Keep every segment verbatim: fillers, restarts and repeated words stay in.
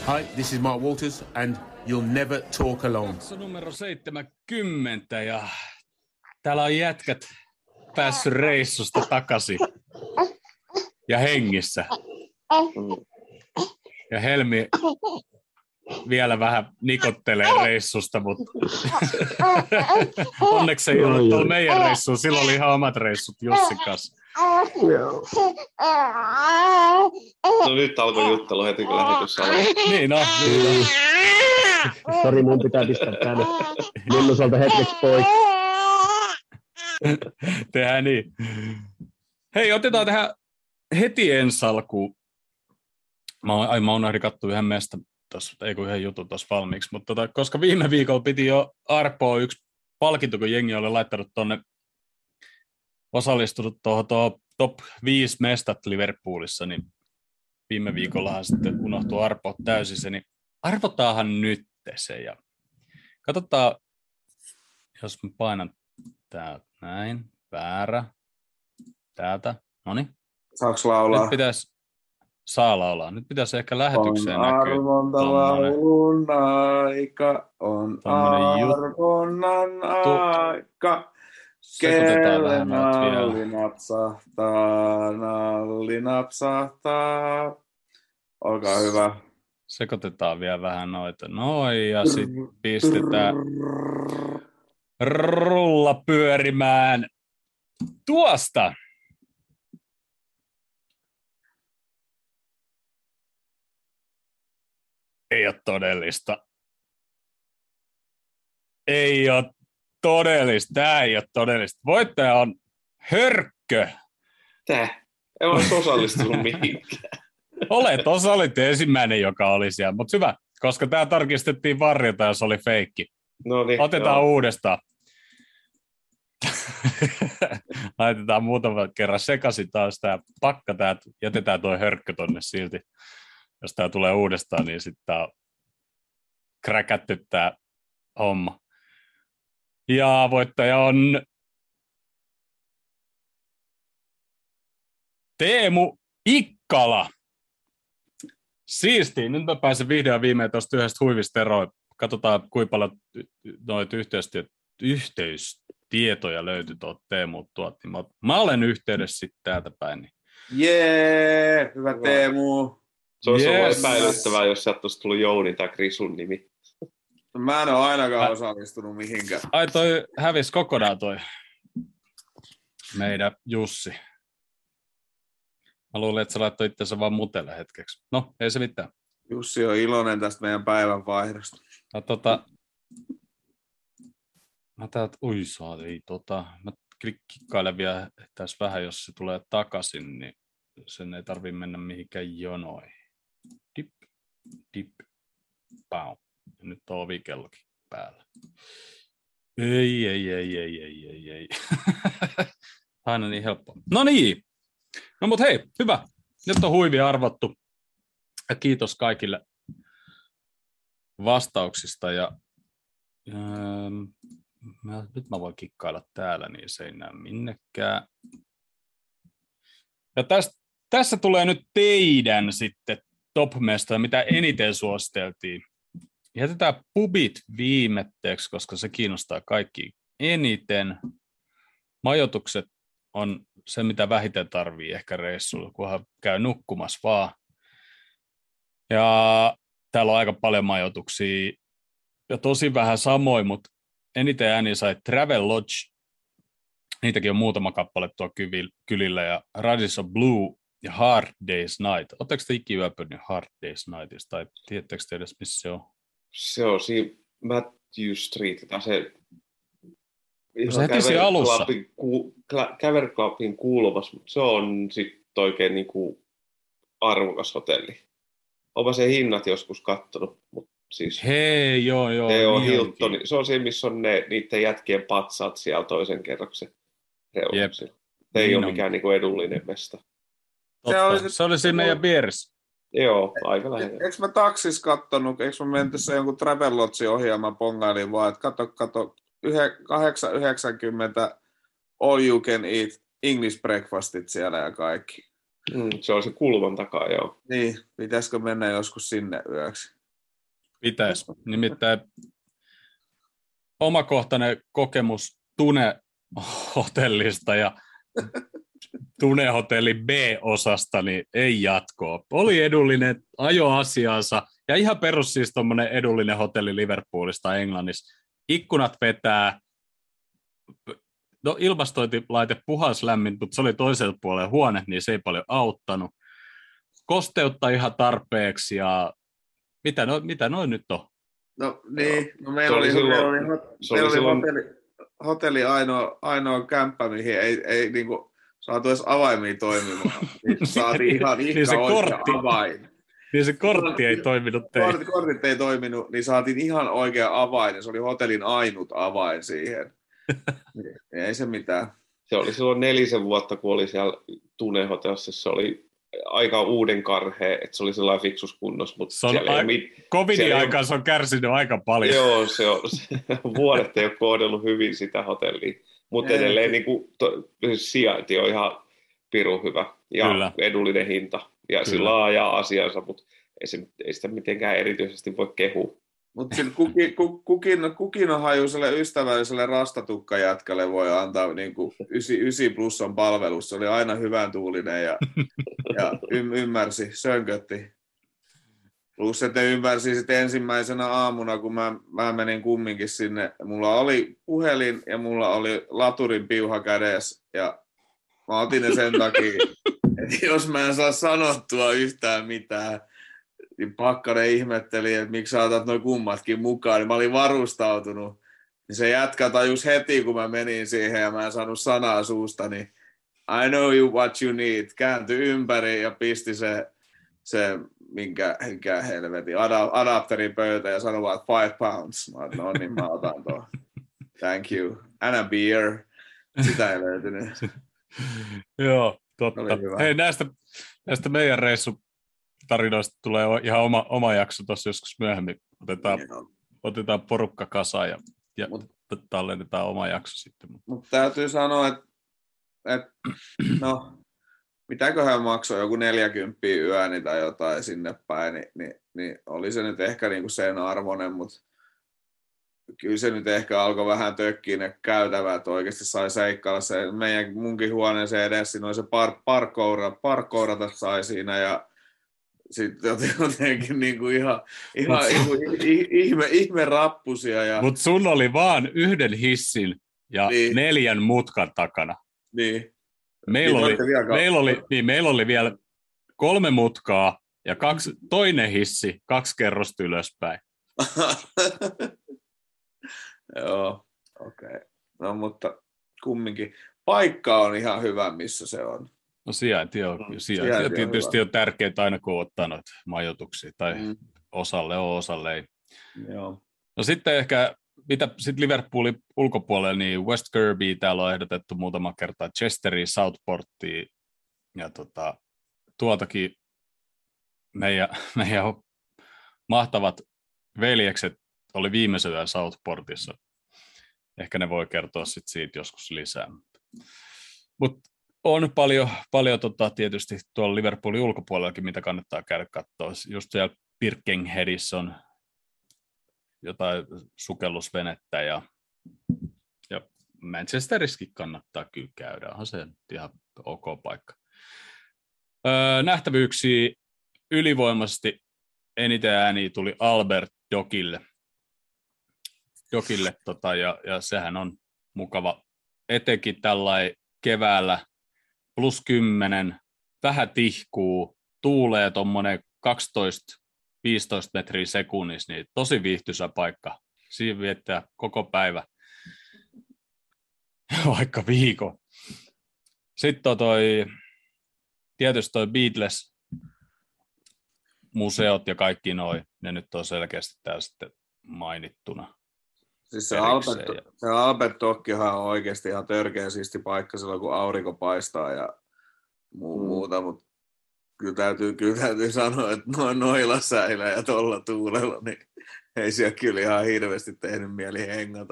Hi, this is Mark Walters, and you'll never talk alone. Se on numero seitsemänkymmentä ja täällä on jätkät päässyt reissusta takaisin ja hengissä. Ja Helmi vielä vähän nikottelee reissusta, mutta onneksi ei ollut tuolla meidän reissuun. Silloin oli ihan omat reissut Jussin kanssa. No nyt alkoi juttelu heti, kun lähetys alkoi. Niin, no. Niin, no. Sori, mun pitää pistää tänne Linnusolta hetkeksi pois. Tehdään niin. Hei, otetaan tähän heti ensi alkuun. Mä, ai, mä unohdin katsoa yhden mestä, tossa, ei kun yhden jutun tuossa valmiiksi, mutta tota, koska viime viikolla piti jo Arpoa yksi palkinto, kun jengi oli laittanut tonne, osallistunut tuohon top viisi mestat Liverpoolissa, niin viime viikollahan sitten unohtui Arpo täysin se, niin arvotaahan nyt se ja katsotaan, jos mä painan täältä näin, väärä, täältä, noniin. Saaks laulaa? Nyt pitäisi, saa laulaa, nyt pitäisi ehkä lähetykseen näkyä. On arvonta laulun aika, on arvonnan aika. Sekoitetaan vähän noita vielä. Nalli napsahtaa, nalli napsahtaa. Olkaa hyvä. Sekoitetaan vielä vähän noita. Noin, ja sitten pistetään rulla pyörimään tuosta. Ei ole todellista. Ei ole todellista. Tämä ei ole todellista. Voittaja on Hörkkö. Tää? Ei olisi osallistunut mihinkään. Olet, osa olit ensimmäinen, joka oli siellä. Mutta hyvä, koska tämä tarkistettiin varjota, jos oli feikki. No niin, otetaan joo. uudestaan. Laitetaan muutaman kerran sekaisin taas tämä pakka. Tää, jätetään tuo Hörkkö tonne silti. Jos tämä tulee uudestaan, niin sitten tämä on kräkätty tämä homma. Ja voittaja on Teemu Ikkala. Siistiä. Nyt mä pääsen vihdoin viimein tuosta yhdestä huivista eroon. Katsotaan, kuinka paljon noita yhteystietoja löytyi tuolta Teemu tuolta. Niin mä, mä olen yhteydessä sitten täältä päin. Niin. Jee, hyvä Teemu. Se olisi Yes. ollut epäilyttävää, jos sieltä olisi tullut Jouni tai Krisun nimi. Mä en ole ainakaan osallistunut mihinkään. Ai toi hävisi kokonaan toi meidän Jussi. Mä luulin, että sä laittoi itsensä vaan mutelle hetkeksi. No, ei se mitään. Jussi on iloinen tästä meidän päivän vaihdosta. No, tota... Mä täältä... Ui saa, ei tota... Mä klikkailen vielä tässä vähän, jos se tulee takaisin, niin sen ei tarvitse mennä mihinkään jonoihin. Dip, dip, pau. Ja nyt on ovikellokin päällä. Ei, ei, ei, ei, ei, ei, ei. Aina niin helppoa. No niin. No mut hei, hyvä. Nyt on huivi arvottu. Ja kiitos kaikille vastauksista. Ja, öö, mä, nyt mä voin kikkailla täällä, niin se ei näy minnekään. Ja tästä, tässä tulee nyt teidän sitten top-mesta, mitä eniten suositeltiin. Jätetään pubit viimetteeksi, koska se kiinnostaa kaikki eniten. Majoitukset on se, mitä vähiten tarvii ehkä reissulla, kunhan käy nukkumassa vaan. Ja täällä on aika paljon majoituksia ja tosi vähän samoin, mutta eniten ääni sai Travel Lodge. Niitäkin on muutama kappale tuo kylillä ja Radisson Blue ja Hard Day's Night. Oletteko te ikinä yöpynyt Hard Day's Nightista tai tiedättekö te edes, missä se on? Se on siinä Matthew Street, tai se se heti siinä alussa. Ku, Cavern Clubin kuuluvassa, mutta se on sitten oikein niinku arvokas hotelli. Onpa se hinnat joskus kattonut, mutta siis hei, joo, joo. se on niin Hilton, se on se, missä on ne, niiden jätkien patsaat siellä toisen kerroksen reunauksilla. Se ei niin ole on. mikään niinku edullinen mesta. Se oli, se oli siinä meidän vieressä. Joo, aika lähellä. Eikö mä taksis kattonut, eikö mä mennyt tässä jonkun Travelodge-ohjelman pongailin vaan, että kato, kato, kahdeksan yhdeksänkymmentä all you can eat English breakfastit siellä ja kaikki. Mm, se on se kulman takaa, joo. Niin, pitäisikö mennä joskus sinne yöksi? Pitäisi. Nimittäin omakohtainen kokemus Tune-hotellista ja Tune-hotelli B-osasta, niin ei jatkoa. Oli edullinen, ajo asiansa ja ihan perus siis tommonen edullinen hotelli Liverpoolista Englannissa. Ikkunat vetää, no ilmastointilaite puhas lämmin, mutta se oli toisella puolella huone, niin se ei paljon auttanut. Kosteutta ihan tarpeeksi ja mitä, no, mitä noin nyt on? No niin, no meillä Se oli, oli silloin- meillä oli, se meillä oli oli silloin- hotelli, hotelli ainoa, ainoa kämppä, mihin ei, ei niinku saatu edes avaimia toimimaan. Niin saatiin ihan Niin ihka se oikea kortti. avain. Niin se kortti ei toiminut teille. Kortit, kortit ei toiminut, niin saatiin ihan oikea avain, ja se oli hotellin ainut avain siihen. Niin, ei se mitään. Se oli silloin nelisen vuotta, kun oli siellä Tune-hotellissa. Se oli aika uuden karhea, että se oli sellainen fiksus kunnossa, mutta Se on siellä ei ai- ole mit... Covidin siellä ei aikaan se on kärsinyt aika paljon. Joo, se on, se, vuodet ei ole kohdellut hyvin sitä hotellia, mutta Ei, edelleen ky- niin kuin, to, sijainti on ihan pirun hyvä ja Kyllä. edullinen hinta ja Kyllä. sillä ajaa asiansa, mutta ei, se, ei sitä mitenkään erityisesti voi kehua. Mutta sillä kukin, ku- kukin, kukin on hajuiselle ystävälliselle rastatukkajätkälle voi antaa niinku yhdeksän plussan palvelus. Se oli aina hyvän tuulinen ja, ja y- ymmärsi, sönkötti. Plus, että ymmärsi sitten ensimmäisenä aamuna, kun mä, mä menin kumminkin sinne. Mulla oli puhelin ja mulla oli laturin piuha kädessä. Ja mä otin ne sen takia, että jos mä en saa sanottua yhtään mitään, niin Pakkanen ihmetteli, että miksi sä otat noin kummatkin mukaan. Niin mä olin varustautunut. Niin se jätkä tajus heti, kun mä menin siihen ja mä en saanut sanaa suusta, niin I know you what you need. Kääntyi ympäri ja pisti se, se minkä, minkä helvetin ada- adapterin pöytä ja sanoi vaan five pounds. Mä oon, no niin, mä otan tuon. Thank you. And a beer. Sitä ei löytynyt. Joo, totta. Oli hyvä. Hei, näistä, näistä meidän reissutarinoista tulee ihan oma, oma jakso tuossa joskus myöhemmin. Otetaan, otetaan porukka kasaan ja, ja Mut- tallennetaan oma jakso sitten. Mutta täytyy sanoa, että et, no, mitäköhän maksoi joku neljäkymppiä yöni tai jotain sinne päin, niin, niin, niin oli se nyt ehkä niinku sen arvoinen, mutta kyllä se nyt ehkä alkoi vähän tökkiä ne käytävät, että oikeasti sai seikkailla se meidän munkin huoneeseen edessä, siinä oli se par, parkoura, parkourata sai siinä ja sitten jotenkin niinku ihan, ihan Mut- niinku ihme, ihme rappusia ja Mutta sun oli vaan yhden hissin ja Niin. neljän mutkan takana. niin. Meillä Niin, oli, olette vielä meillä, oli, niin, meillä oli vielä kolme mutkaa ja kaksi, toinen hissi kaksi kerrosta ylöspäin. Joo, okei. Okay. No mutta kumminkin. Paikka on ihan hyvä, missä se on. No sijainti on, Mm, sijainti sijainti on on tietysti hyvä. on tärkeää aina, kun ottaa noita majoituksia, tai Mm, osalle on, osalle ei. joo. No sitten ehkä, mitä sitten Liverpoolin ulkopuolella, niin West Kirby täällä on ehdotettu muutama kerta, Chesteriin, Southportiin, ja tota, tuoltakin meidän, meidän mahtavat veljekset oli viimeisen yön Southportissa. Ehkä ne voi kertoa sit siitä joskus lisää. Mutta on paljon, paljon tota, tietysti tuolla Liverpoolin ulkopuolellakin, mitä kannattaa käydä katsoa. Just siellä Birkenheadissä on jotain sukellusvenettä ja, ja Manchesterissakin kannattaa kyllä käydä. Onhan se ihan ok paikka. Öö, nähtävyyksiä ylivoimaisesti eniten ääniä tuli Albert Dokille. Dokille tota, ja, ja sehän on mukava etenkin tällainen keväällä plus kymmenen, vähän tihkuu, tuulee tuommoinen kaksitoista viisitoista metriä sekunnissa, niin tosi viihtyisä paikka. Siinä viettää koko päivä, vaikka viikon. Sitten on toi, tietysti toi Beatles, museot ja kaikki noi, ne nyt on selkeästi täällä sitten mainittuna. Siis se erikseen Albert, ja- se Albert Dokkihan on oikeasti ihan törkeä siisti paikka silloin, kun aurinko paistaa ja muu, Mm. muuta, mutta kyllä täytyy, kyllä täytyy sanoa, että noin noilla säillä ja tuolla tuulella, niin ei siellä kyllä ihan hirveästi tehnyt mieli hengata.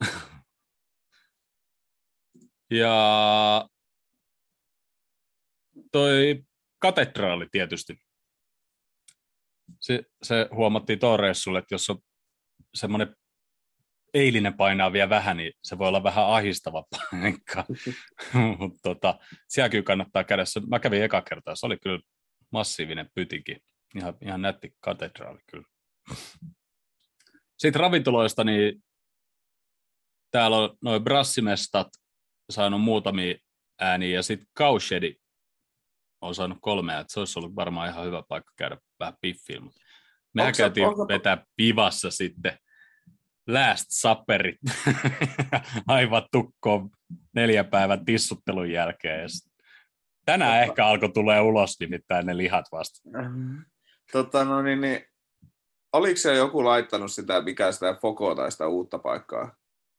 Ja toi katedraali tietysti. Se, se huomattiin tuon reissulle, että jos on semmoinen eilinen painaa vielä vähän, niin se voi olla vähän ahistava paikka. Mutta tota, siellä kyllä kannattaa käydä. Mä kävin eka kertaa, se oli kyllä massiivinen pytinki. Ihan, ihan nätti katedraali kyllä. Sitten ravintoloista, niin täällä on noin brassimestat saanut muutamia ääniä, ja sitten Cowshedi on saanut kolmea, että se olisi ollut varmaan ihan hyvä paikka käydä vähän piffiin. Mehän Onko se- käytiin onko- vetää pivassa sitten Last Supperit aivan tukkoon neljän päivän tissuttelun jälkeen. Ja sit tänään ehkä alkoi tulee ulos nimittäin ne lihat vasta. Tota, no niin, niin, oliko se joku laittanut sitä, mikä sitä Fokoa tai sitä uutta paikkaa?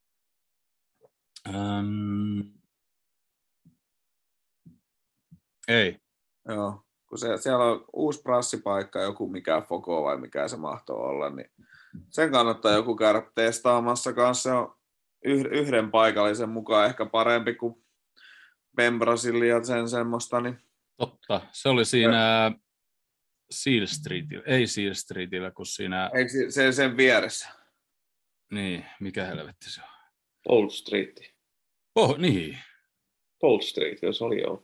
Um, ei. Joo, kun se, siellä on uusi prassipaikka, joku mikä Foko vai mikä se mahtoo olla, niin sen kannattaa joku käydä testaamassa kanssa. Se on yhden paikallisen mukaan ehkä parempi kuin Ben Brasilia sen semmoista. Niin... Totta, se oli siinä Seal Streetillä, ei Seal Streetillä, kun siinä, Eikö se- se sen vieressä? niin, mikä helvetti se on. Old Street. Oh, niin, Old Street, jos oli joo.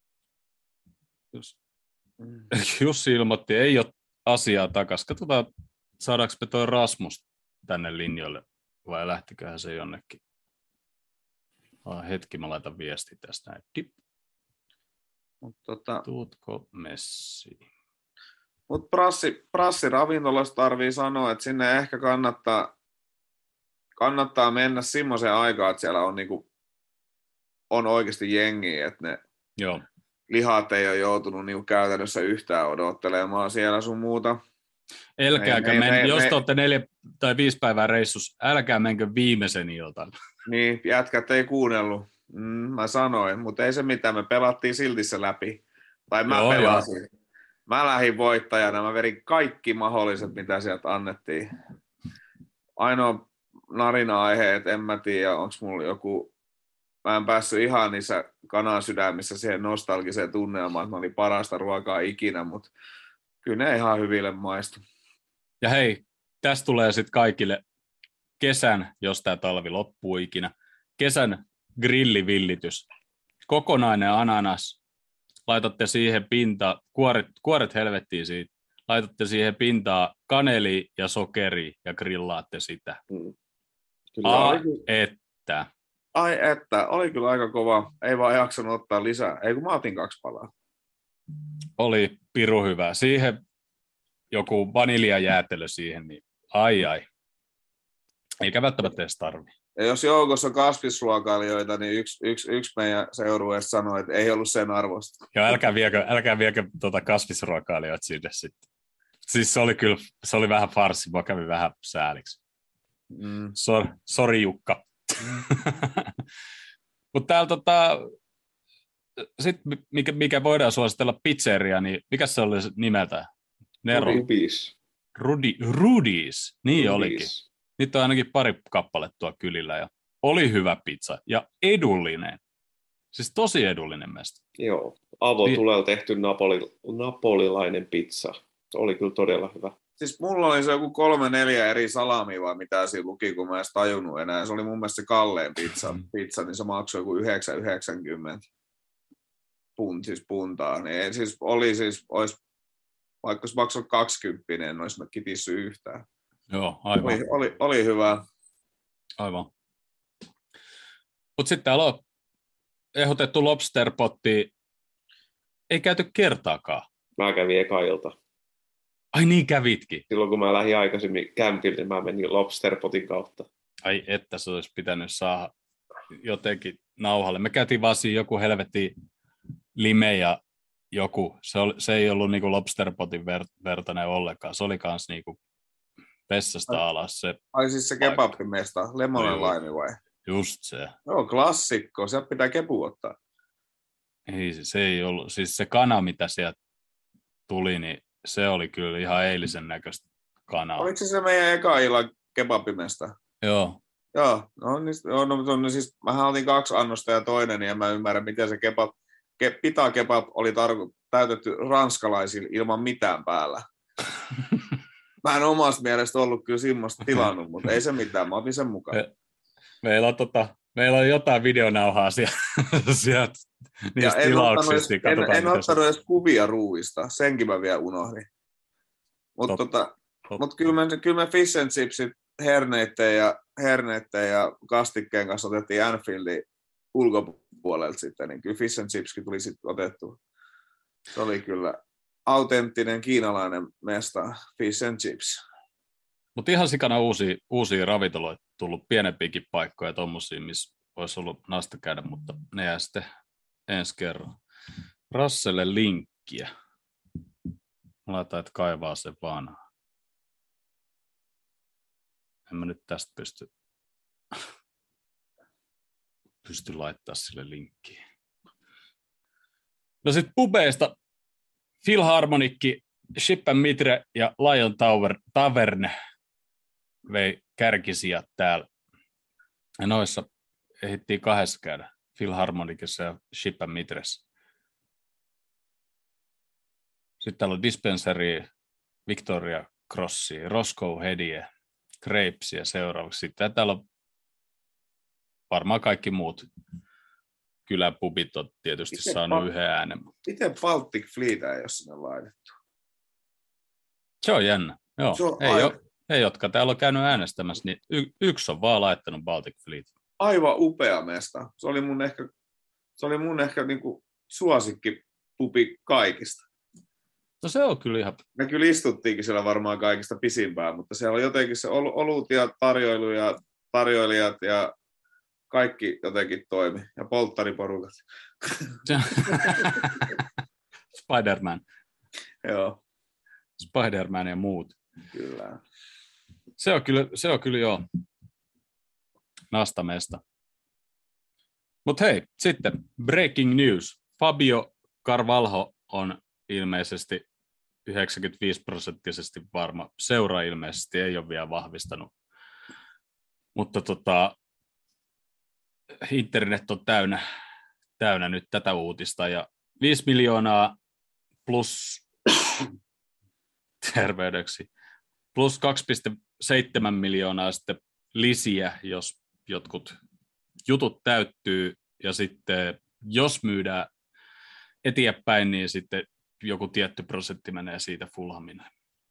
Just, Jussi ilmoitti, ei ole asiaa takas. Katsotaan, saadaanko me toi Rasmus tänne linjoille, vai lähtiköhän se jonnekin. Ah, hetki, mä laitan viesti tästä näin. Dip, Mut tota, tuutko messiin? Mutta prassi, prassiravintolasta tarvii sanoa, että sinne ehkä kannattaa, kannattaa mennä semmoiseen aikaan, että siellä on, niinku, on oikeasti jengiä, että ne Joo, lihat ei ole joutunut niinku käytännössä yhtään odottelemaan siellä sun muuta. älkääkä, Me- me- men, me- jos me- te olette neljä tai viisi päivää reissus, älkää menkö viimeisen iltan. Niin, jätkät ei kuunnellut. Mm, mä sanoin, mutta ei se mitään, me pelattiin silti se läpi. Tai mä Joo, pelasin. Mä lähdin voittajana, mä verin kaikki mahdolliset, mitä sieltä annettiin. Ainoa narina-aihe, että en mä tiedä, onko mulla joku... Mä en päässyt ihan niissä kanasydämissä siihen nostalgiseen tunnelmaan, että mä olin parasta ruokaa ikinä, mutta kyllä ne ihan hyville maistu. Ja hei, tästä tulee sitten kaikille kesän, jos tämä talvi loppuu ikinä, kesän grillivillitys. Kokonainen ananas, laitatte siihen pintaan, kuoret, kuoret helvettiin siitä, laitatte siihen pintaan kaneli ja sokeri ja grillaatte sitä. Mm. Kyllä A, oli kyllä- että. Ai että, oli kyllä aika kova. Ei vaan jaksanut ottaa lisää. Ei kun mä otin kaksi palaa. Oli piru hyvä. Siihen joku vaniljajäätelö siihen, niin ai ai. Eikä välttämättä edes tarvi. Ja jos joukossa on kasvisruokailijoita, niin yksi, yksi, yksi meidän seurueesta sanoi, että ei ollut sen arvosta. Joo, älkää viekö, älkää viekö tuota kasvisruokailijoita sinne sitten. Siis se oli kyllä, se oli vähän farssi, mä kävin vähän sääliksi. Mm. Sor, sori Jukka. Mutta täällä tota, sit mikä, mikä voidaan suositella pizzeria, niin mikä se oli nimeltä? Nero. Rubis. Rudi, Rudis, niin Rubis. olikin. Niitä on ainakin pari kappaletta kylillä ja oli hyvä pizza ja edullinen. Siis tosi edullinen mesta. Joo. Avo Niin. tulee tehty napoli, napolilainen pizza. Oli kyllä todella hyvä. Siis mulla oli se joku kolme neljä eri salamia, vai mitä siinä luki, kun mä en edes tajunnut enää. Se oli mun mielestä se kalleen pizza, pizza niin se maksoi joku yhdeksän yhdeksänkymmentä punt, siis puntaa. Niin siis oli siis, olisi, vaikka se maksoi kaksikymmentä, en olisi kitissy yhtään. Joo, aivan. Oli, oli, oli hyvä. aivan. Mutta sitten täällä on ehdotettu lobsterpotti. Ei käyty kertaakaan. Mä kävin eka ilta. Ai niin kävitkin. Silloin kun mä lähdin aikaisemmin kämpille, niin mä menin lobsterpotin kautta. Ai että se olisi pitänyt saada jotenkin nauhalle. Me käytiin vaan siinä joku helvetti lime ja joku. Se, oli, se ei ollut niinku lobsterpotin ver, vertainen ollenkaan. Se oli kans niinku vessasta alas se. Ai siis se Paikka. kebabimesta, Lemonen Laimi vai? Just se. Joo, klassikko, sieltä pitää kepu ottaa. Ei, se, se ei ollut. Siis se kana, mitä sieltä tuli, niin se oli kyllä ihan eilisen näköistä kanaa. Oliko se se meidän eka illan kebabimesta? Joo. Joo, no, niin, joo, no, no siis mähän otin kaksi annosta ja toinen, ja mä ymmärrän, miten se kebab, ke, pita kebab oli tarko, täytetty ranskalaisilla ilman mitään päällä. Mä en omasta mielestä ollut kyllä semmoista tilannut, mutta ei se mitään, mä otin sen mukaan. Me, meillä, on tota, meillä on jotain videonauhaa sieltä, sieltä niistä en tilauksista. Edes, en, en ottanut edes kuvia ruuista, senkin mä vielä unohdin. Mutta tota, mut kyllä me, kyllä me fish and chipsit herneitten ja, herneitten ja kastikkeen kanssa otettiin Anfieldin ulkopuolelta sitten, niin kyllä fish and chipskin tuli sitten otettua. Se oli kyllä autenttinen kiinalainen mesta, fish and chips. Mutta ihan sikana uusia, uusia ravintoloita tullut, pienempiäkin paikkoja tommosia, missä olisi ollut nasta käydä, mutta ne jää sitten ensi kerran. Rasselle linkkiä. Laitan, että kaivaa se vaan. En mä nyt tästä pysty, pysty laittaa sille linkkiä. No sit pubeista Philharmonikki, Ship and Mitre ja Lion Tower, Tavern vei kärkisijat täällä. Ja noissa ehdittiin kahdessa käydä, Philharmonikissa ja Ship and Mitressä. Sitten täällä on Dispensary, Victoria Crossia, Roscoe Headia, Grapesia seuraavaksi. Sitten täällä on varmaan kaikki muut kyläpubit on tietysti miten saanut pa- yhden äänen. Miten Baltic Fleet ei ole sinne laitettu? Se on jännä. Joo. Se on ei, aivan... ole, ei, jotka täällä on käynyt äänestämässä, niin y- yksi on vaan laittanut Baltic Fleet. Aivan upea mesta. Se oli mun ehkä, se oli mun ehkä niinku suosikkipubi kaikista. No se on kyllä ihan... Me kyllä istuttiinkin siellä varmaan kaikista pisimpään, mutta siellä on jotenkin se olut ja tarjoilu ja tarjoilijat ja kaikki jotenkin toimi. Ja polttariporukat. Spider-Man. Joo. Spider-Man ja muut. Kyllä. Se on kyllä, se on kyllä joo. Nastamesta. Mutta hei, sitten breaking news. Fabio Carvalho on ilmeisesti yhdeksänkymmentäviisi prosenttisesti varma. Seura ilmeisesti ei ole vielä vahvistanut. Mutta tota, internet on täynnä, täynnä nyt tätä uutista. Ja viisi miljoonaa plus terveydeksi. Plus kaksi pilkku seitsemän miljoonaa sitten lisiä, jos jotkut jutut täyttyy. Ja sitten jos myydään eteenpäin, niin sitten joku tietty prosentti menee siitä Fulhamille.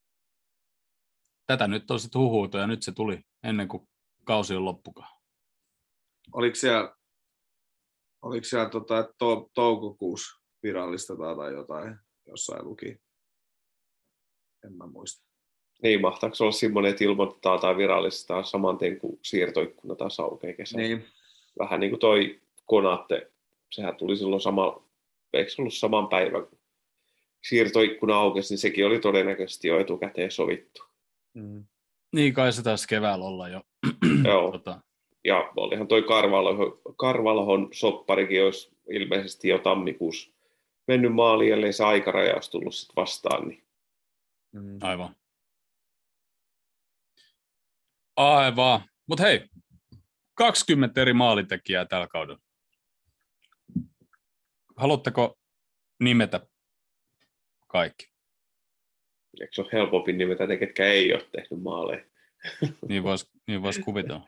Tätä nyt on sitten huhuutu ja nyt se tuli ennen kuin kausi on loppukaan. Oliko siellä, oliko siellä tota, to, toukokuussa virallista tai jotain, jossain luki? En mä muista. Niin, mahtaako olla semmoinen, että ilmoitetaan tai virallistaa saman tien, kun siirtoikkuna taas aukeaa kesällä. Niin. Vähän niin kuin toi Konate, sehän tuli silloin sama, eikö se ollut saman päivän, kun siirtoikkuna aukesi, niin sekin oli todennäköisesti jo etukäteen sovittu. Mm. Niin kai se taisi keväällä olla jo. Joo. tota. Ja olihan toi Karvalhon, Karvalhon sopparikin olisi ilmeisesti jo tammikuussa mennyt maaliin, ellei se aikaraja olisi tullut sit vastaan. Niin. Mm. Aivan. Aivan. Mutta hei, kaksikymmentä eri maalintekijää tällä kaudella. Haluatteko nimetä kaikki? Eikö se ole helpompi nimetä ne, ketkä ei ole tehnyt maaleja? Niin voisi niin vois kuvitella.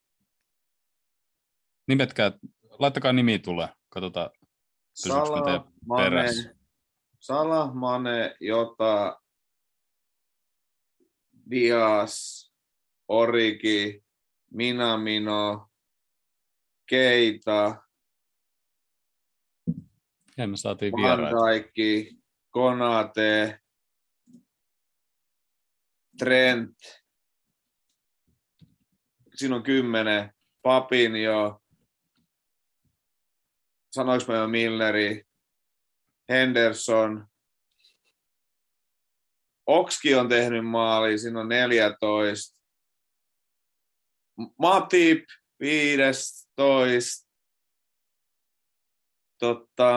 Nimetkää, laittakaa nimi tulee. Katsotaan, pysyykö me teidän perässä. Salah, Mane, Jota, Dias, Origi, Minamino, Keita, ja me saatiin Van vieraita. Dijk, Konate, Trent, siinä on kymmenen, Papinho, sanoinko mä jo Milneri, Henderson, Okski on tehnyt maali, siinä on neljätoista, Matip, viisitoista, Totta...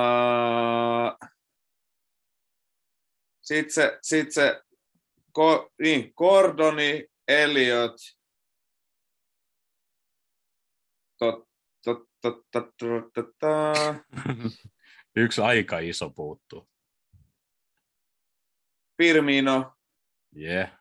Sitten se, sit se ko, niin, Gordoni, Elliot, tot, tot, tot, tot, tot, tot, tot. Yksi aika iso puuttuu. Firmino, Yeah.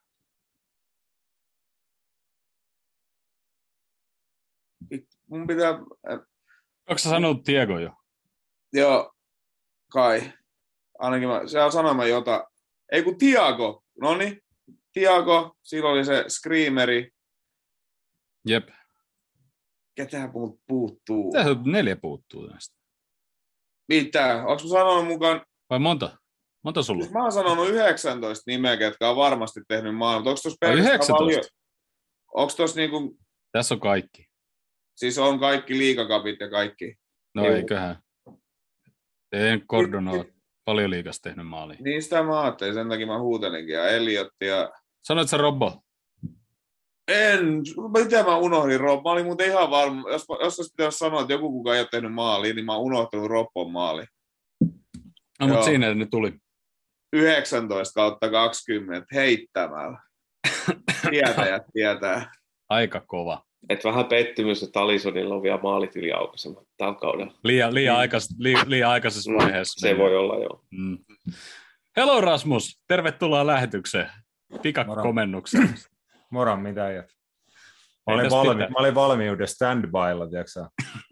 Mun pitää... Onko sä sanonut Diego jo? Joo, kai. Ainakin mä... Se on sanoma jota... Ei kun Tiago. Noniin. Tiago. Silloin oli se Screameri. Jep. Ketähän muut puuttuu? Tässä neljä puuttuu näistä. Mitä? Onko mä sanonut mukaan... Vai monta? Monta sulla? Mä oon sanonut yhdeksäntoista nimeä, ketkä on varmasti tehnyt maailman. Onko tuossa yhdeksäntoista? Onko tuossa niinku... Tässä on kaikki. Siis on kaikki liigakapit ja kaikki. No Juu. eiköhän. En Cordona ole paljon liigassa tehnyt maaliin. Niin sitä mä ajattelin, sen takia mä huutelinkin. Ja Elliot ja... Sanoit sä Robbo? En, mitä mä unohdin Rob? Mä olin muuten ihan varma, jos, jos olisi pitänyt sanoa, että joku kuka ei ole tehnyt maaliin, niin mä oon unohtanut Robbon maali. No mutta siinä ne tuli. yhdeksäntoista kautta kaksikymmentä heittämällä. Tietäjät tietää. Aika kova. Et vähän pettymys, että Alisonilla on vielä maalit yli aukaisemmat tällä kaudella. Liian, liian, aikais, liian, liian aikaisessa vaiheessa. Se voi olla, joo. Mm. Hello Rasmus, tervetuloa lähetykseen. Pikakomennukseen. Moro, mitä ajat? Mä olin, valmi, mä olin valmiudessa standbylla, tiedätkö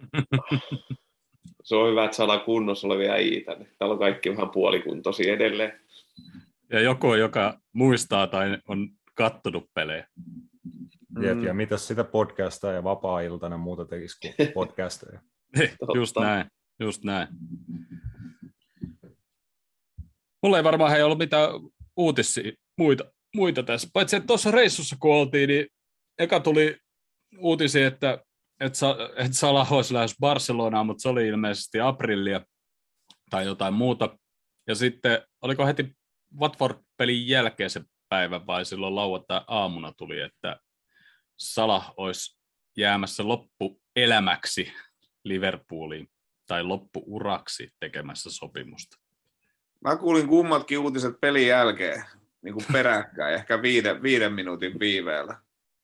Se on hyvä, että saadaan kunnossa olevia äijitä. Täällä on kaikki vähän puolikuntoisia edelleen. Ja joku, joka muistaa tai on kattonut pelejä. Jep, ja mitäs sitä podcastaa ja vapaa-iltana muuta tekisi kuin podcasteja. Just näin, just näin. Mulla ei varmaan hei ollut mitään uutisia muita, muita tässä. Paitsi että tuossa reissussa kun oltiin, niin eka tuli uutisia, että, että, että Salah olisi lähes Barcelonaan, mutta se oli ilmeisesti aprillia tai jotain muuta. Ja sitten oliko heti Watford-pelin jälkeen se päivä vai silloin lauantai-aamuna tuli, että Salah olisi jäämässä loppuelämäksi Liverpooliin tai loppuuraksi tekemässä sopimusta. Mä kuulin kummatkin uutiset pelin jälkeen, niin kuin peräkkäin, ehkä viiden, viiden minuutin viiveellä.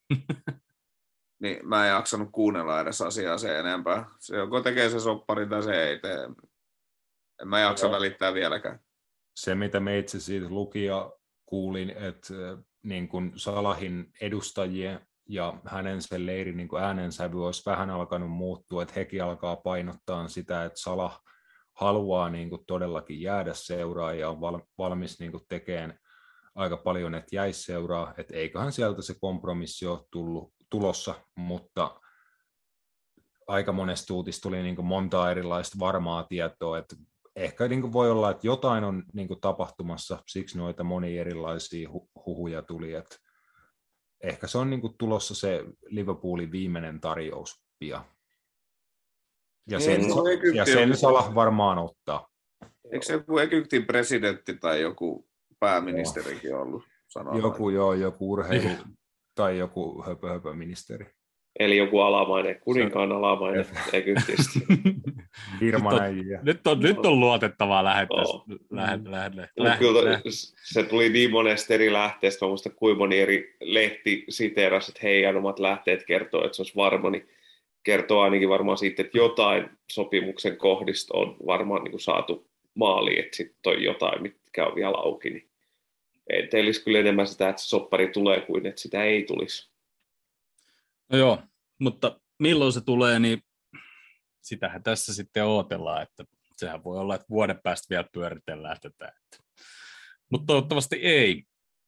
Niin mä en jaksanut kuunnella edes asiaa sen enempää. Se joko tekee se soppari tai se ei tee. En mä jaksa välittää vieläkään. Se, mitä me itse siitä luki ja kuulin, että niin kun Salahin edustajien ja hänen sen leirin niin äänensävy olisi vähän alkanut muuttua, että hekin alkaa painottaa sitä, että Salah haluaa niin kuin todellakin jäädä seuraan ja on valmis niin kuin tekemään aika paljon, että jäisi seuraa, että eiköhän sieltä se kompromissi ole tullut, tulossa, mutta aika monesta uutista tuli niin kuin monta erilaista varmaa tietoa, että ehkä niin kuin voi olla, että jotain on niin kuin tapahtumassa, siksi noita monia erilaisia hu- huhuja tuli, että ehkä se on niin kuin tulossa se Liverpoolin viimeinen tarjous pian. Ja sen, Ei, ja sen Salah varmaan ottaa. Eikö se joku Egyptin presidentti tai joku pääministerikin ollut sanoa? Joku joo, joku urheilu tai joku höpö, höpö ministeri. Eli joku alamainen, kuninkaan alamainen Egyptistä. Firmanäjiä. Nyt on, nyt on luotettavaa lähettää. Oh. Lähde, lähde, Mut lähde, kyllä lähde. se tuli niin monesta eri lähteestä. Mä muistan, kuinka moni eri lehti siteerasi, että heidän omat lähteet kertoo, että se olisi varma. Niin kertoo ainakin varmaan siitä, että jotain sopimuksen kohdista on varmaan niin kuin saatu maaliin, että sitten on jotain, mitkä on vielä auki. Niin ei teillä olisi kyllä enemmän sitä, että se soppari tulee, kuin että sitä ei tulisi. No joo, mutta milloin se tulee, niin sitähän tässä sitten odotellaan, että sehän voi olla, että vuoden päästä vielä pyöritellään tätä. Mutta toivottavasti ei.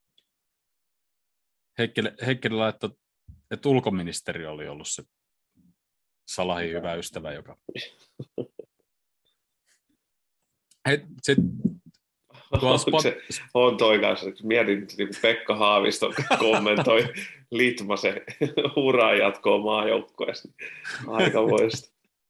Heikkilä laittoi, että ulkoministeri oli ollut se Salahin hyvä ystävä, joka... Hei, sit, Spot... Se, on toi kanssa, mietin, että niin Pekka Haavisto kommentoi Litmasen uraa jatkoa maajoukkueessa. Aika voista.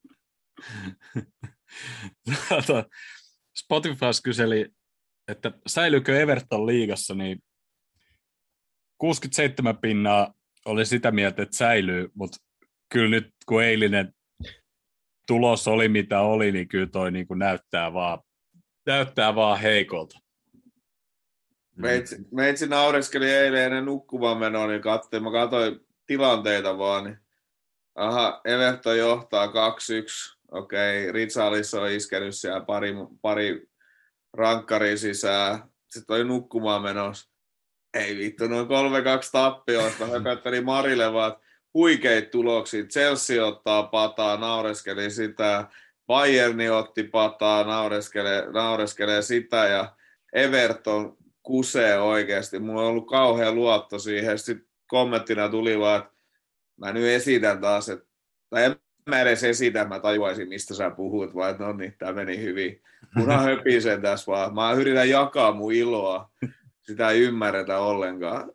Spotify kyseli, että säilyykö Everton liigassa, niin kuusikymmentäseitsemän pinnaa oli sitä mieltä, että säilyy, mutta kyllä nyt kun eilinen tulos oli mitä oli, niin kyllä toi niin kuin näyttää vaan näyttää vaan heikolta. Meitsi, meitsi naureskeli eilen ennen nukkumaan menoa, niin katsoin, mä katsoin tilanteita vaan, niin aha, Everton johtaa kaksi yksi, okei, Ritsalis on iskenyt siellä pari, pari rankkaria sisään, sitten oli nukkumaan menossa. Ei vittu, noin kolme kaksi tappioista. Höpötteli Marille vaan huikeita tuloksia. Chelsea ottaa pataa, naureskeli sitä. Bayerni otti pataa, naureskelee, naureskelee sitä. Ja Everton kusee oikeasti. Mulla on ollut kauhean luotto siihen. Sitten kommenttina tuli vaan, että mä nyt esitän taas, että, tai en mä edes esitä, mä tajuaisin, mistä sä puhut, vaan että no niin, tää meni hyvin. Munhan höpisen tässä vaan. Mä yritän jakaa mun iloa. Sitä ei ymmärretä ollenkaan.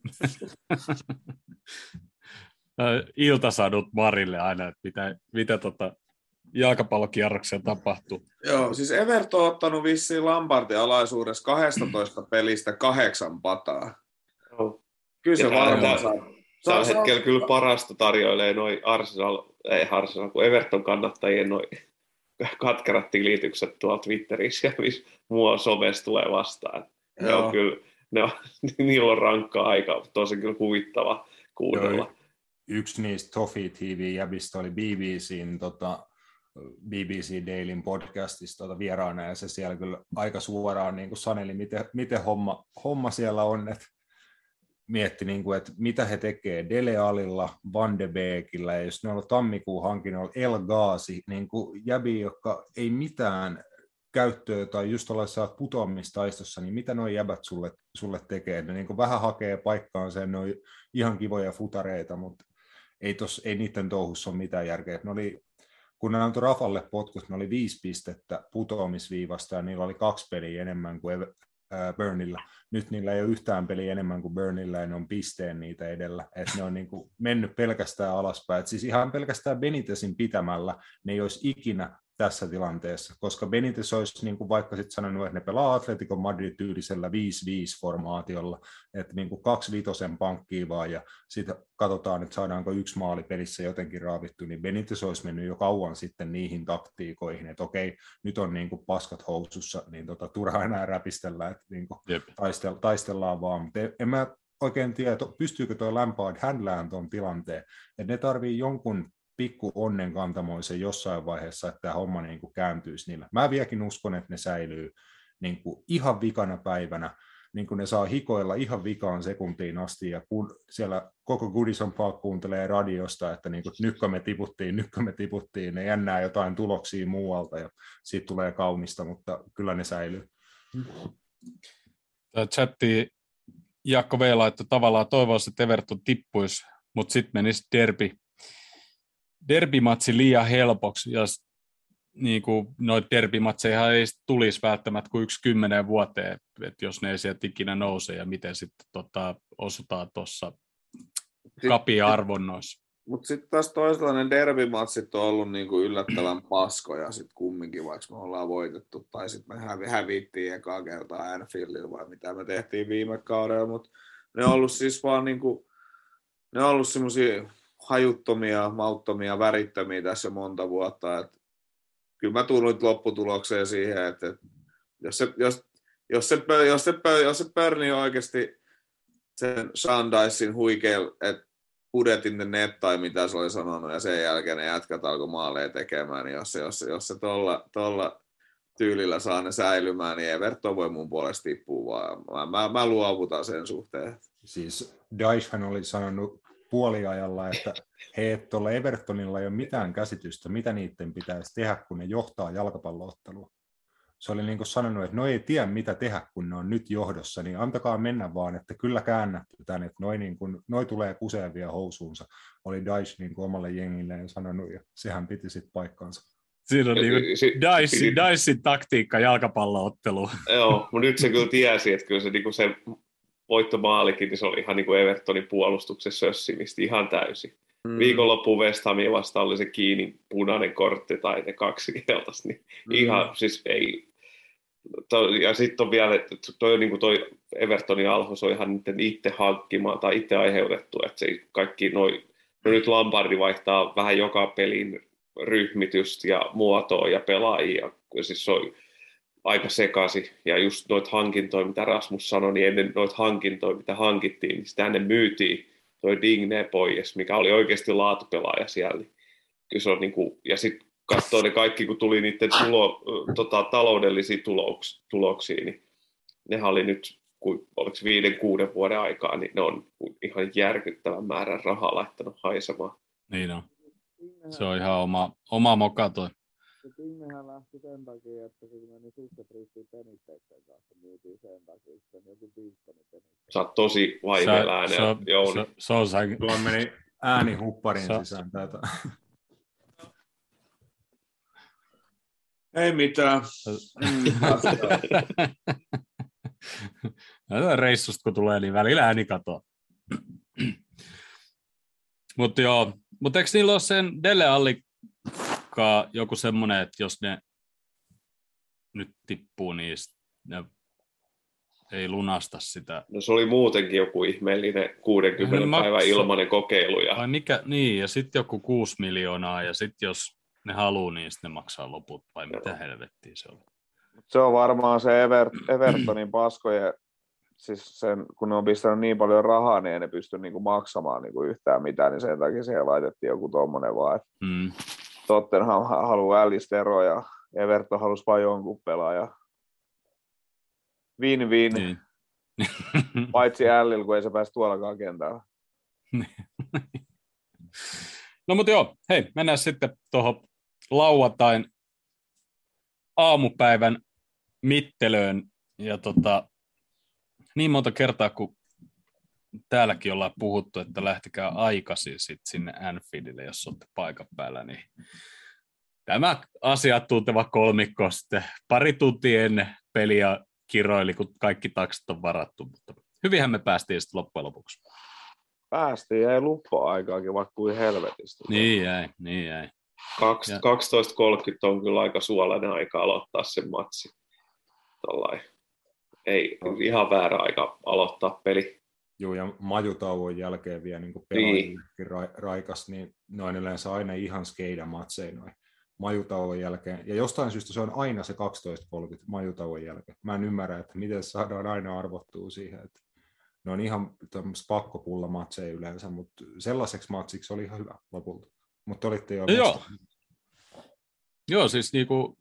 Iltasadut Marille aina, että mitä, mitä tota jalkapallokierroksia tapahtuu. Joo, siis Everton on ottanut vissiin Lampardin alaisuudessa kaksitoista pelistä kahdeksan pataa. Oh. Kyllä se varmaan saa. Tällä hetkellä kyllä parasta tarjoilee noin Arsenal, ei Arsenal, kun Everton kannattajien noin katkerat tilitykset tuolla Twitterissä ja muualla somessa tulee vastaan. Ne on kyllä, ne on, niillä on rankkaa aikaa, mutta tosi kyllä huvittava kuunnella. Joo, yksi niistä Toffee T V-jäbistä oli B B C:n tota, B B C Dailyn podcastissa tota, vieraana, ja se siellä kyllä aika suoraan niin kuin saneli, miten, miten homma, homma siellä on, että mietti, niin kuin, että mitä he tekee Dele Allilla, Van de Beekillä, ja jos ne on tammikuun hankinnoilla El Ghazi, niin kuin jäbi, jotka ei mitään käyttöä tai just ollaessa putoamistaistossa, niin mitä nuo jäbät sulle, sulle tekee? Ne niin kuin vähän hakee paikkaansa, ne on ihan kivoja futareita, mutta ei, tos, ei niiden touhussa ole mitään järkeä. Ne oli, kun ne antoi Rafalle potkut, ne oli viisi pistettä putoamisviivasta, ja niillä oli kaksi peliä enemmän kuin Burnilla. Nyt niillä ei ole yhtään peliä enemmän kuin Burnilla, ja ne on pisteen niitä edellä. Et ne on niin kuin mennyt pelkästään alaspäin. Et siis ihan pelkästään Benitezin pitämällä ne ei olisi ikinä tässä tilanteessa, koska Benitez olisi niin kuin vaikka sitten sanonut, että ne pelaa Atletico Madrid-tyylisellä viisi viisi formaatiolla, että niin kuin kaksi vitosen pankkiin vaan, ja sitten katsotaan, että saadaanko yksi maali pelissä jotenkin raavittu, niin Benitez olisi mennyt jo kauan sitten niihin taktiikoihin, että okei, nyt on niin kuin paskat housussa, niin tota, turha enää räpistellä, että niin kuin taistell- taistellaan vaan, mutta en mä oikein tiedä, pystyykö tuo Lampard handlään tuon tilanteen, että ne tarvii jonkun pikku onnenkantamoisen jossain vaiheessa, että tämä homma niin kuin kääntyisi niillä. Mä vieläkin uskon, että ne säilyy niin kuin ihan vikana päivänä, niin kuin ne saa hikoilla ihan vikaan sekuntiin asti, ja kun siellä koko Goodison Park kuuntelee radiosta, että niin kuin, nytkö me tiputtiin, nytkö me tiputtiin, ne jännää jotain tuloksia muualta, ja siitä tulee kaunista, mutta kyllä ne säilyy. Tämä chatti Jaakko V. laittoi tavallaan toivoisi, että Everton tippuisi, mutta sitten menisi derby. derbimatsi liian helpoksi, ja niin kuin noita derbimatseja ei tulisi välttämättä kuin yksi kymmeneen vuoteen, että jos ne ei sieltä ikinä nouse, ja miten sitten tota, osutaan tuossa kapi-arvonnoissa. Mutta sitten taas toisenlainen derbimatsit on ollut niinku yllättävän paskoja sit kumminkin, vaikka me ollaan voitettu, tai sitten me hävi, hävittiin ekaa kertaa Anfieldilla, vai mitä me tehtiin viime kaudella, mutta ne on ollut siis vaan niinku, ne on ollut semmoisia hajuttomia, mauttomia, värittömiä tässä monta vuotta. Et kyllä mä tuun nyt lopputulokseen siihen, että et jos se, jos, jos se, jos se, jos se Burnley oikeasti sen Sean Dyson huikeilla, että pudetin ne net tai mitä se oli sanonut, ja sen jälkeen ne jätkät alkoi maaleja tekemään, niin jos se, jos se, jos se tolla, tolla tyylillä saa ne säilymään, niin Everton voi mun puolesta tippua vaan. Mä, mä, mä luovutan sen suhteen. Siis Dyson oli sanonut puoliajalla, että hei, tuolla Evertonilla ei ole mitään käsitystä, mitä niiden pitäisi tehdä, kun ne johtaa jalkapallo-ottelua. Se oli niin kuin sanonut, että no ei tiedä, mitä tehdä, kun ne on nyt johdossa, niin antakaa mennä vaan, että kyllä käännätte tänne, että noi, niin kuin, noi tulee kuseavia housuunsa. Oli Dyche niin kuin omalle jengilleen sanonut, ja sehän piti sitten paikkaansa. Siinä on niin Dyson taktiikka jalkapallo-ottelu. Joo, mutta nyt se kyllä tiesi, että kyllä se, niin kuin se voittomaalikin, niin se oli ihan niin kuin Evertonin puolustuksessa sössimistä ihan täysin. Mm. Viikonloppuun West Hamia vastaan oli se kiinni punainen kortti tai ne kaksi keltaista, niin mm. ihan siis ei. Ja sitten on vielä, että toi, niin kuin toi Evertonin alhos on ihan itse hankkimaan tai itse aiheutettu, että se kaikki noin, no nyt Lampardi vaihtaa vähän joka pelin ryhmitystä ja muotoa ja pelaajia, siis se on aika sekaisin, ja just noita hankintoja, mitä Rasmus sanoi, niin ennen noita hankintoja, mitä hankittiin, niin sitä ennen myytiin toi Digne pois, mikä oli oikeasti laatupelaaja siellä. Kyllä se on niin kuin, ja sitten katsoo ne kaikki, kun tuli niiden tulo, tota, taloudellisia tuloks, tuloksia, niin nehän oli nyt oliko viiden, kuuden vuoden aikaa, niin ne on ihan järkyttävän määrän rahaa laittanut haisemaan. Niin on. Se on ihan oma, oma moka toi. Tinnehän lähti sen takia, että se meni sukset ristiin penitteiden kanssa, myytiin sen takia, että joku piikkoni penitteiden. Sä oot tosi vaiheella äänellä, Jouni. Se, se on sä... Tuolla meni ääni hupparin Se- sisään tätä. Ei mitään. Reissusta kun tulee, niin välillä ääni katoaa. Mutta joo, mutta eikö niillä ole sen Dele Allikaan joku semmoinen, että jos ne nyt tippuu niistä, ne ei lunasta sitä. No se oli muutenkin joku ihmeellinen kuudenkymmenen Ne päivän maksaa- ilmainen kokeilu. Ja... Vai mikä, niin, ja sitten joku kuusi miljoonaa, ja sitten jos ne haluaa, niin sitten ne maksaa loput, vai mitä helvettiä se oli. Se on varmaan se Ever- Evertonin paskojen, siis sen, kun ne on pistänyt niin paljon rahaa, niin ei ne pysty niinku maksamaan niinku yhtään mitään, niin sen takia siihen laitettiin joku tommonen vaan, että Mm. Tottenham haluaa Älistä eroa ja Everton halusi vain jonkun pelaaja. Win-win, Niin. paitsi Ällillä, kun ei se pääse tuollakaan kentällä. No mutta joo, hei, mennään sitten tuohon lauantain aamupäivän mittelöön. Ja tota, niin monta kertaa, kun täälläkin ollaan puhuttu, että lähtekää aikaisin sit sinne Anfieldille, jos olette paikan päällä, niin tämä asiantunteva kolmikko sitten pari tuntia ennen peliä kiroili, kun kaikki taksit on varattu, mutta hyvinhän me päästiin sitten loppujen lopuksi. Päästiin, jäi luppa-aikaakin vaikka kuin helvetistä. Niin jäi, niin jäi. Kaksi- Ja- kaksitoista kolmekymmentä on kyllä aika suolainen aika aloittaa sen matsi. Tollain. Ei ihan väärä aika aloittaa peli. Joo, ja majutauon jälkeen vielä niin pelaajillekin ra- raikas, niin ne on yleensä aina ihan skeidamatseja noin majutauon jälkeen. Ja jostain syystä se on aina se kaksitoista kolmekymmentä majutauon jälkeen. Mä en ymmärrä, että miten se saadaan aina arvottua siihen, että ne on ihan pakkopulla matseja yleensä, mutta sellaiseksi matsiksi oli ihan hyvä lopulta. Mutta olitte jo... Joo. Joo, siis niinku,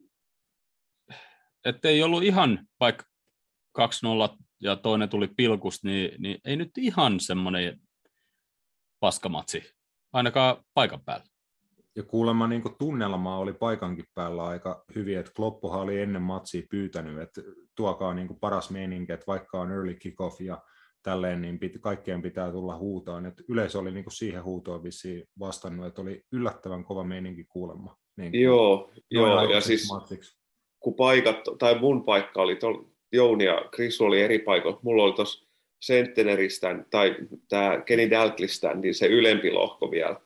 ettei ollut ihan vaikka kaksi nolla ja toinen tuli pilkusta, niin, niin ei nyt ihan semmoinen paskamatsi, ainakaan paikan päällä. Ja kuulemma niin tunnelma oli paikankin päällä aika hyvin, että Kloppohan oli ennen matsia pyytänyt, että tuokaa niin paras meininki, että vaikka on early kickoff ja tälleen, niin pit, kaikkeen pitää tulla huutoon. Et yleisö oli niin siihen huutoon vissiin vastannut, että oli yllättävän kova meininki kuulemma. Niin, Joo, joo ja aikaiseksi siis matsiksi. kun paikat, tai mun paikka oli, tol, Jouni ja Chris oli eri paikoilla, mulla oli tuossa Centeneristä, tai tämä Kenny Dalglista, niin se ylempi lohko vielä,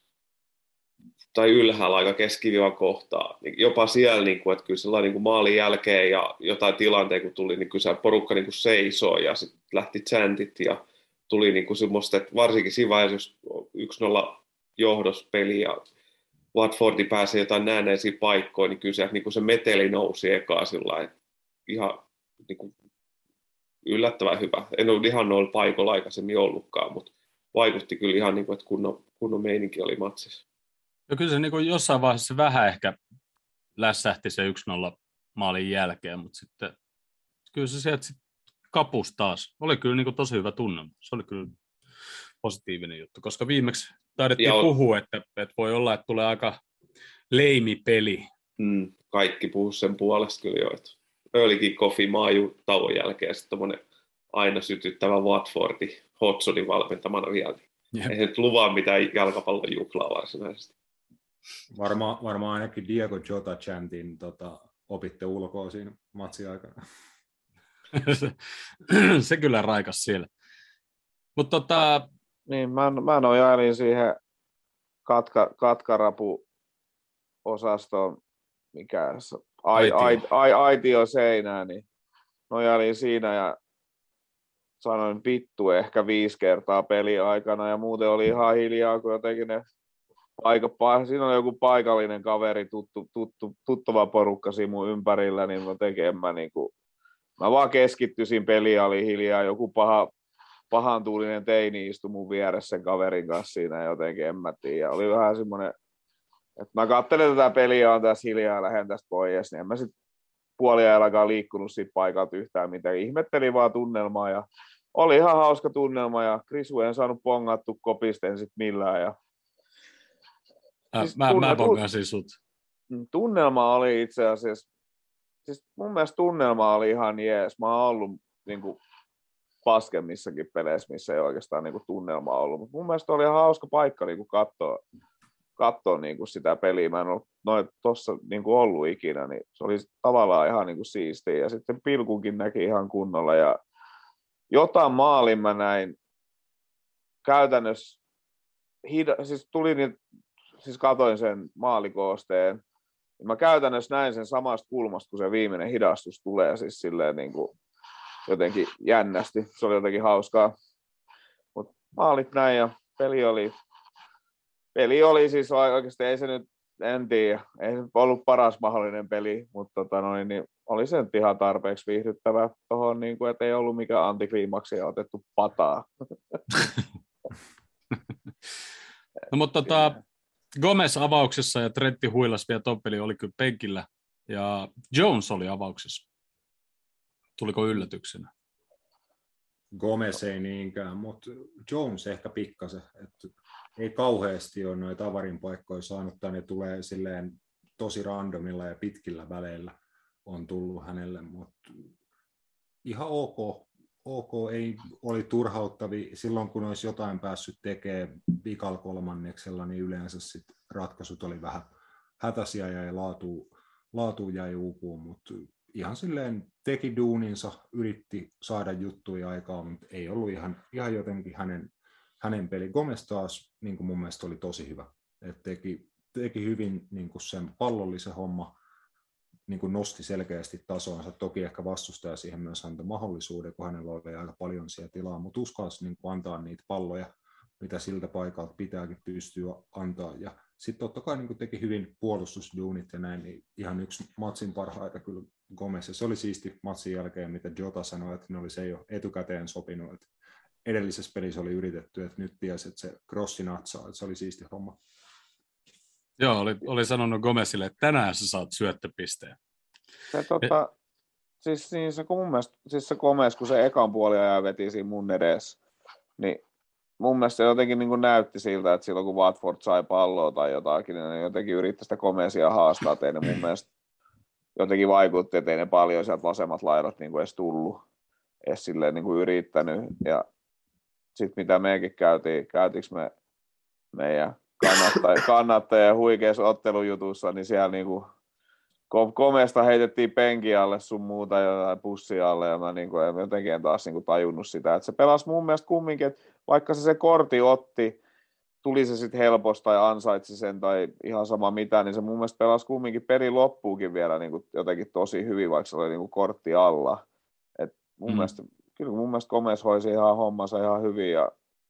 tai ylhäällä aika keskiviivan kohtaa, niin jopa siellä, niin kuin, että kyllä sellainen niin maalin jälkeen ja jotain tilanteita, kun tuli, niin kyllä se porukka niin kuin seisoi ja sitten lähti chantit ja tuli niin kuin semmoista, että varsinkin siinä vaiheessa, jos yksi nolla johdospeli ja Watfordi pääsee jotain näennäisiä paikkoja, niin kyllä se, niin kuin se meteli nousi ekaa sillä ihan niin kuin yllättävän hyvä. En ole ihan noilla paikoilla aikaisemmin ollutkaan, mutta vaikutti kyllä ihan niin kuin, että kunnon, kunnon meininki oli matsissa. Ja kyllä se niin kuin jossain vaiheessa vähän ehkä lässähti se yksi nolla maalin jälkeen, mutta sitten kyllä se sieltä sit kapus taas. Oli kyllä niin kuin tosi hyvä tunnelma. Se oli kyllä positiivinen juttu, koska viimeksi taidettiin Ja puhua, että, että voi olla, että tulee aika leimi peli. Mm, kaikki puhuu sen puolesta kyllä jo, että early kickoffin maaju tauon jälkeen sitten tommoinen aina sytyttävä Watfordi Hodgsonin valmentamana vielä. Jep. Ei se nyt luvaa mitään jalkapallon juhlaa varsinaisesti. Varmaan varmaa ainakin Diego Jota chantin tota, opitte ulkoa siinä matsin aikana. se, se kyllä raikas siellä. Mutta tota, Niin, mä, mä nojailin siihen katka, katkarapu-osastoon, mikä se, ai, ai, ai, aitio seinää, niin nojailin siinä ja sanoin vittu ehkä viisi kertaa peliaikana ja muuten oli ihan hiljaa, kun jotenkin ne paikka, siinä oli joku paikallinen kaveri, tuttu, tuttu, tuttava porukka siinä mun ympärillä, niin jotenkin en mä niinku, mä vaan keskittyisin peliä, oli hiljaa, joku paha, pahan tuulinen teini istui mun vieressä sen kaverin kanssa siinä jotenkin, en mä tiedä. Oli vähän semmoinen, että mä katselen tätä peliä, on tässä hiljaa ja lähden tästä pois, niin en mä sit puoliajallakaan liikkunut siitä paikalta yhtään mitään. Ihmettelin vaan tunnelmaa ja oli ihan hauska tunnelma ja Krisu en saanut pongattu kopisten sit millään. Ja... Äh, siis mä, tunne, mä pongasin sut. Tunnelma oli itse asiassa, siis mun mielestä tunnelma oli ihan jees. Mä oon ollut niin kuin, paskemmissakin peleissä, missä ei oikeastaan niin kuin, tunnelmaa ollut. Mutta mun mielestä oli ihan hauska paikka niin kuin, katsoa, katsoa niin kuin, sitä peliä. Mä en ole noin tuossa niin kuin, ollut ikinä, niin se oli tavallaan ihan niin kuin, siistiä. Ja sitten pilkunkin näki ihan kunnolla. Ja jotain maalin mä näin käytännössä, hida, siis tuli niin, siis katoin sen maalikoosteen. Mä käytännössä näin sen samasta kulmasta, kun se viimeinen hidastus tulee, siis silleen niin kuin jotenkin jännästi. Se oli jotenkin hauskaa. Mutta maalit näin ja peli oli, peli oli siis oikeasti, ei se nyt, en tiedä, ei se ollut paras mahdollinen peli, mutta tota noin, niin oli se nyt ihan tarpeeksi viihdyttävä tuohon, niin kuin, että ei ollut mikään antikliimaksi ja otettu pataa. No mutta tota, Gomez avauksessa ja Trentti huilas vielä toppeli oli kyllä penkillä ja Jones oli avauksessa. Tuliko yllätyksenä? Gomez ei niinkään, mutta Jones ehkä pikkasen. Että ei kauheasti ole noita avarin paikkoja saanut, tai ne tulee silleen tosi randomilla ja pitkillä väleillä on tullut hänelle, mutta ihan ok. Ok, ei oli turhauttavi. Silloin kun olisi jotain päässyt tekemään vikal kolmanneksella, niin yleensä sit ratkaisut oli vähän hätäisiä ja laatu, laatu jäi uupuun, mutta ihan silleen teki duuninsa, yritti saada juttuja aikaan, mutta ei ollut ihan, ihan jotenkin hänen, hänen peli. Gomez taas niin kuin mun mielestä oli tosi hyvä. Et teki, teki hyvin niin kuin sen pallollisen homma, niin kuin nosti selkeästi tasoansa. Toki ehkä vastustaja siihen myös antoi mahdollisuuden, kun hänellä oli aika paljon siellä tilaa, mutta uskalsi niin kuin antaa niitä palloja, mitä siltä paikalta pitääkin pystyä antaa. Ja sitten totta kai niin kuin teki hyvin puolustusduunit ja näin, niin ihan yksi matsin parhaita kyllä Gomez. Ja se oli siisti matsin jälkeen, mitä Jota sanoi, että ne oli se jo etukäteen sopinut. Että edellisessä pelissä oli yritetty, että nyt tiesi, että se crossi natsaa, että se oli siisti homma. Joo, oli, oli sanonut Gomezille, että tänään sä saat syöttöpisteen. Se, tota, siis, niin se, mun mielestä, siis se Gomez, kun se ekan puoliajan veti siinä mun edessä, niin mun mielestä se jotenkin niin kuin näytti siltä, että silloin kun Watford sai palloa tai jotakin, niin ne jotenkin yritti sitä Gomezia haastaa, että ei ne mun mielestä jotenkin vaikutti, että ei ne paljon sieltä vasemmat laidat niin kuin edes tullut, edes silleen niin kuin yrittänyt. Ja sitten mitä mekin käytiin, käytiinkö me meidän kannattajia, kannattajia huikeassa ottelujutussa, niin siellä niin kuin Gomezta heitettiin penkin alle sun muuta ja pussi alle, ja mä niin kuin, en jotenkin en taas niin kuin tajunnut sitä. Että se pelasi mun mielestä kumminkin, että vaikka se se kortti otti, tuli se sitten helposti tai ansaitsi sen tai ihan sama mitä, niin se mun mielestä pelasi kumminkin pelin loppuukin vielä niin kuin jotenkin tosi hyvin, vaikka se oli niin kuin kortti alla. Et mun mm. mielestä, kyllä mun mielestä Gomez hoisi ihan hommansa ihan hyvin ja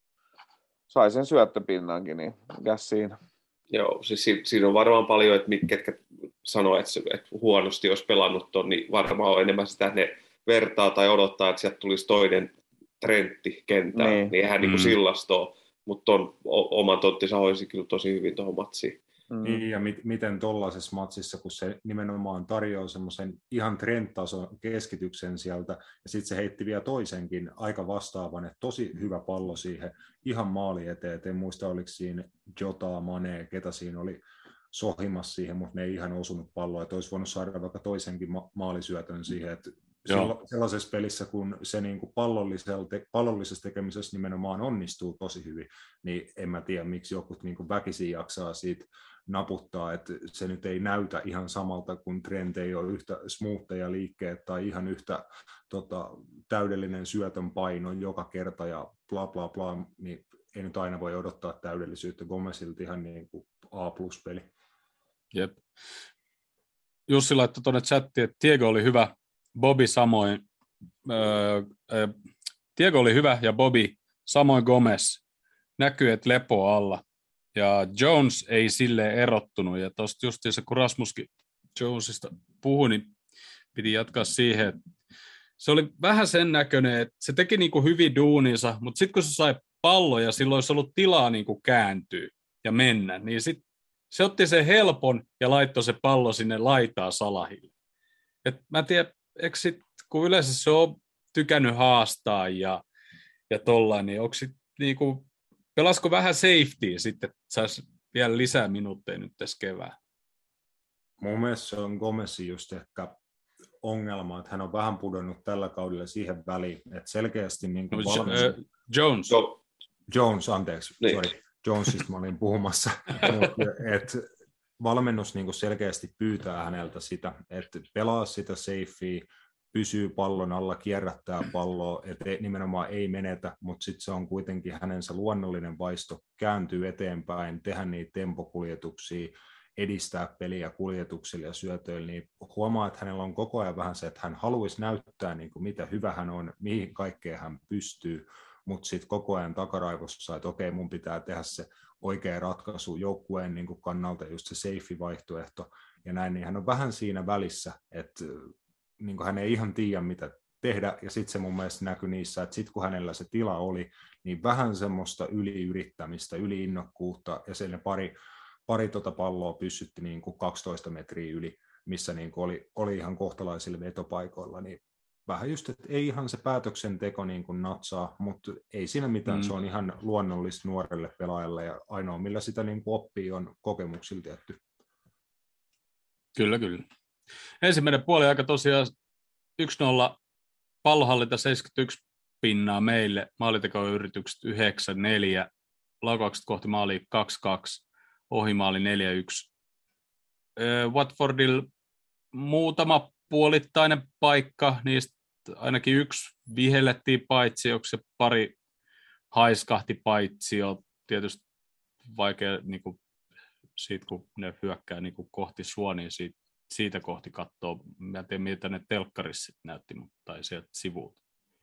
sai sen syöttöpinnankin, niin mikäs siinä. Joo, siis si- siinä on varmaan paljon, että ketkä sanoo, että, se, että huonosti olisi pelannut ton, niin varmaan on enemmän sitä, että ne vertaa tai odottaa, että sieltä tulisi toinen Trentti kenttään, niin, niin eihän mm. niin sillastoa, mutta ton oman tottinsa hoisi kyllä tosi hyvin tuohon matsiin. Mm. Niin, ja mit, miten tuollaisessa matsissa, kun se nimenomaan tarjoaa semmoisen ihan Trent-tason keskityksen sieltä, ja sitten se heitti vielä toisenkin aika vastaavan, että tosi hyvä pallo siihen ihan maali eteen, et en muista oliko siinä Jota, Mane, ketä siinä oli sohimassa siihen, mutta ne ei ihan osunut palloa, että olisi voinut saada vaikka toisenkin ma- maalisyötön siihen, että sellaisessa pelissä, kun se niin kuin pallollisessa tekemisessä nimenomaan onnistuu tosi hyvin, niin en mä tiedä, miksi joku niin kuin väkisin jaksaa siitä naputtaa, että se nyt ei näytä ihan samalta, kun Trent ei ole yhtä smoothia liikkeet tai ihan yhtä tota, täydellinen syötön paino joka kerta ja bla bla bla, niin ei nyt aina voi odottaa täydellisyyttä. Gomezilta ihan niin kuin A plus peli. Jep. Jussi laittoi tuonne chattiin, että Diego oli hyvä, Bobby samoin. Öö, öö, Diego oli hyvä ja Bobby samoin Gomez. Näkyy, että lepo alla. Ja Jones ei silleen erottunut. Ja tuosta justiinsa, kun Rasmuskin Jonesista puhui, niin piti jatkaa siihen, että se oli vähän sen näköinen, että se teki niinku hyvin duuninsa, mutta sitten kun se sai pallo ja silloin olisi ollut tilaa niinku kääntyä ja mennä, niin sitten se otti sen helpon ja laittoi se pallo sinne laitaa Salahille. Et mä en tiedä, eikö sit, kun yleensä se on tykännyt haastaa ja, ja tollain, niin onko sit niinku, pelasko vähän safetya sitten, että saisi vielä lisää minuutteja nyt tässä kevään? Mun mielestä se on Gomezin just ehkä ongelma, että hän on vähän pudonnut tällä kaudella siihen väliin, että selkeästi niin kuin no, valmis... uh, Jones. So, Jones, anteeksi, niin. sorry, Jonesista mä olin puhumassa, että valmennus niin kuin selkeästi pyytää häneltä sitä, että pelaa sitä safea, pysyy pallon alla, kierrättää palloa, että nimenomaan ei menetä, mutta sitten se on kuitenkin hänen se luonnollinen vaisto, kääntyy eteenpäin, tehdä niitä tempokuljetuksia, edistää peliä kuljetuksilla ja syötöillä, niin huomaa, että hänellä on koko ajan vähän se, että hän haluaisi näyttää, niin kuin mitä hyvä hän on, mihin kaikkeen hän pystyy, mutta sitten koko ajan takaraivossa, että okei, mun pitää tehdä se oikea ratkaisu joukkueen niin kuin kannalta, just se safe-vaihtoehto, ja näin, niin hän on vähän siinä välissä, että niin kuin hän ei ihan tiedä, mitä tehdä, ja sitten se mun mielestä näkyi niissä, että sitten kun hänellä se tila oli, niin vähän semmoista yliyrittämistä, yliinnokkuutta, ja sen pari Pari tuota palloa pyssytti niin kuin kaksitoista metriä yli, missä niin kuin oli, oli ihan kohtalaisilla vetopaikoilla. Niin vähän just, että ei ihan se päätöksenteko niin kuin natsaa, mutta ei siinä mitään. Mm. Se on ihan luonnollista nuorelle pelaajalle ja ainoa, millä sitä niin kuin oppii, on kokemuksilla tietty. Kyllä, kyllä. Ensimmäinen puoli aika tosiaan yksi nolla, pallohallinta seitsemänkymmentäyksi pinnaa meille, maalintekoyritykset yhdeksän neljä, laukaukset kohti maalia kaksi kaksi. Ohimaali neljä yksi. Watfordilla muutama puolittainen paikka, niistä ainakin yksi vihellettiin paitsi, onko se pari haiskahti paitsi, on tietysti vaikea niin kuin, siitä, kun ne hyökkää niin kuin kohti suonia, siitä, siitä kohti katsoo. Mä en tiedä, mitä ne telkkarissa näytti, tai sieltä sivuilta.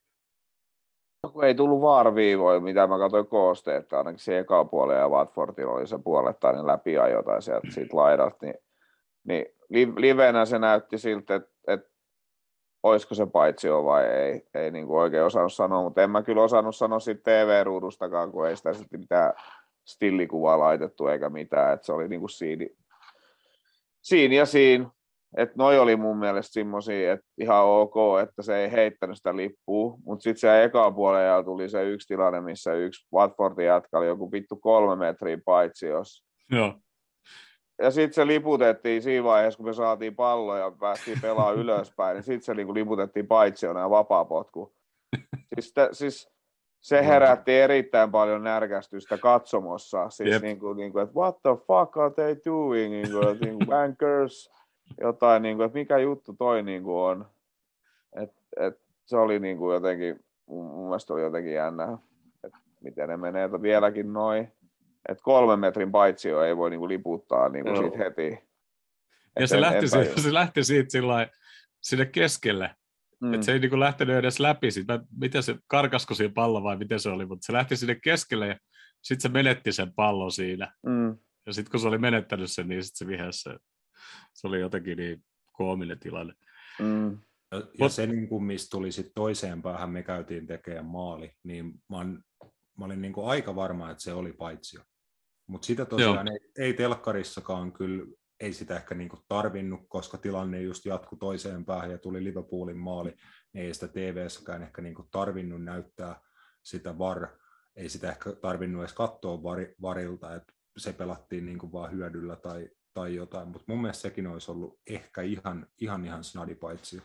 Ei tullut vaaraviivoja, mitä mä katsoin koosteet, että ainakin se eka puoli ja Watfordilla oli se puolettainen läpiajo tai sieltä siitä laidalta, niin, niin livenä se näytti siltä, että, että olisiko se paitsio vai ei, ei niin kuin oikein osannut sanoa, mutta en mä kyllä osannut sanoa siitä T V-ruudustakaan, kun ei sitä sitten mitään stillikuvaa laitettu eikä mitään, että se oli niin kuin siinä, siinä ja siinä. Että noi oli mun mielestä semmosia, että ihan ok, että se ei heittänyt sitä lippua, mutta sitten se eka puolella tuli se yksi tilanne, missä yksi Watfordin jätkä oli joku vittu kolme metriä paitsiossa. Joo. Ja sitten se liputettiin siinä vaiheessa, kun me saatiin pallo ja päästiin pelaamaan ylöspäin, niin sitten se niinku liputettiin paitsiona ja vapaapotku. Siis, te, siis se herätti erittäin paljon närkästystä katsomossa. Siis niinku, niinku, että what the fuck are they doing? Niinku, niinku, wankers. Jotain, niin kuin, että mikä juttu toi niin kuin on. Et, et, se oli niin kuin jotenkin, mun mielestä oli jotenkin jännä, että miten ne menee että vieläkin noin. Että kolmen metrin paitsio ei voi niin kuin liputtaa niin kuin siitä heti. Ja se, en, lähti siitä, se lähti siitä sillai, sinne keskelle. Mm. Että se ei niin kuin lähtenyt edes läpi siitä. Miten se, karkasko siinä pallo vai miten se oli, mutta se lähti sinne keskelle ja sitten se menetti sen pallon siinä. Mm. Ja sitten kun se oli menettänyt sen, niin sitten se vihelsi se. Se oli jotenkin niin koominen tilanne. Mm. Ja, ja se, niin kuin, mistä tuli sit toiseen päähän, me käytiin tekemään maali, niin mä, on, mä olin niin kuin aika varma, että se oli paitsio. Mutta sitä tosiaan ei, ei telkkarissakaan kyllä, ei sitä ehkä niin kuin tarvinnut, koska tilanne just jatkui toiseen päähän ja tuli Liverpoolin maali, niin ei sitä T V-säkään ehkä niin kuin tarvinnut näyttää sitä var, ei sitä ehkä tarvinnut edes katsoa var, varilta, että se pelattiin niin kuin vaan hyödyllä tai tai jotain, mutta mun mielestä sekin olisi ollut ehkä ihan ihan, ihan snadi paitsio.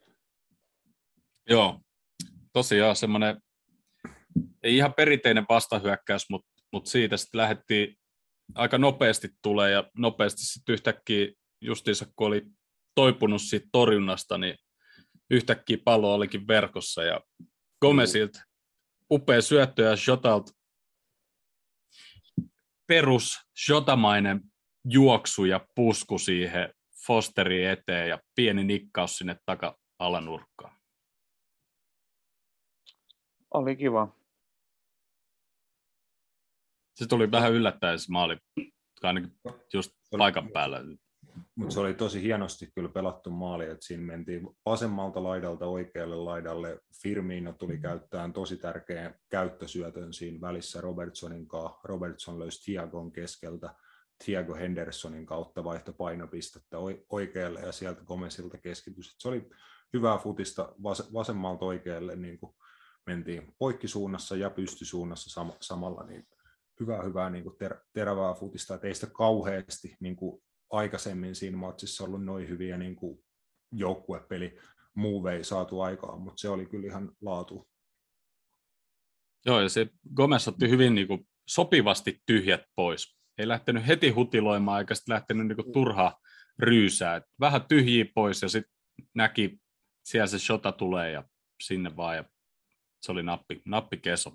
Joo, tosiaan semmoinen ei ihan perinteinen vastahyökkäys, mutta, mutta siitä sitten lähdettiin aika nopeasti tulee ja nopeasti sitten yhtäkkiä justiinsa kun oli toipunut siitä torjunnasta, niin yhtäkkiä pallo olikin verkossa ja Gomezilta upea syöttö ja Jotalta perus jotamainen juoksu ja pusku siihen Fosterin eteen ja pieni nikkaus sinne taka-alanurkkaan. Oli kiva. Se tuli vähän yllättäen se maali, ainakin just paikan päällä. Mutta se oli tosi hienosti kyllä pelattu maali, että siinä mentiin vasemmalta laidalta oikealle laidalle. Firmino tuli käyttämään tosi tärkeän käyttösyötön siinä välissä Robertsonin kanssa. Robertson löysi Thiagon keskeltä Thiago Hendersonin kautta vaihto painopistettä oikealle ja sieltä Gomesilta keskitys. Se oli hyvää futista vasemmalta oikealle, niin kuin mentiin poikkisuunnassa ja pystysuunnassa sam- samalla. Niin hyvää, hyvää niin kuin ter- terävää futista, että ei sitä kauheasti niin kuin aikaisemmin siinä matsissa ollut noin hyviä niin kuin joukkuepeli muuvei saatu aikaan, mutta se oli kyllä ihan laatu. Joo, ja se Gomez otti hyvin niin kuin sopivasti tyhjät pois. Ei lähtenyt heti hutiloimaan, eikä sitten lähtenyt niin kuin turhaa ryysää. Et vähän tyhjiä pois, ja sitten näki, siellä se shota tulee, ja sinne vaan, ja se oli nappi, nappikeso.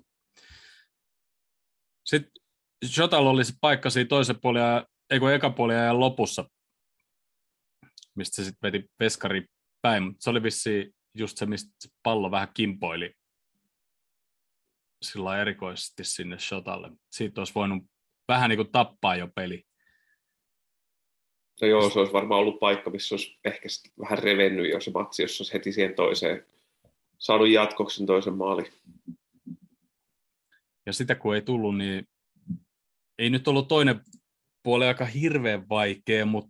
Sitten shotalla oli se paikka siinä toisen puolen, ei kun eka puolen ajan lopussa, mistä se sitten veti veskari päin, mutta se oli vissiin just se, mistä se pallo vähän kimpoili sillä erikoisesti sinne shotalle. Siitä olisi voinut vähän niin kuin tappaa jo peli. No joo, se olisi varmaan ollut paikka, missä olisi ehkä vähän revennyt jo se matsi, jos olisi heti siihen toiseen saanut jatkoksen toisen maalin. Ja sitä kun ei tullut, niin ei nyt ollut toinen puoli aika hirveän vaikea, mutta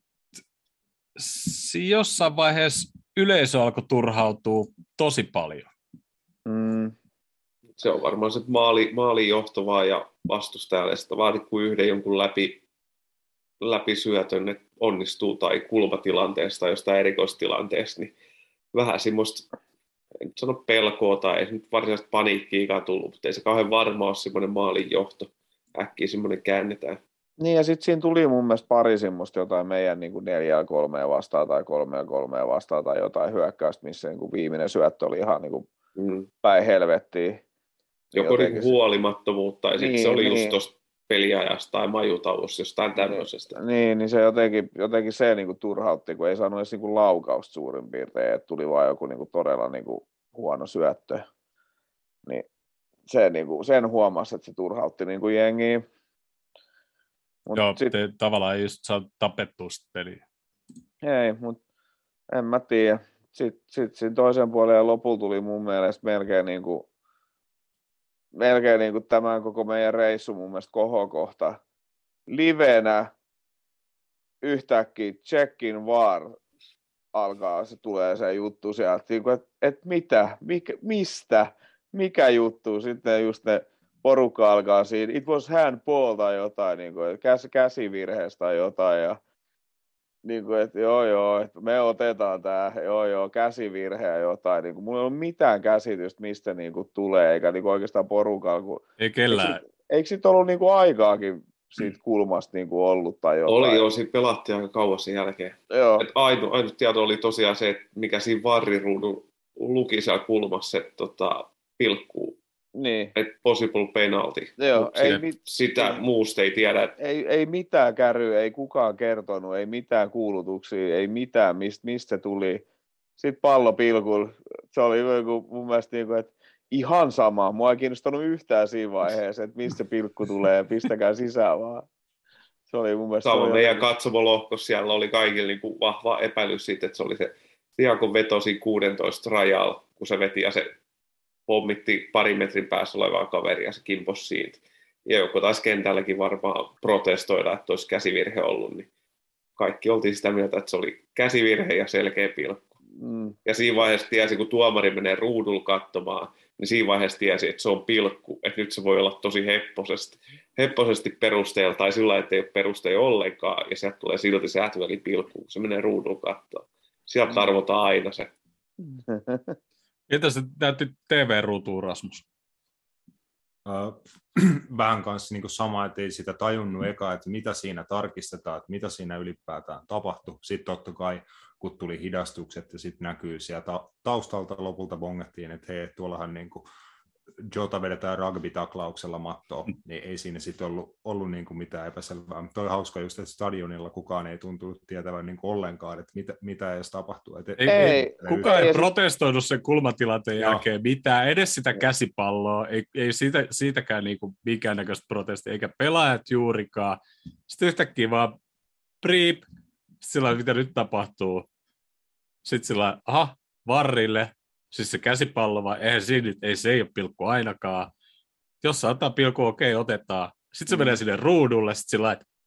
jossain vaiheessa yleisö alkoi turhautua tosi paljon. Mm. Se on varmaan se maali, maalin johtovaa ja vastustajalle sitä vaati kuin yhden jonkun läpi, läpisyötön, että onnistuu tai kulmatilanteesta tai jostain erikoistilanteesta, niin vähän semmoista, en nyt sano pelkoa tai ei nyt varsinaista paniikkiikaan tullut, mutta ei se kauhean varma ole semmoinen maalin johto. Äkkiä semmoinen käännetään. Niin, ja sitten siinä tuli mun mielestä pari semmoista jotain meidän niin kuin neljää kolmea vastaan tai kolmea kolmea vastaan tai jotain hyökkäystä, missä niin kuin viimeinen syöttö oli ihan niin kuin mm. päin helvettiin. Joko niin huolimattomuutta tai sitten niin, se oli niin. just tuosta peliajasta tai majutauossa jostain tämmöisestä. Niin, niin se jotenkin, jotenkin se niin kuin turhautti, kun ei saanut edes niin kuin laukausta suurin piirtein, että tuli vaan joku niin kuin todella niin kuin huono syöttö. Niin se, niin kuin, sen huomasi, että se turhautti niin kuin jengiä. Mut Joo, sit, te tavallaan ei just saa tapettua sitä peliä. Ei, mutta en mä tiedä. Sitten sit, sit toisen puolen ja lopulla tuli mun mielestä melkein, niin kuin, melkein niin kuin tämän koko meidän reissu mun mielestä kohokohta. Livenä yhtäkkiä checkin var alkaa, se tulee se juttu sieltä, että et mitä, mikä, mistä, mikä juttu, sitten just ne porukka alkaa siinä, it was handball tai jotain, niin kuin, käs, käsivirheestä tai jotain, ja niin kuin, että joo joo, että me otetaan tämä, joo joo, käsivirhe ja jotain, niin kuin, mulla ei ole mitään käsitystä, mistä niin kuin, tulee, eikä niin kuin, oikeastaan porukalla, kun, ei kellään. Eikö, eikö siitä ollut niin kuin, aikaakin siitä kulmasta niin kuin, ollut tai jotain? Oli joo, siitä pelattiin aika kauas sen jälkeen. Joo. Ainut, ainut tieto oli tosiaan se, että mikä siinä varriruudun luki siellä kulmassa, että tota, pilkkuu. Niin. Että possible penalty. Joo, ei mit, sitä ei, muusta ei tiedä. Ei, ei mitään käry, ei kukaan kertonut, ei mitään kuulutuksia, ei mitään, mistä, mistä tuli. Sitten pallo pilkulla. Se oli mun mielestä niin kuin, että ihan sama. Mua ei kiinnostanut yhtään siinä vaiheessa, että mistä pilkku tulee, pistäkää sisään vaan. Se oli mun mielestä... Sama meidän katsomolohkossa siellä oli kaikilla niin kuin vahva epäilys siitä, että se oli se Thiago vetosi kuusitoista rajalla, kun se veti ja se pommitti pari metrin päässä olevaa kaveria ja se kimposi siitä. Ja joku taisi kentälläkin varmaan protestoida, että olisi käsivirhe ollut, niin kaikki oltiin sitä mieltä, että se oli käsivirhe ja selkeä pilkku. Mm. Ja siinä vaiheessa tiesi, kun tuomari menee ruudulla katsomaan, niin siinä vaiheessa tiesi, että se on pilkku, että nyt se voi olla tosi hepposesti, hepposesti perusteella, tai sillä lailla, että ei ole perusteja ollenkaan, ja sieltä tulee silti se ätväli pilkku, kun se menee ruudulla katsomaan. Sieltä tarvotaan aina se. Miltä se näytti T V-ruutuun, Rasmus? Uh, vähän kanssa niin sama, että ei sitä tajunnut eka, että mitä siinä tarkistetaan, että mitä siinä ylipäätään tapahtui. Sitten totta kai, kun tuli hidastukset ja sitten näkyy sieltä taustalta lopulta bongettiin, että hei, tuollahan niin kuin Jota vedetään rugby-taklauksella mattoon, niin ei siinä sitten ollut, ollut niin kuin mitään epäselvää. Mutta toi hauska just, että stadionilla kukaan ei tuntunut tietävän niin kuin ollenkaan, että mitä, mitä edes tapahtuu. Et ei, ei, ei, kukaan ei, ei protestoinut sen kulmatilanteen joo. jälkeen mitään, edes sitä käsipalloa, ei, ei siitä, siitäkään niin kuin minkäännäköistä protestia, eikä pelaajat juurikaan. Sitten yhtäkkiä vaan priip, sillä mitä nyt tapahtuu. Sitten sillä aha, varrille. Siis se käsipallo, vai eihän siinä nyt, ei se ei ole pilkku ainakaan. Jos saattaa pilkku, okei, okay, otetaan. Sitten se mm. menee sinne ruudulle, sitten sillä että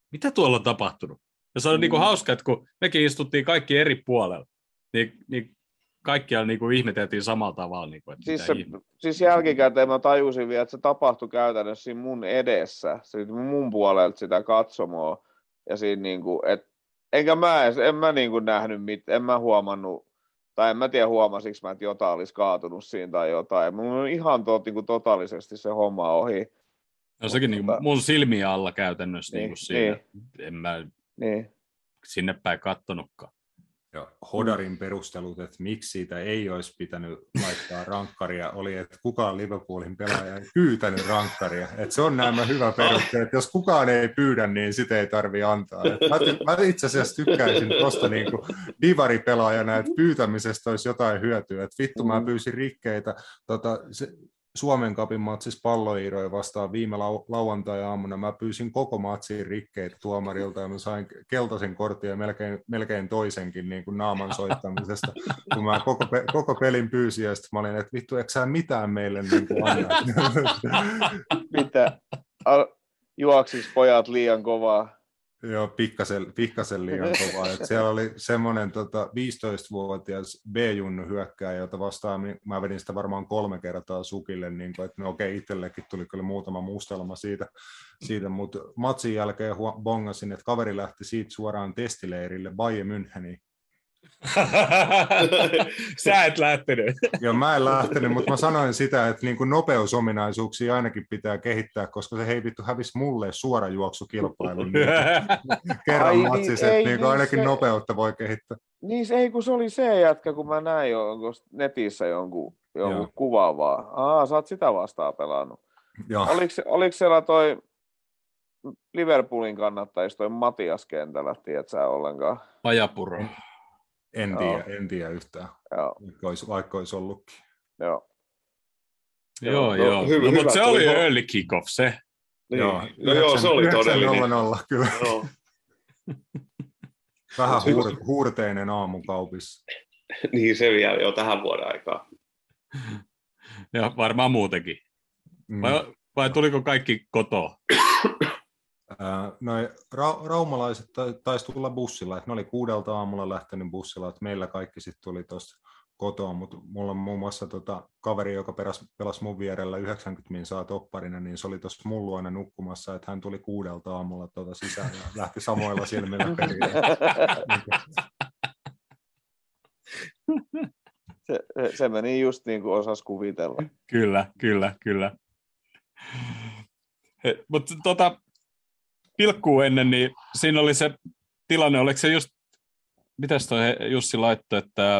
mitä tuolla on tapahtunut? Ja se on mm. niin kuin hauska, että kun mekin istuttiin kaikki eri puolella, niin, niin kaikkialla niin kuin ihmeteltiin samalla tavalla. Niin kuin, että siis, se, siis jälkikäteen mä tajusin vielä, että se tapahtui käytännössä siinä mun edessä, siitä mun puolelta sitä katsomoa. Ja siinä niin kuin, et, enkä mä, en mä niin kuin nähnyt mitään, en mä huomannut, tai en mä tiedä huomasiksi mä, että jotain olisi kaatunut siinä tai jotain. Mun on ihan tot, niin kuin totaalisesti se homma ohi. No sekin niin kuin mun silmiä alla käytännössä niin, niin kuin siinä. Niin. En mä niin. sinne päin kattonutkaan. Ja Hodarin perustelut, että miksi siitä ei olisi pitänyt laittaa rankkaria, oli, että kukaan Liverpoolin pelaaja ei pyytänyt rankkaria. Että se on nämä hyvä peruste, että jos kukaan ei pyydä, niin sitä ei tarvitse antaa. Mä, mä itse asiassa tykkäisin tuosta niin divaripelaajana, että pyytämisestä olisi jotain hyötyä. Että vittu, mä pyysin rikkeitä. Tota, se, Suomen Cupin matsissa Palloiiroja vastaan viime lau- lauantai-aamuna. Mä pyysin koko matsin rikkeitä tuomarilta ja mä sain keltaisen kortin ja melkein, melkein toisenkin niin kuin naaman soittamisesta. Kun mä koko, pe- koko pelin pyysin ja sitten mä olin, että vittu, eikö sä mitään meille niin kuin anna? Mitä? Juoksiksi pojat liian kovaa? Joo, pikkasen, pikkasen liian kovaa. Et siellä oli semmoinen tota, viisitoistavuotias B-junnu hyökkääjä, jota vastaan mä vedin sitä varmaan kolme kertaa sukille, niin kuin, että no okei, itsellekin tuli kyllä muutama mustelma siitä, siitä mutta matsin jälkeen hu- bongasin, että kaveri lähti siitä suoraan testileirille Bayern Müncheniin. Sä et lähtenyt. Joo, mä en lähtenyt, mutta mä sanoin sitä, että niin kuin nopeusominaisuuksia ainakin pitää kehittää, koska se hei vittu hävisi mulle suorajuoksukilpailun. Niin kerran Ai, matsissa, niin, että niin niin ainakin se, nopeutta voi kehittää. Niin ei, kun se oli se jätkä, kun mä näin jo netissä jonkun, jonkun kuvan vaan. Aa, sä oot sitä vastaan pelannut. Oliko, oliko siellä toi Liverpoolin kannattajista toi Matias kentällä, tiedät sä ollenkaan? Pajapuro. En tiedä, en tiedä yhtään, vaikka olisi, vaikka olisi ollutkin. Joo, joo. No, joo. hyvä, no, hyvä, mutta se oli ho- early kick-off, se. Niin. Joo, no yhdeksän, joo, se oli todellinen. nolla nolla, kyllä. Joo. Vähän huur, huurteinen aamukaupissa. Niin se vielä jo tähän vuoden aikaan. Ja varmaan muutenkin. Mm. Vai, vai tuliko kaikki kotoa? Noi ra- raumalaiset taisi tulla bussilla, että ne oli kuudelta aamulla lähtenyt bussilla, että meillä kaikki sitten tuli tuosta kotoa, mutta mulla on muun muassa tota kaveri, joka peräs, pelasi mun vierellä yhdeksänkymmentä minsaa topparina, niin se oli tuossa mun luona nukkumassa, että hän tuli kuudelta aamulla tuota sisään ja lähti samoilla silmillä peliin. se, se meni just niin kuin osasi kuvitella. Kyllä, kyllä, kyllä. Mutta tota, pilkkuu ennen, niin siinä oli se tilanne, oliko se just, mitäs toi Jussi laittoi, että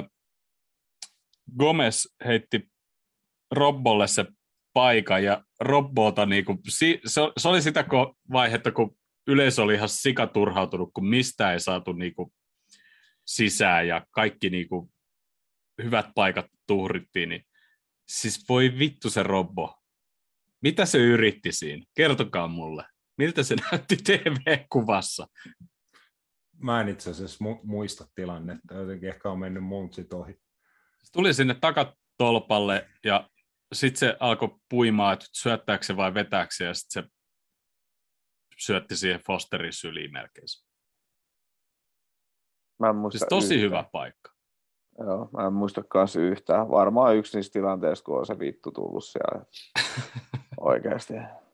Gomez heitti Robbolle se paikan ja Robbota, niinku, se, se oli sitä vaihetta, kun yleisö oli ihan sikaturhautunut, kun mistään ei saatu niinku sisään ja kaikki niinku hyvät paikat tuhrittiin, niin siis voi vittu se Robbo. Mitä se yritti siinä? Kertokaa mulle. Miltä se näytti T V-kuvassa? Mä en itse asiassa mu- muista tilannetta, jotenkin ehkä on mennyt mun sit ohi. Se tuli sinne takatolpalle ja sitten se alkoi puimaan, että syöttääkö se vai vetääkö se, ja sitten se syötti siihen Fosterin syliin melkein. Mä en muista siis tosi yhtään. hyvä paikka. Joo, mä en muista kanssa yhtään. Varmaan yksi niistä tilanteista, kun on se vittu tullut siellä. Oikeasti.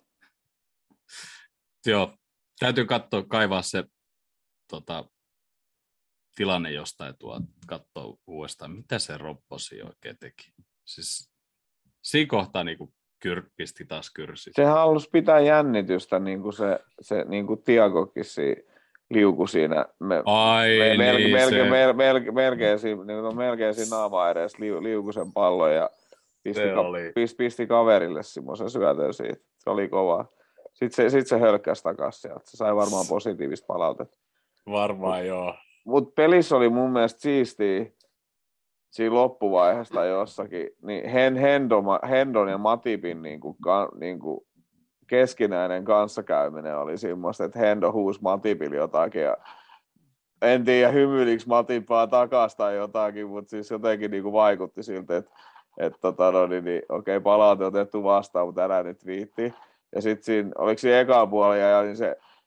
Joo, täytyy katsoa, kaivaa se tota, tilanne jostain tuo, katsoa uudestaan, mitä se Robbosi oikein teki. Siis siinä kohtaa niin kuin kyr, pisti taas kyrsi. Sehän halusi pitää jännitystä, niin kuin se, se niin kuin Tiagokin liuku siinä. Me, Ai me, mel, niin, melkein, se... mel, mel, melkein, siinä, niin kuin melkein siinä naama edes liu, liuku sen pallon ja pisti, ka, pisti, pisti kaverille semmoisen syötön siitä. Se oli kova. Sitten se, sit se hölkkäsi takaisin sieltä. Se sai varmaan positiivista palautetta. Varmaan mut, joo. Mutta pelissä oli mun mielestä siistiä siinä loppuvaiheesta jossakin. Niin Hendon, Hendon ja Matipin niinku, niinku keskinäinen kanssakäyminen oli semmoista, että Hendo huusi Matipille jotakin. Ja en tiedä, hymyilikö Matip vaan takaisin tai jotakin, mutta siis jotenkin niinku vaikutti siltä, että et, tota, no, niin, niin, okei, palaute otettu vastaan, mutta älä nyt viitti. Ja sitten siinä, oliko siinä eka puolella, ja niin se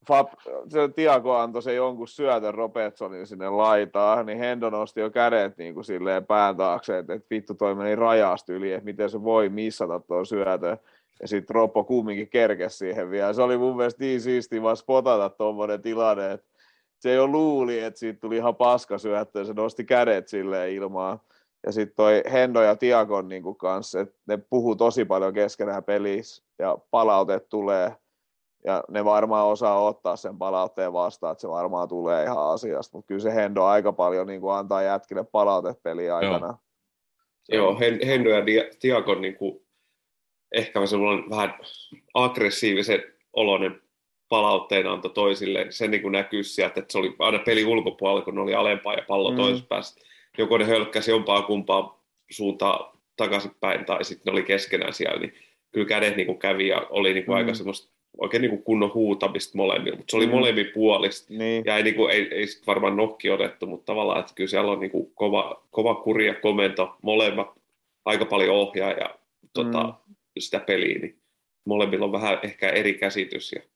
Fab, se Tiago antoi se jonkun syötön Robertsonin sinne laitaan, niin Hendo nosti jo kädet niin kuin silleen pään taakse, että, että vittu toi meni rajasta yli, että miten se voi missata tuon syötön. Ja sitten Roppo kumminkin kerkesi siihen vielä. Se oli mun mielestä niin siistiä vaan spotata tuommoinen tilanne, että se jo luuli, että siitä tuli ihan paska syöttö, ja se nosti kädet silleen ilmaan. Ja sitten toi Hendo ja Tiagon niin kuin kanssa, että ne puhuu tosi paljon keskenään pelissä, ja palautet tulee. Ja ne varmaan osaa ottaa sen palautteen vastaan, että se varmaan tulee ihan asiasta. Mutta kyllä se Hendo aika paljon niin kuin antaa jätkille palautet peliä aikana. Joo, Joo Hendo ja Tiagon niin kuin, ehkä semmoinen vähän aggressiivisen oloinen palautteen anto toisilleen. Se niin kuin näkyy sieltä, että se oli aina peli ulkopuolella, kun ne oli alempaa ja pallo mm. toisessa päässä. Joko ne hölkkäsi jompaa kumpaa suuntaan takaisinpäin tai sitten ne oli keskenään siellä. Niin kyllä kädet niin kuin kävi ja oli niin kuin mm. aika semmoista oikein niin kuin kunnon huutamista molemmilla, mutta se oli mm. molemmin puolista. Niin. Ja ei, niin kuin, ei, ei sit varmaan nokki otettu, mutta tavallaan, että kyllä siellä on niin kuin kova, kova kuri ja komento, molemmat aika paljon ohjaa ja tota, mm. sitä peliä, niin molemmilla on vähän ehkä eri käsitys. Ja...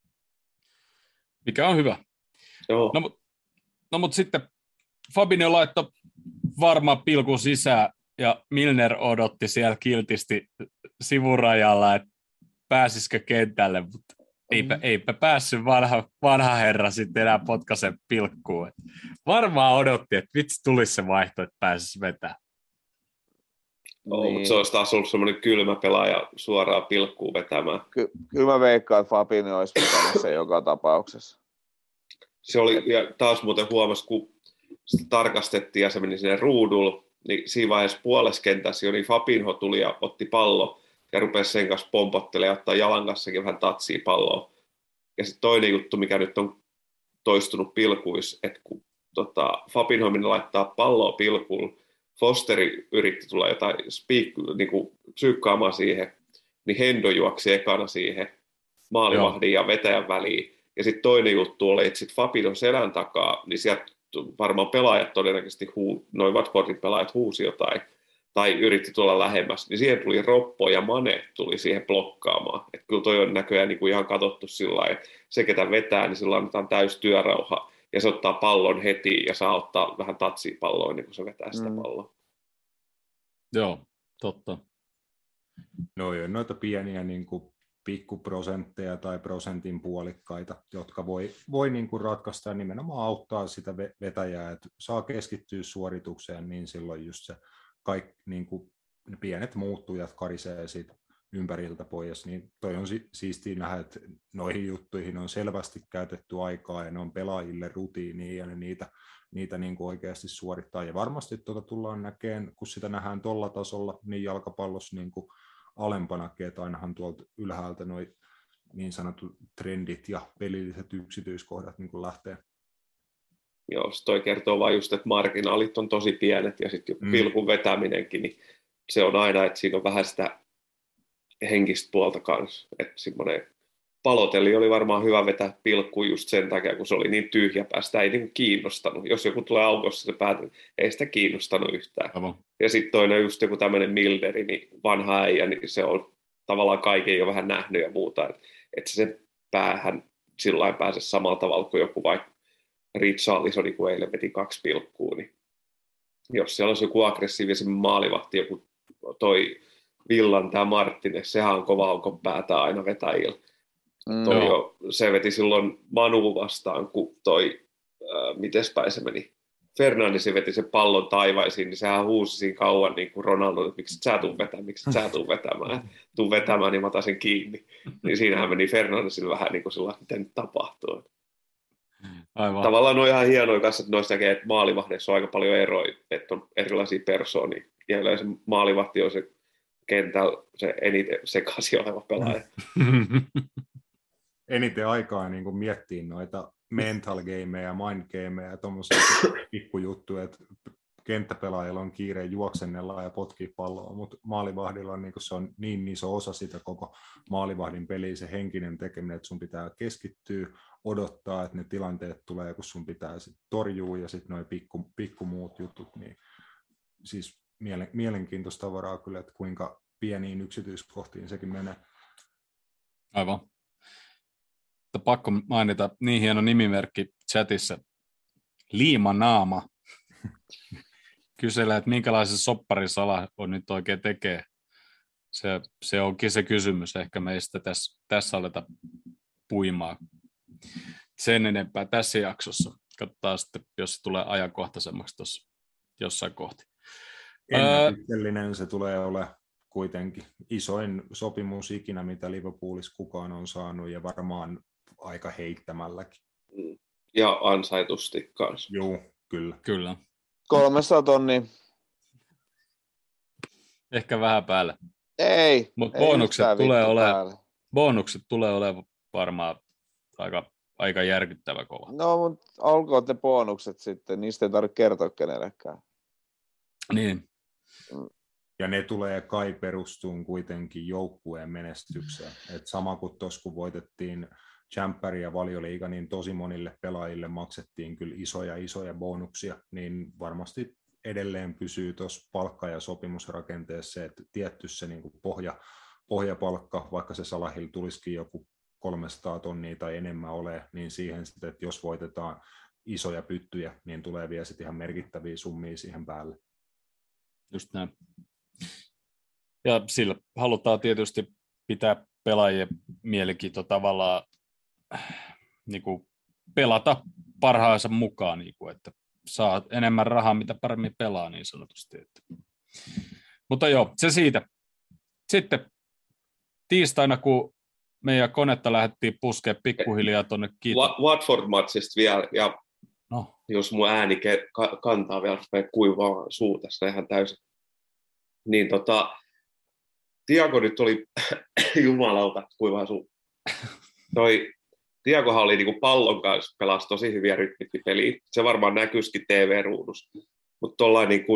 Mikä on hyvä. Joo. No, no mutta sitten Fabinho laittoi varmaan pilkun sisään ja Milner odotti siellä kiltisti sivurajalla, että pääsisikö kentälle, mutta eipä, eipä päässyt vanha, vanha herra sitten enää potkaisen pilkkuun. Varmaan odotti, että vitsi tulisi se vaihto, että pääsisi vetämään. No, niin. Mutta se olisi taas ollut semmoinen kylmä pelaaja suoraan pilkkuun vetämään. Ky- kyllä mä veikkaan, että Fabinho olisi vetänyt se joka tapauksessa. Se oli, ja taas muuten huomasi, kun sitä tarkastettiin ja se meni sinne ruudulle, niin siinä vaiheessa puoleskentässä jo niin Fabinho tuli ja otti pallo ja rupesi sen kanssa pompottelemaan ja ottaa jalan kanssakin vähän tatsia palloa. Ja sitten toinen juttu, mikä nyt on toistunut pilkuissa, että kun tota, Fabinho minne laittaa palloa pilkuun, Fosteri yritti tulla jotain spiik- niinku, psyykkaamaan siihen, niin Hendo juoksi ekana siihen maalivahdin ja vetäjän väliin. Ja sitten toinen juttu oli, että sitten Fabinhon selän takaa, niin sieltä varmaan pelaajat todennäköisesti, huu, noin Watfordin pelaajat huusi jotain, tai yritti tulla lähemmäs, niin siihen tuli Roppo ja Mane tuli siihen blokkaamaan. Että kyllä toi on näköjään niin kuin ihan katsottu sillä lailla, että se ketä vetää, niin sillä annetaan täys työrauha, ja se ottaa pallon heti, ja saa ottaa vähän tatsia palloa, niin kun se vetää sitä Mm. palloa. Joo, totta. No joo, noita pieniä niin kuin pikkuprosentteja tai prosentin puolikkaita, jotka voi, voi niin kuin ratkaista ja nimenomaan auttaa sitä vetäjää, että saa keskittyä suoritukseen, niin silloin just se kaikki niin kuin ne pienet muuttujat karisee siitä ympäriltä pois, niin toi on si- siistiä nähdä, että noihin juttuihin on selvästi käytetty aikaa ja ne on pelaajille rutiiniin ja ne niitä, niitä niin kuin oikeasti suorittaa. Ja varmasti tuota tullaan näkemään, kun sitä nähdään tuolla tasolla, niin jalkapallossa niin kuin alempanakin, että ainahan tuolta ylhäältä noi niin sanotut trendit ja pelilliset yksityiskohdat niin kuin lähtee. Joo, toi kertoo vain just, että marginaalit on tosi pienet ja sitten mm. pilkun vetäminenkin, niin se on aina, että siinä on vähän sitä henkistä puolta kanssa. Että semmoinen Palotelli oli varmaan hyvä vetää pilkkuun just sen takia, kun se oli niin tyhjäpää, sitä ei niin kiinnostanut. Jos joku tulee aukossa, se päätää, ei sitä kiinnostanut yhtään. Aivan. Ja sitten toinen just joku tämmöinen Milderi, niin vanha äijä, niin se on tavallaan kaiken jo vähän nähnyt ja muuta. Että et se päähän sillä lailla pääse samalla tavalla kuin joku vaikka Richarlison, kun eilen veti kaksi pilkkuu, niin jos siellä olisi joku aggressiivisen maalivahti, joku toi Villan, tämä Marttines, sehän on kova aukon päätä aina vetäjillä. Mm, toi jo, se veti silloin Manu vastaan, kun toi, äh, mitespäin se meni, Fernandes veti sen pallon taivaisiin, niin sehän huusi siinä kauan niin kuin Ronaldo, että miksi et sä tuu vetämään, miksi et sä tuu vetämään, tuu vetämään, niin mä otan sen kiinni. Niin siinähän meni Fernandesille vähän niin kuin sillä, mitä nyt tapahtuu. Aivan. Tavallaan on ihan hienoja kanssa, että noissa näkee, että maalivahdeissa on aika paljon eroja, että on erilaisia persoonia. Ja yleensä maalivahti on se kentällä se eniten sekaisin oleva pelaaja. Eniten aikaa niin kuin miettii noita mental gameja ja mind gameja ja tuommoisia pikkujuttuja, että kenttäpelaajilla on kiire juoksennella ja potkii palloa, mutta maalivahdilla on, niin kuin se on niin iso osa sitä koko maalivahdin peliä, se henkinen tekeminen, että sun pitää keskittyä, odottaa, että ne tilanteet tulee, kun sun pitää sit torjua ja sitten nuo pikku, pikku muut jutut, niin siis mielen, mielenkiintoista tavaraa kyllä, että kuinka pieniin yksityiskohtiin sekin menee. Aivan. pakko mainita niin hieno nimimerkki chatissa. Liimanaama. Kyselee, että minkälaisen sopparin Salah on nyt oikein tekee. Se, se onkin se kysymys. Ehkä meistä tässä, tässä aleta puimaa sen enempää tässä jaksossa. Katsotaan sitten, jos se tulee ajankohtaisemmaksi tuossa jossain kohti. Ennätyksellinen se tulee olemaan kuitenkin isoin sopimus ikinä, mitä Liverpoolissa kukaan on saanut, ja varmaan aika heittämälläkin. Ja ansaitusti kanssa. Joo, kyllä. Kyllä. kolmesataa tonnia. Ehkä vähän päälle. Ei. Mutta ei bonukset yhtään tulee vittu olemaan, päälle. bonukset tulee olemaan varmaan aika, aika järkyttävä kova. No, mutta olkoon ne bonukset sitten. Niistä ei tarvitse kertoa kenellekään. Niin. Ja ne tulee kai perustuun kuitenkin joukkueen menestykseen. Et sama kuin tuossa, kun voitettiin Champions ja Valioliiga, niin tosi monille pelaajille maksettiin kyllä isoja isoja bonuksia, niin varmasti edelleen pysyy tuossa palkka- ja sopimusrakenteessa se, että tietty se niin kuin pohja, pohjapalkka, vaikka se Salahilla tulisikin joku kolmesataa tonnia tai enemmän ole, niin siihen sitten, että jos voitetaan isoja pyttyjä, niin tulee vielä sitten ihan merkittäviä summia siihen päälle. Just näin. Ja sillä halutaan tietysti pitää pelaajien mielenkiinto tavallaan niin kuin pelata parhaansa mukaan, niin kuin, että saa enemmän rahaa, mitä paremmin pelaa niin sanotusti. Että. Mutta joo, se siitä. Sitten tiistaina, kun meidän konetta lähdettiin puskemaan pikkuhiljaa tuonne kiitos. Watford-matsista vielä, ja no. jos mun ääni ke- ka- kantaa vielä kuivaa suu tässä ihan täysin, niin tota, Thiago nyt oli, jumalauta, kuivaa suu. Toi Thiagohan oli niinku pallon kanssa, pelasi tosi hyviä rytmittipeliä. Se varmaan näkyisikin T V-ruudussa. Mutta tuollain niinku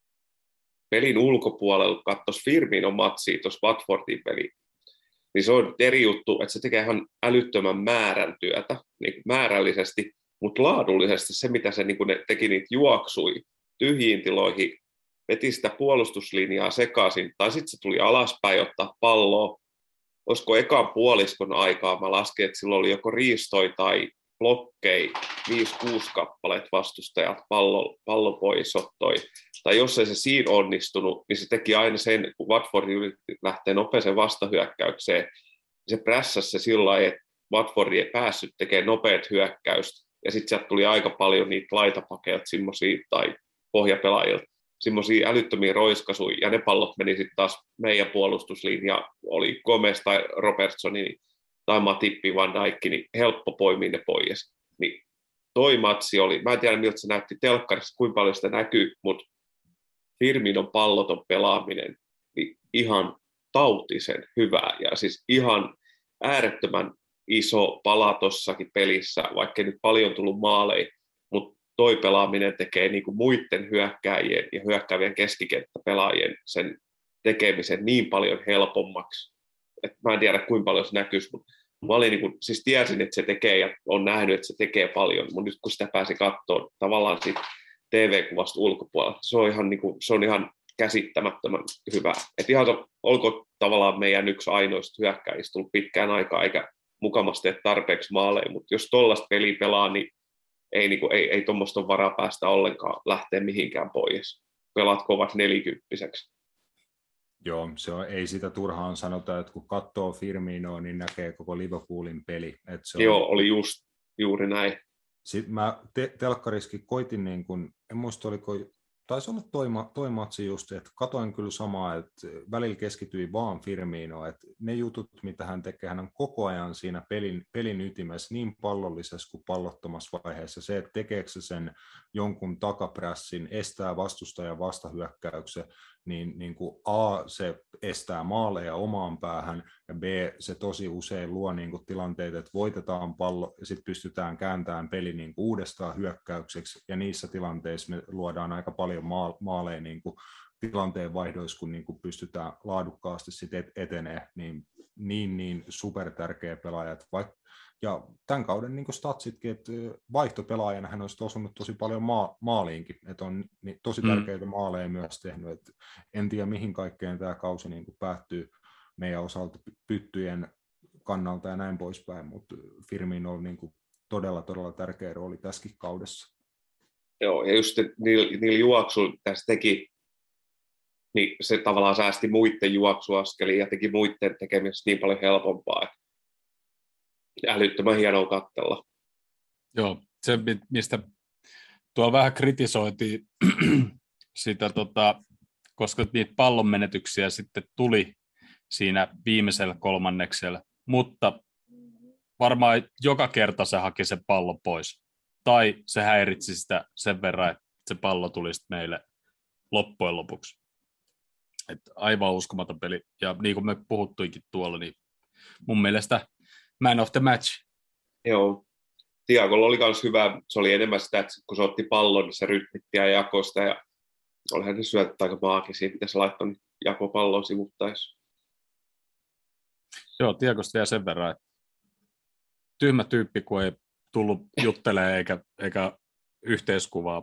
pelin ulkopuolella, kun katsoisi Firminon matsia tuossa Watfordin peliin, niin se on eri juttu, että se tekee ihan älyttömän määrän työtä, niin määrällisesti, mutta laadullisesti se, mitä se niin ne teki niitä juoksui tyhjiin tiloihin, veti sitä puolustuslinjaa sekaisin, tai sitten se tuli alaspäin ottaa palloa. Olisiko ekan puoliskon aikaa, mä lasken, että silloin oli joko riistoi tai blokkei, viisi kuusi kappaleet vastustajat pallo, pallo pois ottoi. Tai jos ei se siinä onnistunut, niin se teki aina sen, kun Watford lähtee nopeeseen vastahyökkäykseen, niin se prässäsi se sillä lailla, että Watford ei päässyt tekemään nopeat hyökkäystä, ja sitten sieltä tuli aika paljon niitä laitapakeilta semmoisia, tai pohjapelaajilta, semmoisia älyttömiä roiskaisuja, ja ne pallot meni sitten taas meidän puolustuslinja, oli Gomez tai Robertsoni tai Matippi, Van Dijk, niin helppo poimia ne pois. Niin toi matsi oli, mä en tiedä miltä se näytti telkkarissa, kuinka paljon sitä näkyy, mutta Firminon palloton pelaaminen, niin ihan tautisen hyvää, ja siis ihan äärettömän iso pala tossakin pelissä, vaikka nyt paljon tullut maaleja, mutta toi pelaaminen tekee niin kuin muiden hyökkääjien ja hyökkäävien keskikenttäpelaajien sen tekemisen niin paljon helpommaksi, että mä en tiedä kuinka paljon se näkyisi, mutta mä olin niin kuin, siis tiesin, että se tekee ja on nähnyt, että se tekee paljon, mutta nyt kun sitä pääsi katsoa tavallaan siitä T V-kuvasta ulkopuolella, se on ihan, niin kuin, se on ihan käsittämättömän hyvä. Että ihan olko tavallaan meidän yksi ainoista hyökkääjistä tullut pitkään aikaa, eikä mukamasti tee tarpeeksi maaleja, mutta jos tollaista peliä pelaa, niin ei, niin kuin, ei, ei tuommoista ole varaa päästä ollenkaan lähteä mihinkään pois. Pelaat kovat nelikymppiseksi. Joo, se on, ei sitä turhaan sanota, että kun katsoo Firminoa, niin näkee koko Liverpoolin peli. Että se on... Joo, oli just juuri näin. Sitten mä te- telkkariskin koitin, niin kun, en muista oliko, taisi olla toi, toi matsi just, että katoin kyllä samaa, että välillä keskityi vaan Firminoon, että ne jutut, mitä hän tekee, hän on koko ajan siinä pelin, pelin ytimessä niin pallollisessa kuin pallottomassa vaiheessa. Se, että tekeekö se sen jonkun takaprässin, estää vastustajan vastahyökkäyksen, niin, niin kuin A, se estää maaleja omaan päähän, ja B, se tosi usein luo niin kuin tilanteita, että voitetaan pallo, ja sitten pystytään kääntämään peli niin kuin uudestaan hyökkäykseksi, ja niissä tilanteissa me luodaan aika paljon maaleja niin kuin tilanteen vaihdoissa, kun niin kuin pystytään laadukkaasti sitten etenee, niin niin, niin supertärkeä pelaaja, vaikka ja tämän kauden niin statsitkin, että vaihtopelaajana hän olisi osunut tosi paljon maa, maaliinkin, että on niin, tosi tärkeitä mm. maaleja myös tehnyt. Että en tiedä, mihin kaikkeen tämä kausi niin kuin päättyy meidän osalta pyttyjen kannalta ja näin poispäin, mutta Firmino on niin kuin todella, todella tärkeä rooli tässäkin kaudessa. Joo, ja just niillä, niillä juoksuilla tässä teki, niin se tavallaan säästi muiden juoksuaskelia ja teki muiden tekemistä niin paljon helpompaa, että älyttömän hienoa katsella. Joo, se mistä tuolla vähän kritisoitiin sitä, tota, koska niitä pallon menetyksiä sitten tuli siinä viimeisellä kolmanneksella, mutta varmaan joka kerta se haki sen pallon pois. Tai se häiritsi sitä sen verran, että se pallo tuli sitten meille loppujen lopuksi. Et aivan uskomaton peli. Ja niin kuin me puhuttuikin tuolla, niin mun mielestä man of the match. Joo. Thiagolla oli myös hyvä, se oli enemmän sitä, että kun se otti pallon, niin se rytmitti ja jakoi sitä. Ja olihan ne syötet aika maagisia, mitä se laittoi niin jako pallon sivuttaessa. Joo, Thiagosta vielä sen verran, että tyhmä tyyppi, kun ei tullut juttelemaan eikä, eikä yhteiskuvaa.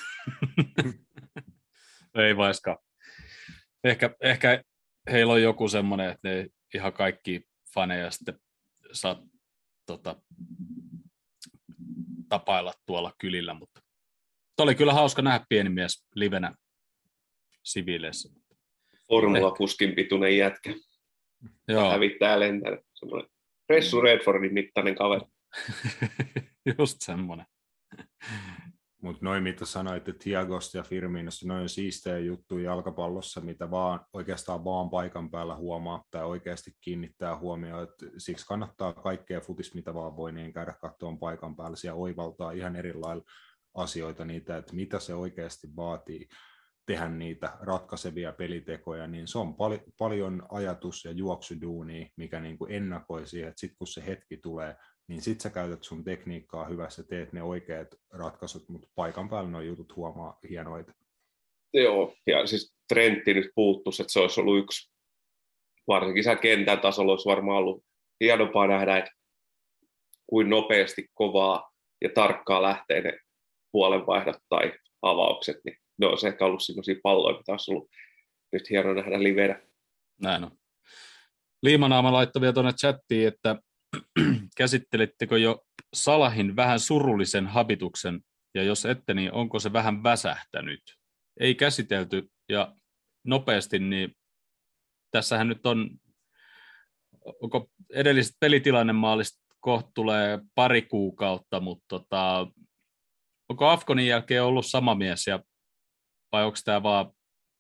Ei vaiskaan. Ehkä, ehkä heillä on joku semmoinen, että ne ihan kaikki faneja sitten saa tota, tapailla tuolla kylillä, mutta oli kyllä hauska nähdä pieni mies livenä siviileissä. Formulakuskin pituinen jätkä. Joo. Hävittää lentää. Semmoinen Ressu Redfordin mittainen kaveri. Just semmoinen. Mutta noin, mitä sanoitte Thiagosta ja Firminosta, noin on siistejä juttuja jalkapallossa, mitä vaan oikeastaan vaan paikan päällä huomaa tai oikeasti kiinnittää huomioon. Et siksi kannattaa kaikkea futis, mitä vaan voi, niin käydä katsomaan paikan päällä. Siellä oivaltaa ihan eri lailla asioita, niitä, että mitä se oikeasti vaatii tehdä niitä ratkaisevia pelitekoja, niin se on pal- paljon ajatus- ja juoksuduunia, mikä niin kuin ennakoi siihen, että sitten kun se hetki tulee, niin sit sä käytät sun tekniikkaa hyvässä, teet ne oikeat ratkaisut, mutta paikan päällä nuo jutut huomaa hienoita. Joo, ja siis Trentti nyt puuttuisi, että se olisi ollut yksi, varsinkin siellä kentän tasolla olisi varmaan ollut hienompaa nähdä, että kuin nopeasti, kovaa ja tarkkaa lähtee ne puolenvaihdot tai avaukset, niin ne olisi ehkä ollut sellaisia palloja, mitä olisi ollut nyt hieno nähdä livenä. Näin on. Liimanaama laittoi vielä tuonne chattiin, että käsittelittekö jo Salahin vähän surullisen habituksen, ja jos ette, niin onko se vähän väsähtänyt? Ei käsitelty, ja nopeasti, niin tässähän nyt on, onko edelliset pelitilannemaalista kohta tulee pari kuukautta, mutta tota, onko Afconin jälkeen ollut sama mies, ja, vai onko tämä vaan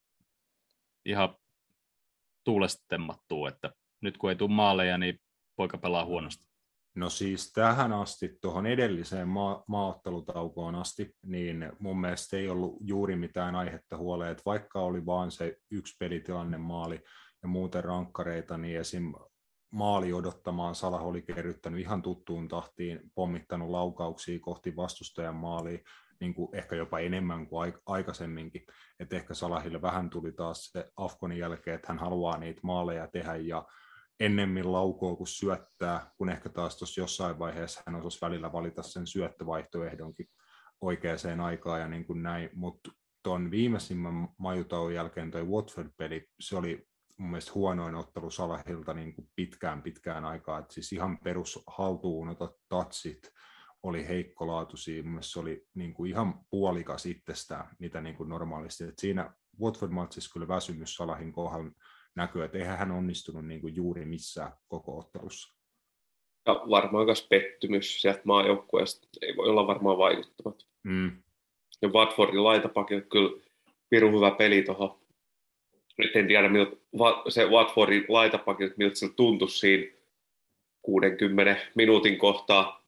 ihan tuulesta temmattua, että nyt kun ei tule maaleja, niin poika pelaa huonosti? No siis tähän asti, tuohon edelliseen maa- maaottelutaukoon asti, niin mun mielestä ei ollut juuri mitään aihetta huoleen, että vaikka oli vaan se yksi pelitilanne maali ja muuten rankkareita, niin esim. Maali odottamaan Salah oli kerryttänyt ihan tuttuun tahtiin, pommittanut laukauksia kohti vastustajan maalia, niin kuin ehkä jopa enemmän kuin aikaisemminkin, että ehkä Salahille vähän tuli taas se Afconin jälkeen, että hän haluaa niitä maaleja tehdä ja ennemmin laukoo kuin syöttää, kun ehkä taas tuossa jossain vaiheessa hän osasi välillä valita sen syöttövaihtoehdonkin oikeaan aikaan ja niin kuin näin, mutta tuon viimeisimmän majutauon jälkeen toi Watford-peli, se oli mun mielestä huonoin ottelu Salahilta niin kuin pitkään pitkään aikaa, että siis ihan perus haltuunotot touchit oli heikkolaatuisia, mun mielestä se oli niin kuin ihan puolikas itsestään, mitä niin kuin normaalisti, että siinä Watford-matsissa kyllä väsymys Salahin kohdalla näkyy, että eihän hän onnistunut niin kuin juuri missään koko ottelussa. Ja varmaan myös pettymys sieltä maajoukkueesta, ei voi olla varmaan vaikuttavat. Mm. Ja Watfordin laitapakille kyllä pirun hyvä peli tuohon. Nyt en tiedä, miltä se Watfordin laitapakille, miltä se tuntui siinä kuudenkymmenen minuutin kohtaa.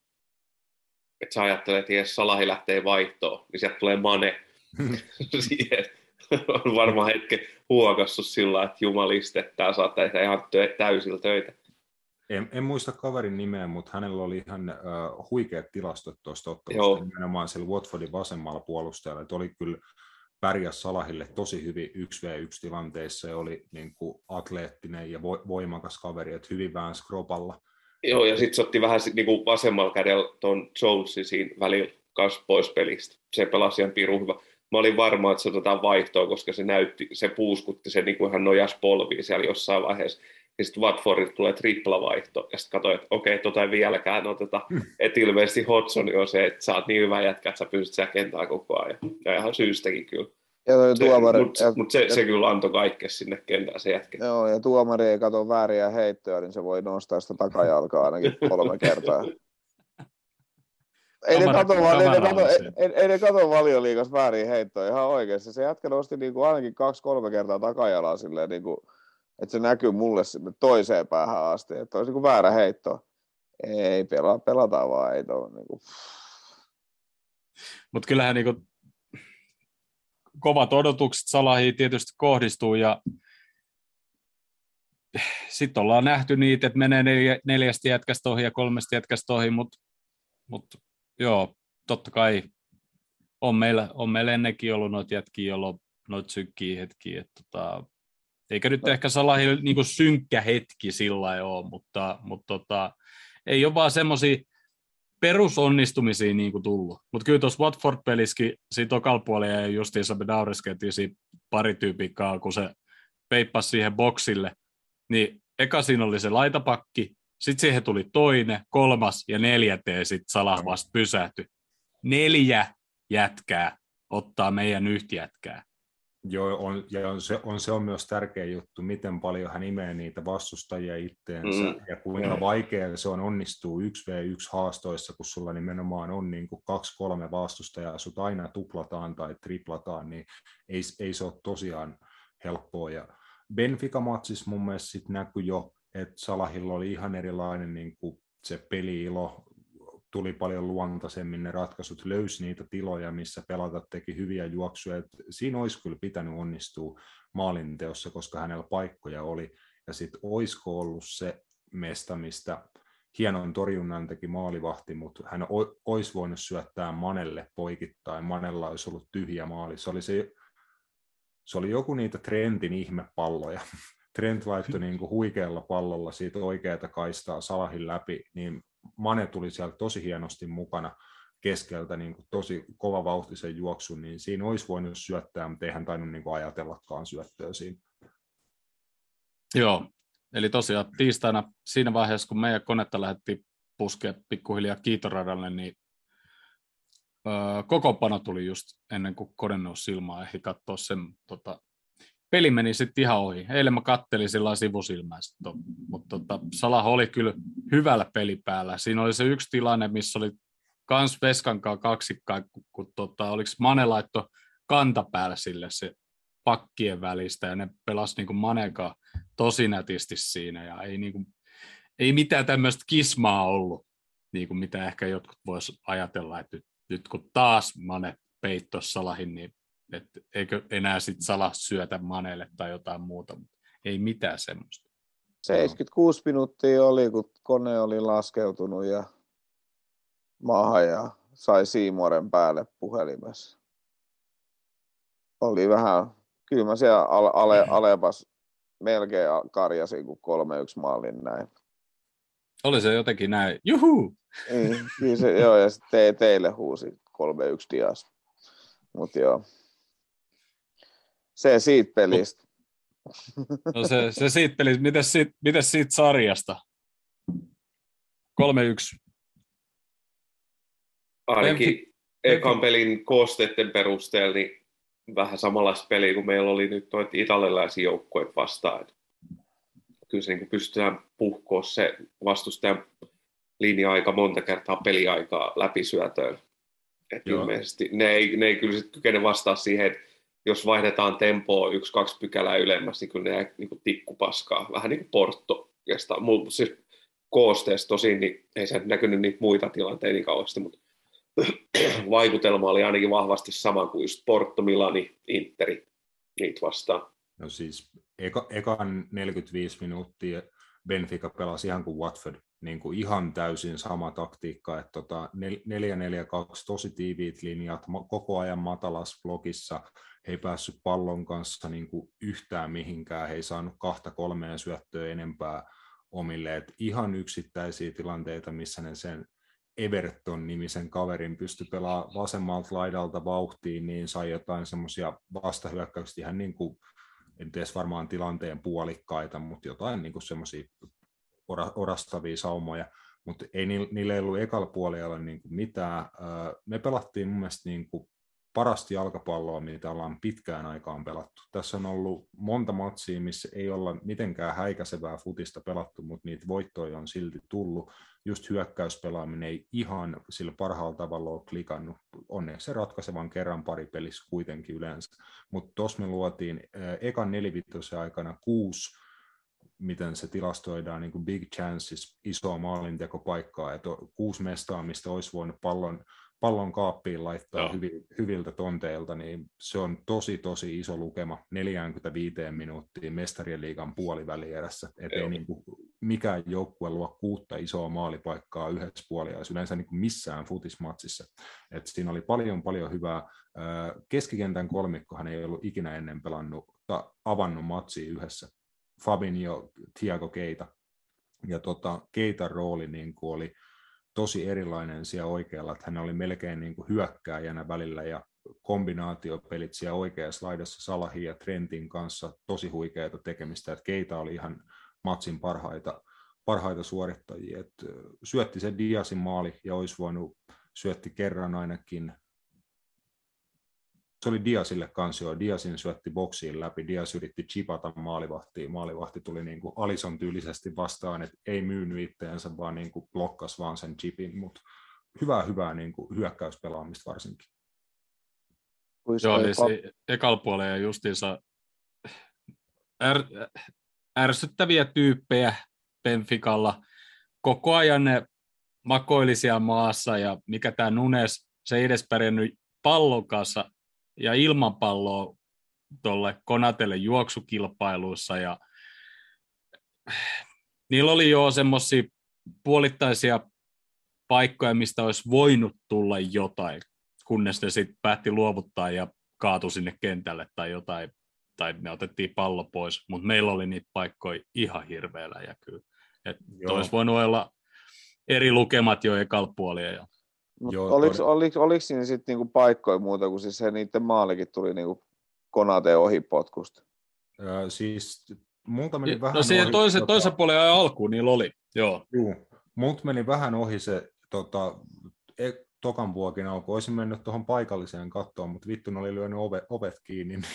Että sä ajattelet, että jos Salahi lähtee vaihtoon, niin sieltä tulee Mane siihen. On varmaan hetken huokassut sillä, että jumaliste, tämä saattaa tehdä ihan täysillä töitä. En, en muista kaverin nimeä, mutta hänellä oli ihan uh, huikeat tilastot tuosta ottelusta, nimenomaan siellä Watfordin vasemmalla puolustajalla, että oli kyllä pärjäs Salahille tosi hyvin yksi vastaan yksi tilanteissa ja oli niin kuin atleettinen ja voimakas kaveri, että hyvin vähän skropalla. Joo, ja sitten se otti vähän niin kuin vasemmalla kädellä tuon Jonesin siinä välillä kanssa pois pelistä. Se pelasi ihan pirun hyvä. Mä olin varma, että se otetaan vaihtoa, koska se näytti, se puuskutti, se niin kuin hän nojas polviin siellä jossain vaiheessa. ja sitten Watfordilta tulee triplavaihto, ja sitten katsoin, että okei, tota ei vieläkään oteta, että ilmeisesti Hodgson on se, että sä oot niin hyvä jätkä, että sä pystyt siellä kentällä koko ajan, ja ihan syystäkin kyllä. Mutta mut se, se kyllä antoi kaikkea sinne kentällä se jätkä. Joo, ja tuomari ei katso vääriä heittoja, niin se voi nostaa sitä takajalkaa ainakin kolme kertaa. Ei ne katso, ei ne katso, ei, ei ne katso Valioliigassa väärin heittoja ihan oikeasti. Se jätkä nosti niinku ainakin kaksi-kolme kertaa takajalaa silleen, niinku, että se näkyy mulle sinne toiseen päähän asti. Että olisi niinku väärä heitto. Ei, pela, pelataan vaan. Ei to, niinku. Mutta kyllähän niinku kovat odotukset Salahiin tietysti kohdistuu ja sitten ollaan nähty niitä, että menee neljä, neljästä jätkästä ohi ja kolmesta jätkästä ohi, mutta mut, joo, totta kai on meillä, on meillä ennenkin ollut noita jätkiä, joilla on noita synkkiä hetkiä. Että tota, eikä nyt ehkä Salahilla niinku synkkä hetki sillä ei ole, mutta, mutta tota, ei ole vaan semmoisia perusonnistumisia niin kuin tullut. Mutta kyllä tuossa Watford-pelissäkin siitä tokalla puolella ja justiinsa me nauriskeltiin siinä pari tyypikkaa, kun se peippasi siihen boksille, niin eka siinä oli se laitapakki, sitten siihen tuli toinen, kolmas ja neljäteen sitten Salah vasta pysähtyi. Neljä jätkää ottaa meidän yhtä jätkää. Joo, on, ja on se, on, se on myös tärkeä juttu, miten paljon hän imee niitä vastustajia itteensä, mm. ja kuinka vaikea se on onnistuu yksi vastaan yksi haastoissa, kun sulla nimenomaan on niin kuin kaksi kolme vastustajaa, sut aina tuplataan tai triplataan, niin ei, ei se ole tosiaan helppoa. Ja Benfica-matsissa mun mielestä sit näkyi jo, että Salahilla oli ihan erilainen niin kuin se peli-ilo, tuli paljon luontaisemmin, ne ratkaisut löysi niitä tiloja, missä pelata teki hyviä juoksuja. Et siinä olisi kyllä pitänyt onnistua maalinteossa, koska hänellä paikkoja oli. Ja sitten olisiko ollut se mesta, mistä hienon torjunnan teki maalivahti, mutta hän olisi voinut syöttää Manelle poikittain. Manella olisi ollut tyhjä maali. Se oli, se, se oli joku niitä Trentin ihmepalloja. Trent laittoi niinku huikealla pallolla siitä oikeata kaistaa Salahin läpi, niin Mane tuli sieltä tosi hienosti mukana keskeltä, niin kuin tosi kova vauhtisen juoksun, niin siinä olisi voinut syöttää, mutta eihän tainnut niin kuin ajatellakaan syöttöä siinä. Joo, eli tosiaan tiistaina siinä vaiheessa, kun meidän konetta lähdettiin puskea pikkuhiljaa kiitoradalle, niin öö, kokoonpano tuli just ennen kuin kone nousi silmaan, ehti katsoa sen, tota, peli meni sitten ihan ohi. Eilen mä kattelin sillä sivusilmää, mutta tota, Salah oli kyllä hyvällä pelipäällä. Siinä oli se yksi tilanne, missä oli kans Veskankaan kaksikkaan, kun, kun tota, oliko Mane laitto kantapäällä sille se pakkien välistä, ja ne pelasi niin kuin Manekaan tosi nätisti siinä, ja ei, niin kuin, ei mitään tämmöistä kismaa ollut, niin kuin mitä ehkä jotkut vois ajatella, että nyt, nyt kun taas Mane peittoi Salahin, niin että eikö enää sitten Salah syötä Manelle tai jotain muuta, mutta ei mitään semmoista. seitsemänkymmentäkuusi minuuttia oli, kun kone oli laskeutunut ja maahan ja sai Siimoren päälle puhelimessa. Oli vähän, kyllä mä siellä ale, Alepas melkein karjasin, kun kolme yksi maalin näin. Oli se jotenkin näin, juhuu! Niin, kyllä se, joo, ja sitten te, teille huusi kolme yksi dias. Mutta joo. Se siitä pelistä. No se, se siitä pelistä. Mites siitä, mites siitä sarjasta? kolme yksi. Ainakin ekan pelin koosteiden perusteella niin vähän samanlaista peliä kuin meillä oli nyt noita italialaisia joukkueita vastaan. Kyllä se niin pystytään puhkoa se vastustajan linja aika monta kertaa peliaikaa läpisyötöön. Et ilmeisesti ne ei, ne ei kyllä sit kykene vastaa siihen, että jos vaihdetaan tempoa yksi, kaksi pykälää ylemmäs, niin kyllä ne jää niin tikku paskaa. Vähän niin kuin Porto. Mutta siis koosteessa tosin niin ei se näkynyt niitä muita tilanteita niin kauheasti, mutta vaikutelma oli ainakin vahvasti sama kuin just Porto, Milani, Interi, niitä vastaan. No siis eka, ekan neljäkymmentäviisi minuuttia Benfica pelasi ihan kuin Watford, niin kuin ihan täysin sama taktiikka, että tota neljä neljä kaksi tosi tiiviit linjat, koko ajan matalassa blokissa, he ei päässyt pallon kanssa niin kuin yhtään mihinkään, he ei saanut kahta kolmea syöttöä enempää omille, että ihan yksittäisiä tilanteita, missä ne sen Everton-nimisen kaverin pystyi pelaamaan vasemmalta laidalta vauhtiin, niin sai jotain semmoisia vastahyökkäyksiä ihan niin kuin en edes varmaan tilanteen puolikkaita, mutta jotain niin semmoisia orastavia saumoja, mutta ei niillä ei ollut ekalla puolella niin kuin mitään. Me pelattiin mun mielestä niin kuin parasta jalkapalloa, mitä ollaan pitkään aikaan pelattu. Tässä on ollut monta matsia, missä ei olla mitenkään häikäisevää futista pelattu, mutta niitä voittoja on silti tullut. Just hyökkäyspelaaminen ei ihan sillä parhaalla tavalla ole klikannut. Onneksi se ratkaisevan kerran pari pelissä kuitenkin yleensä. Mutta tuossa me luotiin äh, ekan nelivitosen aikana kuusi, miten se tilastoidaan, niin kuin big chances, isoa maalintekopaikkaa, että kuusi mestaa, mistä olisi voinut pallon pallon kaappiin laittaa hyvi, hyviltä tonteilta, niin se on tosi, tosi iso lukema, neljäkymmentäviisi minuuttia mestarien liigan puolivälierässä, ettei niin kuin mikään joukkue luo kuutta isoa maalipaikkaa yhdessä puoliajassa, yleensä niin kuin missään futismatsissa. Et siinä oli paljon, paljon hyvää. Keskikentän kolmikkohan ei ollut ikinä ennen pelannut tai avannut matsia yhdessä. Fabinho, Thiago Keita. Ja tota, Keitan rooli niin kuin oli tosi erilainen siellä oikealla, että hän oli melkein niin kuin hyökkääjänä välillä ja kombinaatiopelit siellä oikeassa laidassa Salahin ja Trentin kanssa tosi huikeata tekemistä, että Keita oli ihan matsin parhaita, parhaita suorittajia. Et syötti se Diasin maali ja olisi voinut syötti kerran ainakin. Se oli Diasille kanssa jo. Diasin syötti boksiin läpi. Dias yritti chipata maalivahtiin. Maalivahti tuli niin kuin Alisson tyylisesti vastaan, että ei myynyt itteensä, vaan niin kuin blokkasi vaan sen chipin. Mutta hyvää, hyvää niin kuin hyökkäyspelaamista varsinkin. Joo, ja se ekalla puolella justiinsa är, ärsyttäviä tyyppejä Benficalla. Koko ajan ne makoili siellä maassa, ja mikä tämä Nunes, se ei edes pärjännyt pallon kanssa ja ilman palloa tuolle Konatelle juoksukilpailuissa, ja niillä oli jo semmoisia puolittaisia paikkoja, mistä olisi voinut tulla jotain, kunnes ne sitten päätti luovuttaa ja kaatui sinne kentälle tai jotain, tai ne otettiin pallo pois, mutta meillä oli niitä paikkoja ihan hirveellä, ja kyllä, että olisi voinut olla eri lukemat jo ekalla puolella. Oliko, oliko, oliko siinä sitten niinku paikkoja muuta, kun siis se niiden maalikin tuli niinku Konateen ohi potkusta? Öö, siis multa meni vähän no siihen ohi, toisen, tota, toisen puolen ajan alkuun niillä oli, joo. Juu, multa meni vähän ohi se tota, e, tokan vuokin alku. Olisin mennyt tuohon paikalliseen kattoon, mutta vittu ne oli lyönyt ove, ovet kiinni, niin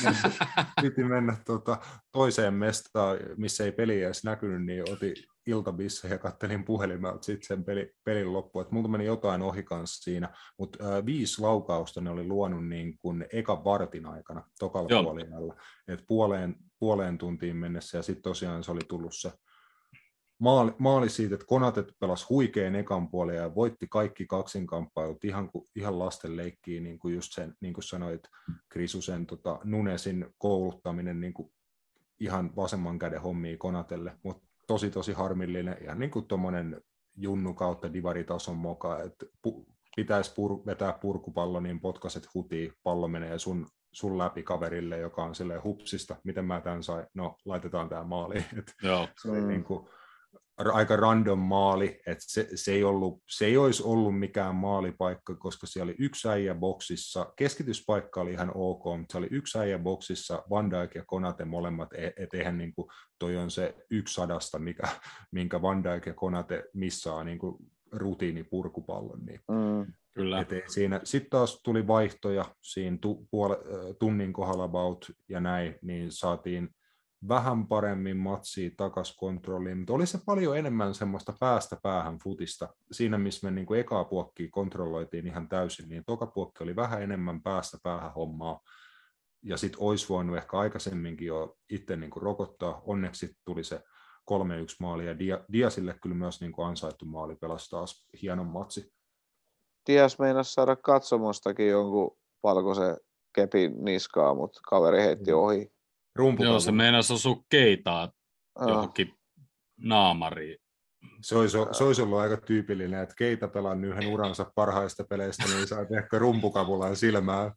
piti mennä tota, toiseen mestaan, missä ei peli edes näkynyt, niin otin iltabissa ja kattelin puhelimelta sitten sen peli, pelin loppuun. Multa meni jotain ohi kanssa siinä, mutta äh, viisi laukausta ne oli luonut niin kuin ekan vartin aikana tokalla puolella, että puoleen, puoleen tuntiin mennessä, ja sitten tosiaan se oli tullut se maali, maali siitä, että Konatet pelasi huikean ekan puolen ja voitti kaikki kaksinkamppailut ihan, ihan lasten leikkiin, niin kuin just sen, niin kuin sanoit, Krisusen tota, Nunesin kouluttaminen niin kuin ihan vasemman käden hommia Konatelle, mutta tosi tosi harmillinen, ihan niin kuin tuommoinen junnu kautta divaritason moka, että pu, pitäisi pur, vetää purkupallo, niin potkaset hutiin, pallo menee sun, sun läpi kaverille, joka on silleen hupsista, miten mä tämän sain, no laitetaan tämä maaliin. Se oli mm. niin kuin aika random maali, että se, se, ei ollut, se ei olisi ollut mikään maalipaikka, koska siellä oli yksi äijä boksissa, keskityspaikka oli ihan ok, mutta se oli yksi äijä boksissa, Van Dijk ja Konate molemmat, et eihän niin kuin, toi on se yksi sadasta, mikä, minkä Van Dijk ja Konate missaa niin kuin rutiinipurkupallon. Niin. Mm, kyllä. Sitten taas tuli vaihtoja siinä tu, puole, tunnin kohdalla about ja näin, niin saatiin vähän paremmin matsia takaisin kontrolliin, mutta oli se paljon enemmän semmoista päästä päähän futista. Siinä, missä me niin kuin ekaa puokkia kontrolloitiin ihan täysin, niin toka puokki oli vähän enemmän päästä päähän hommaa. Ja sitten olisi voinut ehkä aikaisemminkin jo itse niin kuin rokottaa. Onneksi tuli se kolme yksi maali, ja Dia, Diasille kyllä myös niin kuin ansaittu maali, pelasi taas hienon matsi. Dias meinasi saada katsomostakin jonkun valkoisen kepin niskaa, mutta kaveri heitti ohi. Joo, se meinasi osua Keitaa johonkin naamariin. Se olisi, se olisi ollut aika tyypillinen, että Keita pelannut yhden uransa parhaista peleistä, niin saa ehkä rumpukapulan silmään.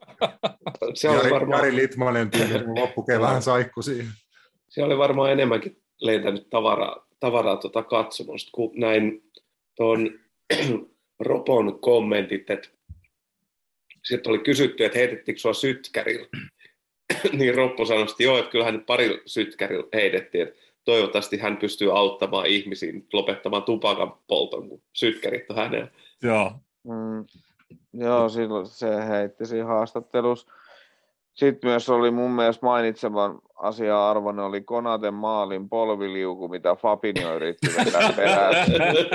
Se Jari, varmaan... Jari Litmanen tyyli loppukeen vähän saikku siihen. Se oli varmaan enemmänkin lentänyt tavaraa, tavaraa tuota katsomusta, kun näin tuon Ropon kommentit, että sitten oli kysytty, että heitettikö sua sytkärillä. niin Roppo sanoi, että joo, että kyllähän nyt pari sytkärillä heitettiin, että toivottavasti hän pystyy auttamaan ihmisiä lopettamaan tupakan polton, kun sytkärit on hänellä. Joo. Mm, joo, silloin se heitti siinä haastattelussa. Sitten myös oli mun mielestä mainitsevan asiaa arvoinen oli Konaten maalin polviliuku, mitä Fabinho yritti vetää perässä.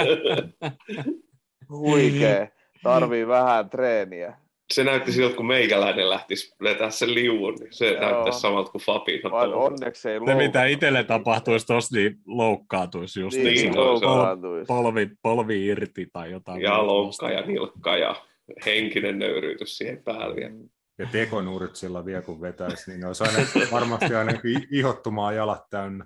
Huikee. Tarvii vähän treeniä. Se näytti siltä, kun meikäläinen lähtisi vetää sen liuun, niin se näyttäisi samalta kuin Fabinho. Onneksi ei se, mitä itselle tapahtuisi tossa, niin loukkaantuisi just. Niin, niin loukkaantuisi. Polvi, polvi irti tai jotain. Ja loukka ja nilkka ja henkinen nöyryytys siihen päälle. Ja tekonuurit sillä vielä kun vetäisi, niin ne olisi aina, varmasti ainakin ihottumaan jalat täynnä.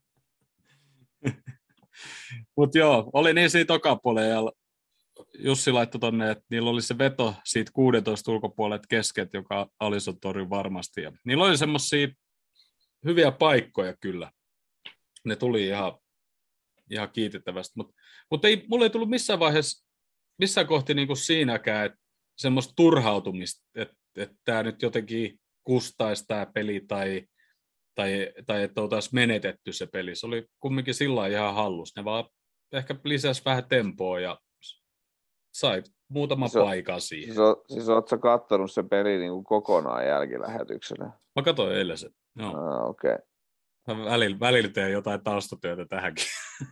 Mutta joo, oli niin siitä tokapuolella. Jussi laittoi tonne, että niillä oli se veto siitä kuusitoista ulkopuolelta kesket, joka Alisson torjui varmasti. Ja niillä oli semmoisia hyviä paikkoja kyllä. Ne tuli ihan, ihan kiitettävästi. Mutta mut ei, mulla ei tullut missään vaiheessa, missään kohti niin kuin siinäkään, että semmoista turhautumista, että että tämä nyt jotenkin kustaisi tämä peli tai, tai, tai että oltaisiin menetetty se peli. Se oli kumminkin sillä lailla ihan hallus. Ne vaan ehkä lisäsi vähän tempoa ja sai muutaman siis paikan siihen. Siis, siis ootko kattonut se peli niin kuin kokonaan jälkilähetyksenä? Mä katsoin eilen sen. Joo. Ah, okei. Okay. Välillä, välillä teen jotain taustatyötä tähänkin.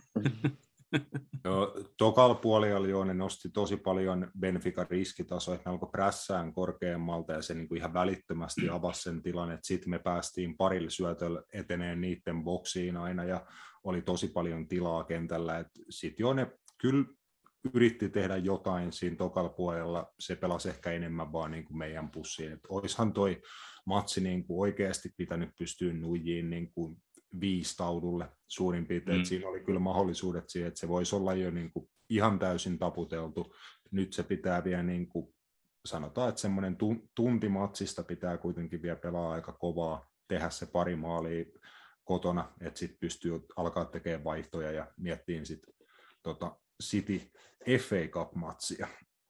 Joo, tokalla puolella joo, ne nosti tosi paljon Benfican riskitasoa, että ne alkoi prässään korkeammalta ja se niin kuin ihan välittömästi avasi sen tilan, että sitten me päästiin parilla syötöllä eteneen niiden boksiin aina ja oli tosi paljon tilaa kentällä. Sitten joo, ne kyllä yritti tehdä jotain siinä tokalla puolella, se pelasi ehkä enemmän vaan niin kuin meidän pussiin. Että oishan toi matsi niin kuin oikeasti pitänyt pystyä nuijiin niin kuin viisi taudulle suurin piirtein. Mm. Siinä oli kyllä mahdollisuudet siihen, että se voisi olla jo niin kuin ihan täysin taputeltu. Nyt se pitää vielä, niin kuin, sanotaan, että semmoinen tunti matsista pitää kuitenkin vielä pelaa aika kovaa, tehdä se pari maalia kotona, että sitten pystyy alkaa tekemään vaihtoja ja miettiin sitten tota City F A Cup-matsia.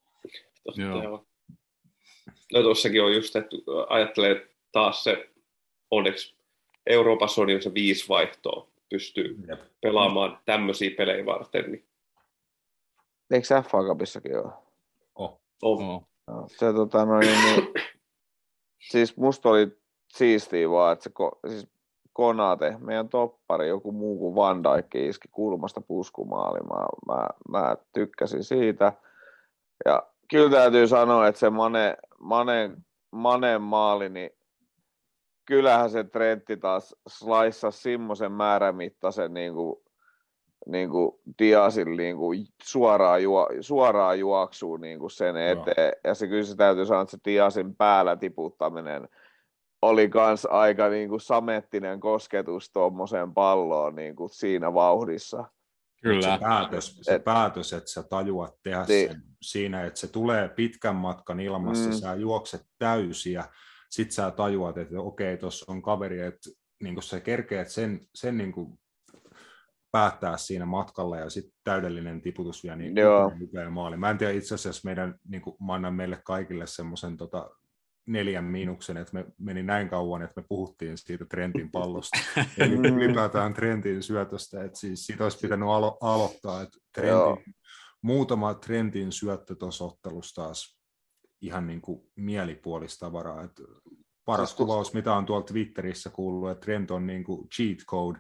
Joo. No tuossakin on just, että ajattelee taas se onneksi Euroopassa on jo se viisi vaihtoa, pystyy Jep. pelaamaan tämmöisiä pelejä varten. Niin. Eikö F A Cupissakin ole? Oh. Oh. No, se, tota, no, niin, niin, siis musta oli siistiä vaan, että se siis Konate, meidän toppari, joku muu kuin Van Dijk iski kulmasta puskumaali. Mä, mä, mä tykkäsin siitä. Ja kyllä täytyy sanoa, että se Mane, Mane, Manen maali, niin kyllähän se Trentti taas slaissasi semmoisen määrämittaisen niin kuin, niin kuin Diasin niin kuin suoraan, juo, suoraan juoksuun niin kuin sen eteen. No. Ja se kyllä se täytyy sanoa, että se Diasin päällä tiputtaminen oli kans aika niin kuin samettinen kosketus tuommoiseen palloon niin kuin siinä vauhdissa. Kyllä. Se päätös, se Et, päätös, että sä tajuat tehdä niin. sen siinä, että se tulee pitkän matkan ilmassa, mm. sä juokset täysiä, sit sä tajuat, että okei, tuossa on kaveri, että niin sä kerkeät sen, sen niin kuin päättää siinä matkalla ja sitten täydellinen tiputus vielä niin hyvä maali. Mä en tiedä itse asiassa meidän, niin kuin, mä annan meille kaikille semmoisen tota, neljän miinuksen, että me meni näin kauan, että me puhuttiin siitä Trentin pallosta. Eli ylipäätään Trentin syötöstä, että siis siitä olisi pitänyt alo- aloittaa, että Trentin, muutama Trentin syöttö tuossa ottelussa taas ihan niin kuin mielipuolista tavaraa. Että paras siis kuvaus, mitä on tuolla Twitterissä kuullut, että Trent on niin kuin cheat code.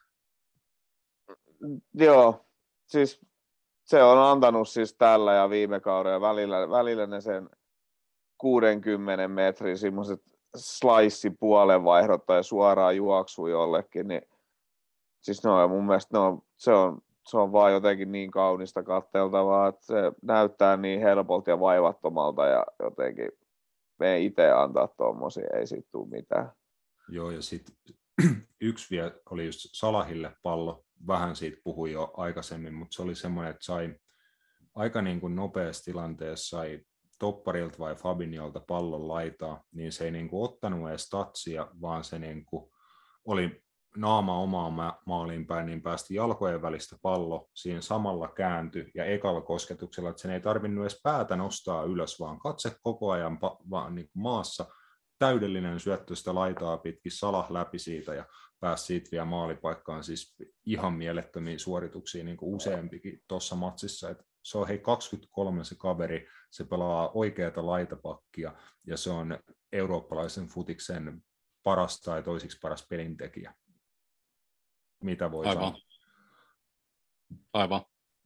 Joo, siis se on antanut siis tällä ja viime kaudella välillä, välillä ne sen kuudenkymmenen metrin semmoiset slice-puolenvaihdot tai suoraan juoksu jollekin, niin siis no, mun mielestä no, se, on, se on vaan jotenkin niin kaunista katseltavaa, että se näyttää niin helpolta ja vaivattomalta ja jotenkin me ei itse antaa tuommoisia, ei siitä tule mitään. Joo, ja sitten yksi vielä oli just Salahille pallo, vähän siitä puhui jo aikaisemmin, mutta se oli semmoinen, että sai aika niin kuin nopeassa tilanteessa sai topparilta vai Fabinholta pallon laitaa, niin se ei niin kuin ottanut edes tatsia, vaan se niin kuin oli naama omaan ma- maaliin päin, niin päästi jalkojen välistä pallo, siinä samalla kääntyi ja ekalla kosketuksella, että sen ei tarvinnut edes päätä nostaa ylös, vaan katse koko ajan pa- vaan niin kuin maassa, täydellinen syöttö sitä laitaa pitkin, Salah läpi siitä ja pääsi siitä vielä maalipaikkaan, siis ihan mielettömiä suorituksia niin kuin useampikin tuossa matsissa, että se on hei kaksikymmentäkolme se kaveri, se pelaa oikeata laitapakkia ja se on eurooppalaisen futiksen paras tai toisiksi paras pelintekijä. Mitä voi Aivan. sanoa? Aivan.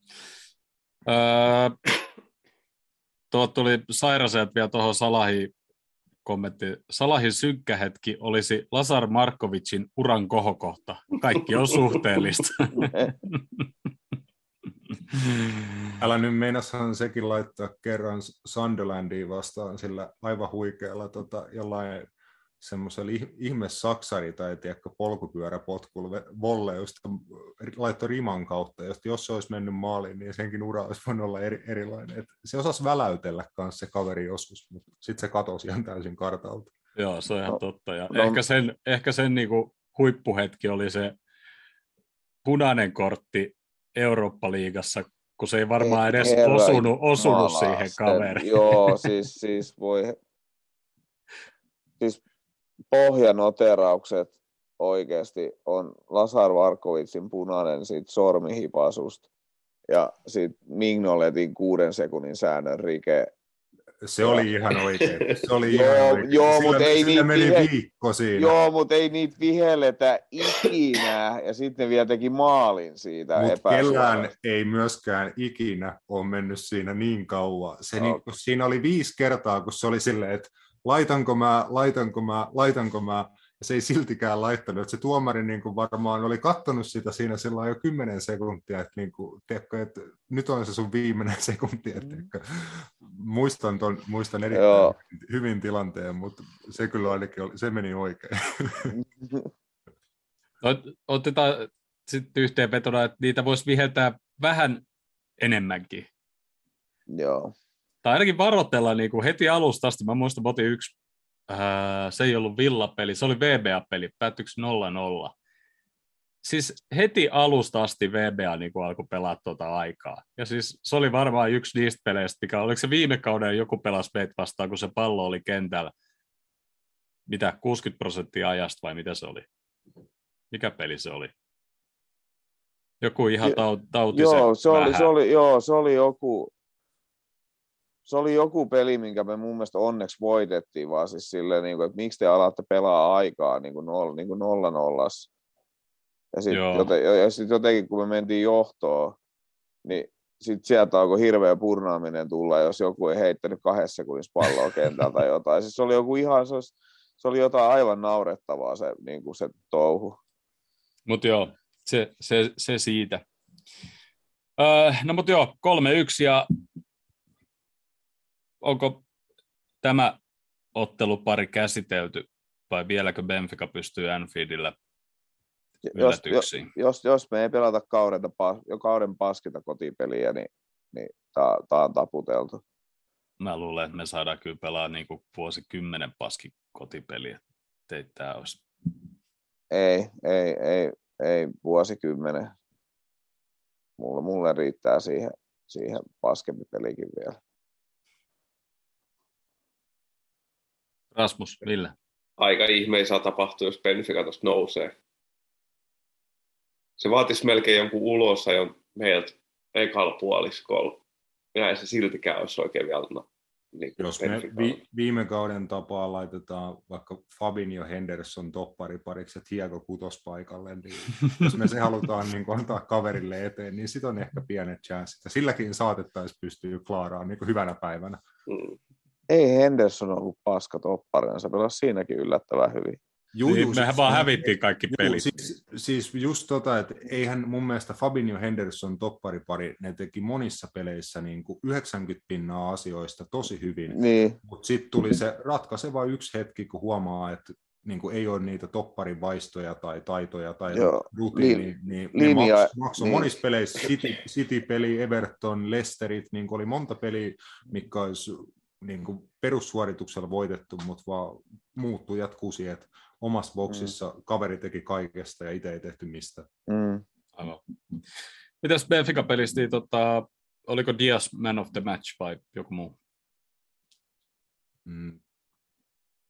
Öö, tuo tuli Sairaselta vielä tuohon Salahin kommentti. Salahin synkkä hetki olisi Lazar Markovicin uran kohokohta. Kaikki on suhteellista. Älä nyt meinassahan sekin laittaa kerran Sunderlandiin vastaan sillä aivan huikealla tota, jollain semmoisella ihme saksari tai tiedätkö, polkupyöräpotkulla volle, josta laittoi riman kautta, josta jos se olisi mennyt maaliin, niin senkin ura olisi voinut olla eri, erilainen. Et se osasi väläytellä kanssa se kaveri joskus, mutta sitten se katosi ihan täysin kartalta. Joo, se on ihan no, totta. Ja no, ehkä sen, ehkä sen niinku huippuhetki oli se punainen kortti Eurooppa-liigassa, kun se ei varmaan edes Herra osunut, osunut Jumala, siihen kaveriin. Joo, siis, siis voi... Siis pohjanoteraukset oikeasti on Lazar Markovicin punainen siitä sormihipasusta ja siitä Mignoletin kuuden sekunnin säännön rike. Se oli ihan oikein. Se oli joo, ihan oikein. joo, sillä, mutta ei sillä niitä meni vihe... viikko siinä. Joo, mutta ei niitä vihelletä ikinä ja sitten vielä teki maalin siitä Mutta epäsuorasta. kellään ei myöskään ikinä ole mennyt siinä niin kauan. Se No. niin, siinä oli viisi kertaa, kun se oli silleen, että laitanko mä, laitanko mä, laitanko mä, ja se ei siltikään laittanut. Että se tuomari niin kuin varmaan oli katsonut sitä siinä silloin jo kymmenen sekuntia, että, niin kuin, tiedätkö, että nyt on se sun viimeinen sekunti. Että, muistan, ton, muistan erittäin Joo. hyvin tilanteen, mutta se kyllä ainakin oli, se meni oikein. Otetaan sitten yhteenvetona, että niitä voisi viheltää vähän enemmänkin. Joo. Tai ainakin varoitella niin kuin heti alusta asti. Mä muistan, otin yksi, ää, se ei ollut villapeli, se oli V B A-peli, päättyykö nolla nolla. Siis heti alusta asti V B A niin kuin alkoi pelaa tuota aikaa. Ja siis se oli varmaan yksi niistä peleistä, mikä oliko se viime kauden joku pelasi meitä vastaan, kun se pallo oli kentällä. Mitä, kuusikymmentä prosenttia ajasta vai mitä se oli? Mikä peli se oli? Joku ihan tau- tautisen Joo, se oli, vähän. se oli, joo, se oli joku... Se oli joku peli, minkä me mun mielestä onneksi voitettiin, vaan siis silleen, niin kuin, että miksi te alatte pelaa aikaa niin kuin nolla, niin kuin nolla nollas. Ja sitten joten, ja sit jotenkin, kun me mentiin johtoon, niin sitten sieltä alkoi hirveä purnaaminen tulla, jos joku ei heittänyt kahdessa sekunnissa palloa kentältä tai jotain. Siis se oli joku ihan, se, olisi, se oli jotain aivan naurettavaa se, niin kuin se touhu. Mutta joo, se, se, se siitä. Öö, no mutta joo, kolme yksi ja onko tämä ottelupari käsitelty vai vieläkö Benfica pystyy Anfieldillä yllätyksiin? Jos, jos, jos me ei pelata kauden, jo kauden paskinta kotipeliä, niin, niin tämä on taputeltu. Mä luulen, että me saadaan kyllä pelaa niin kuin vuosikymmenen paskin kotipeliä. Teit tää olisi. Ei, ei, ei, ei vuosikymmenen. Mulle, mulle riittää siihen, siihen paskempi pelikin vielä. Rasmus, Ville? Aika ihme ei saa tapahtua, jos Benfica tuosta nousee. Se vaatisi melkein jonkun ulosajon meiltä ekalla puoliskolla. Ja ei se siltikään olisi oikein vielä. No, niin jos me vi- viime kauden tapaa laitetaan vaikka Fabinho Henderson topparipariksi ja Thiago kutospaikalle, niin jos me se halutaan niin antaa kaverille eteen, niin sitten on ehkä pienet chanssit. Ja silläkin saatettaisiin pystyä klaaraan niin hyvänä päivänä. Mm. Ei Henderson ollut paska topparina, se pelasi siinäkin yllättävän hyvin. Juu, niin, mehän siis, vaan hävittiin kaikki juu, pelit. Siis, siis just tota, että eihän mun mielestä Fabinho Henderson topparipari, ne teki monissa peleissä niin kuin yhdeksänkymmentä pinnaa asioista tosi hyvin, niin. Mutta sitten tuli se ratkaiseva yksi hetki, kun huomaa, että niin kuin ei ole niitä topparin vaistoja tai taitoja tai Joo, rutiini, li- niin linja, ne maksoi makso niin. monissa peleissä, City, City-peli, Everton, Leicesterit, niin oli monta peliä, mikä olisi niin kuin perussuorituksella voitettu, mutta vaan muuttui jatkuu siihen, että omassa boksissa mm. kaveri teki kaikesta ja itse ei tehty mistä. Mm. Aivan. Mitäs Benfica-pelistä, niin, tota, oliko Diaz man of the match vai joku muu? Mm.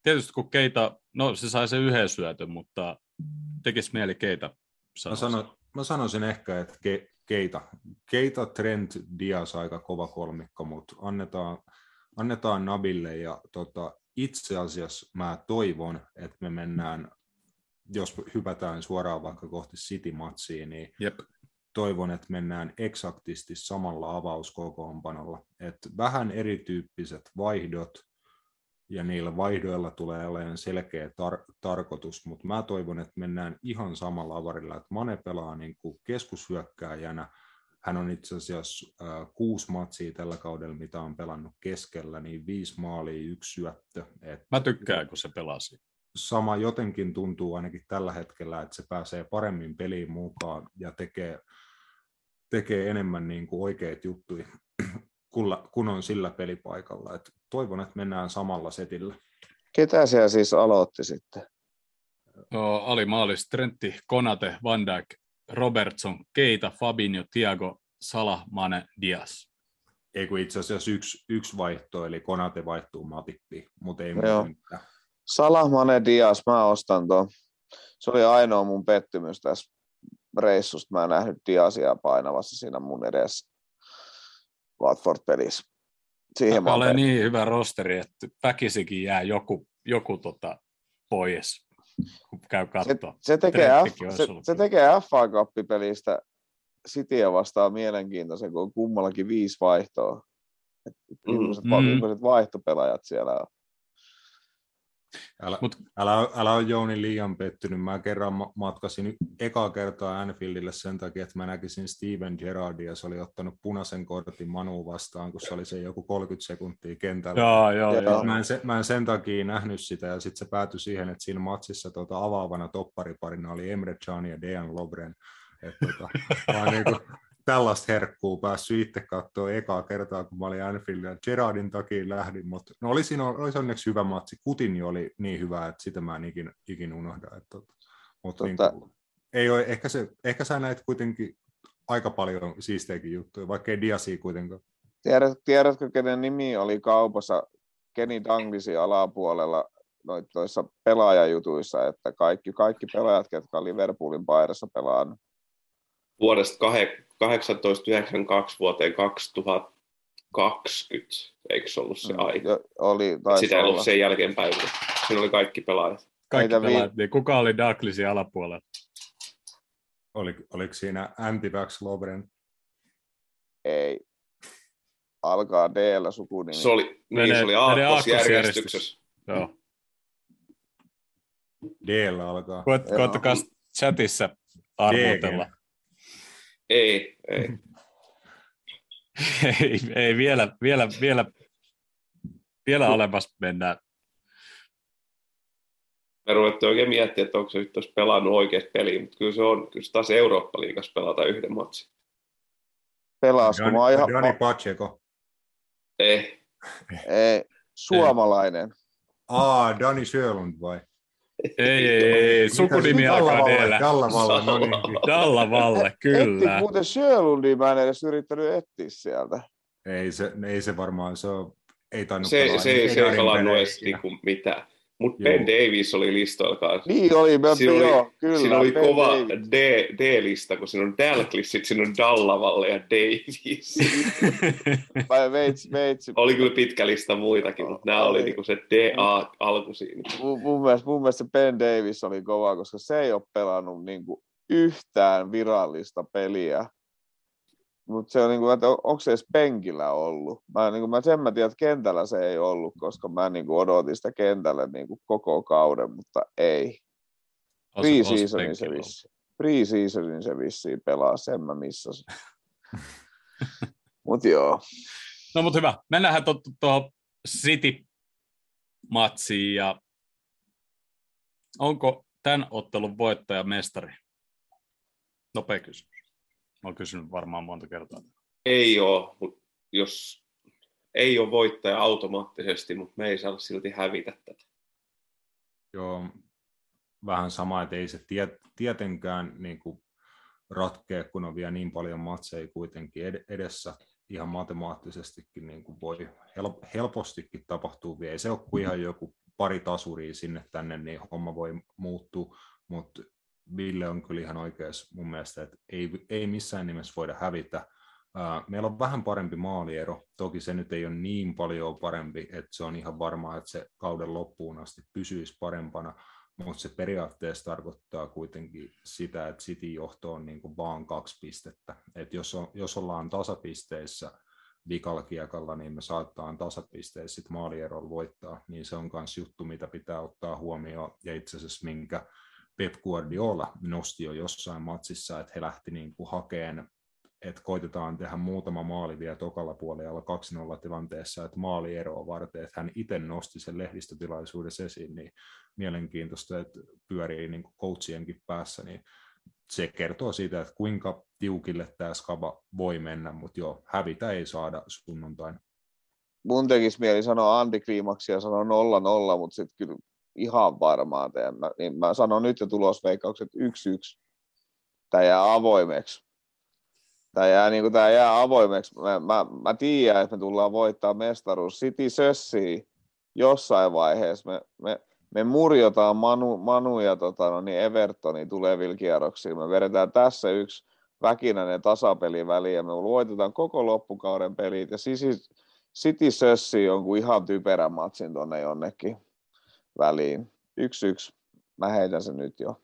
tietysti kun Keita, no se sai sen yhden syötön, mutta tekisi mieli Keita Mä, sano, mä sanoisin ehkä, että ke, Keita. Keita, Trent, Diaz aika kova kolmikko, mutta annetaan, annetaan Nabille ja tota, itse asiassa mä toivon, että me mennään, jos hypätään suoraan vaikka kohti City-matsia, niin Jep. toivon, että mennään eksaktisti samalla avauskokoonpanolla. Että vähän erityyppiset vaihdot, ja niillä vaihdoilla tulee olemaan selkeä tar- tarkoitus, mutta mä toivon, että mennään ihan samalla avarilla, että Mane pelaa niin kuin keskushyökkääjänä. Hän on itse asiassa äh, kuusi matsia tällä kaudella, mitä on pelannut keskellä, niin viisi maalia, yksi syöttö. Et Mä tykkään, kun se pelasi. sama jotenkin tuntuu ainakin tällä hetkellä, että se pääsee paremmin peliin mukaan ja tekee, tekee enemmän niin kuin oikeita juttuja, kun on sillä pelipaikalla. Et toivon, että mennään samalla setillä. Ketä siellä siis aloitti sitten? No, Ali maalis, Trentti, Konate, Van Dijk, Robertson, Keita, Fabinho, Thiago, Salah, Mane, Diaz. Ei kun itse asiassa yksi, yksi vaihto, eli Konate vaihtuu Matippiin, mutta ei Joo. mitään. Salah, Mane, Diaz, mä ostan tuon. Se oli ainoa mun pettymys tässä reissusta. Mä en nähnyt Diazia painavassa siinä mun edessä Watford-pelissä. Siihen Tämä oli niin hyvä rosteri, että väkisikin jää joku, joku tota pois, kun käy katsoa. Se, se, tekee F, se, se tekee F A Cup-pelistä Cityä vastaan mielenkiintoisen, kun on kummallakin viisi vaihtoa. Millaiset mm. vaihtopelaajat siellä on. Älä, Mut, älä, älä ole Jouni liian pettynyt. Mä kerran matkasin ekaa kertaa Anfieldille sen takia, että mä näkisin Steven Gerrardin ja se oli ottanut punaisen kortin Manu vastaan, kun se oli se joku kolmekymmentä sekuntia kentällä. Joo, joo, joo. Mä, en se, mä en sen takia nähnyt sitä ja sitten se päätyi siihen, että siinä matsissa tuota, avaavana toppariparina oli Emre Can ja Dejan Lovren. Että tota, mä niinku tällaista herkkuu päässyt itse katsoa ekaa kertaa, kun mä olin Anfieldilla. Gerardin takia lähdin, mutta no oli siinä olisi onneksi hyvä matsi. Coutinho oli niin hyvä, että sitä mä en ikin, ikin unohda. Että, tota, mutta tota... niin kuin, ei ole, ehkä, se, ehkä sä näet kuitenkin aika paljon siisteikin juttuja, vaikka ei Diazia kuitenkaan. Tiedät, tiedätkö, kenen nimi oli kaupassa Kenny Douglasin alapuolella noissa pelaajajutuissa, että kaikki, kaikki pelaajat, jotka on Liverpoolin paidassa pelannut. Vuodesta tuhatyhdeksänsataayhdeksänkymmentäkaksi vuoteen kaksituhattakaksikymmentä, eikö se ollut se aika? Jo, oli, sitä ei ollut sen jälkeen päivänä. Siinä oli kaikki pelaajat. Kaikki pelaajat. Vi- Kuka oli Douglasin alapuolella? Oli, oliko siinä Antivax Lovren? Ei. Alkaa D-llä sukunimi. Se oli, niin, se oli aakkosjärjestyksessä. Joo. D-llä alkaa. Koet, koettakaa chatissa arvotella. Ei, ei. ei, ei vielä, vielä, vielä, vielä alemmas mennään. Me ruvettiin oikein miettiä, että onko se nyt olisi pelannut oikeat peliä, mutta kyllä se on, kyllä se taas Eurooppa-liigassa pelata yhden matsin. Pelasko? Dani, mä ihan... Dani Pacheco. Ei. Ei. Suomalainen. Aa, Dani Sjölund vai? Ei, ei, ei. Sukunimi alkaa D-llä. Dallavalle, no niin. Dallavalle, kyllä. Etti muuten Sjölundia, mä en edes yrittänyt etsiä sieltä. Ei se, ei se varmaan, se on, ei tainnut se, pelaa. Se, se, se ei pelannut edes niinku mitään. Mutta Ben Davies oli listoilla kanssa. Niin oli, mä siinä joo, oli, kyllä. Siinä oli Ben kova Davies. D, D-lista, kun siinä on Dalglish, sitten siinä on Dallavalle ja Davies. Vai veitsi, veitsi. Oli kyllä pitkä lista muitakin, mutta nämä oli niinku se D A-alku siinä. Mun, mun, mielestä, mun mielestä se Ben Davies oli kova, koska se ei ole pelannut niinku yhtään virallista peliä. Mutta se on niinku, että onko se edes penkillä ollut? Mä, niinku, mä sen mä tiedän, että kentällä se ei ollut, koska mä niinku odotin sitä kentälle niinku koko kauden, mutta ei. Pre-seasonin se vissiin. Pre-seasonin se vissiin pelaa, sen mä missasin. Mut joo. No mut hyvä. Mennään tuohon to, City-matsiin ja onko tämän ottelun voittaja mestari? Nopea kysymys. Mä oon kysynyt varmaan monta kertaa. Ei ole, mutta jos ei ole voittaja automaattisesti, mutta me ei saa silti hävitä tätä. Joo, vähän sama, että ei se tiet, tietenkään niin kuin ratkea, kun on vielä niin paljon matseja kuitenkin edessä. Ihan matemaattisestikin niin kuin voi helpostikin tapahtua vielä. Ei se ole kuin ihan joku pari tasuria sinne tänne, niin homma voi muuttua, mutta Ville on kyllä ihan oikeassa mun mielestä, että ei, ei missään nimessä voida hävitä. Meillä on vähän parempi maaliero, toki se nyt ei ole niin paljon parempi, että se on ihan varmaa, että se kauden loppuun asti pysyisi parempana, mutta se periaatteessa tarkoittaa kuitenkin sitä, että City-johto on niin kuin vaan kaksi pistettä. Et jos, on, jos ollaan tasapisteissä vikalla kiekalla, niin me saattaa tasapisteissä sit maalierolla voittaa, niin se on myös juttu, mitä pitää ottaa huomioon, ja itse asiassa minkä Pep Guardiola nosti jo jossain matsissa, että he lähti niin kuin hakeen, että koitetaan tehdä muutama maali vielä tokalla puolella kaksi nolla tilanteessa, että maalieroa varten, että hän itse nosti sen lehdistötilaisuudessa esiin, niin mielenkiintoista, että pyörii niin kuin coachienkin päässä, niin se kertoo siitä, että kuinka tiukille tämä skaba voi mennä, mutta joo, hävitä ei saada sunnuntain. Mun tekisi mieli sanoa antikliimaksia ja sanoa nolla nolla, mutta sitten kyllä ihan varmaan teen. Mä, niin mä sanon nyt jo tulosveikkaukset yksi yksi. Tämä jää avoimeksi. Tämä jää, niin kuin, tämä jää avoimeksi. Mä, mä, mä tiedän, että me tullaan voittaa mestaruus. City sössii jossain vaiheessa. Me, me, me murjotaan Manu, Manu ja tota, no niin Evertoni tulevilla kierroksilla. Me vedetään tässä yksi väkinäinen tasapeli väliin ja me voitetaan koko loppukauden pelit. Ja City sössii jonkun ihan typerän matsin tuonne jonnekin väliin. Yksi yksi. Mä heitän sen nyt jo.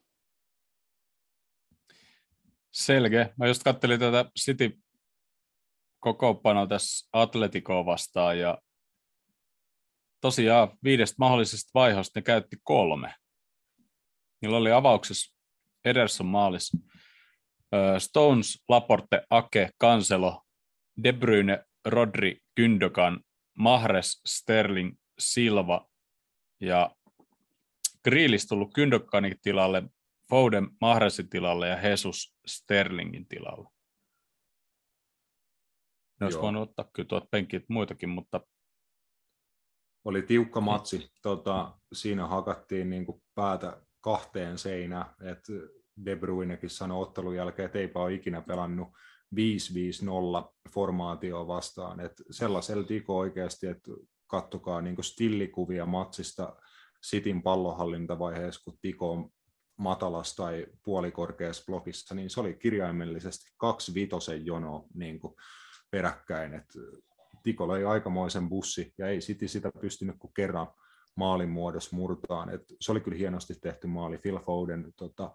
Selkeä. Mä just katselin tätä City-kokoonpanoa tässä Atleticoa vastaan ja tosiaan viidestä mahdollisesta vaihosta ne käytti kolme. Niillä oli avauksessa Ederson maalis, Stones, Laporte, Ake, Cancelo, De Bruyne, Rodri, Gündogan, Mahrez, Sterling, Silva ja Grealish tullut Gündoganin tilalle, Foden Mahrezin tilalle ja Jesus Sterlingin tilalle. Ne olisi voinut ottaa kyllä tuot penkit muitakin, mutta oli tiukka matsi. Tota, siinä hakattiin niin kuin päätä kahteen seinään. Et De Bruynekin sanoi ottelun jälkeen, että eipä ole ikinä pelannut viisi viisi nolla formaatioa vastaan. Et sellaisella Tiko oikeasti, että katsokaa niin kuin stillikuvia matsista Cityn pallonhallintavaiheessa, kun Tiko on matalassa tai puolikorkeassa blokissa, niin se oli kirjaimellisesti kaksi vitosen jonoa niin kuin peräkkäin. Et Tiko löi aikamoisen bussi ja ei City sitä pystynyt kuin kerran maalin muodossa murtaan. Et se oli kyllä hienosti tehty maali. Phil Foden tota,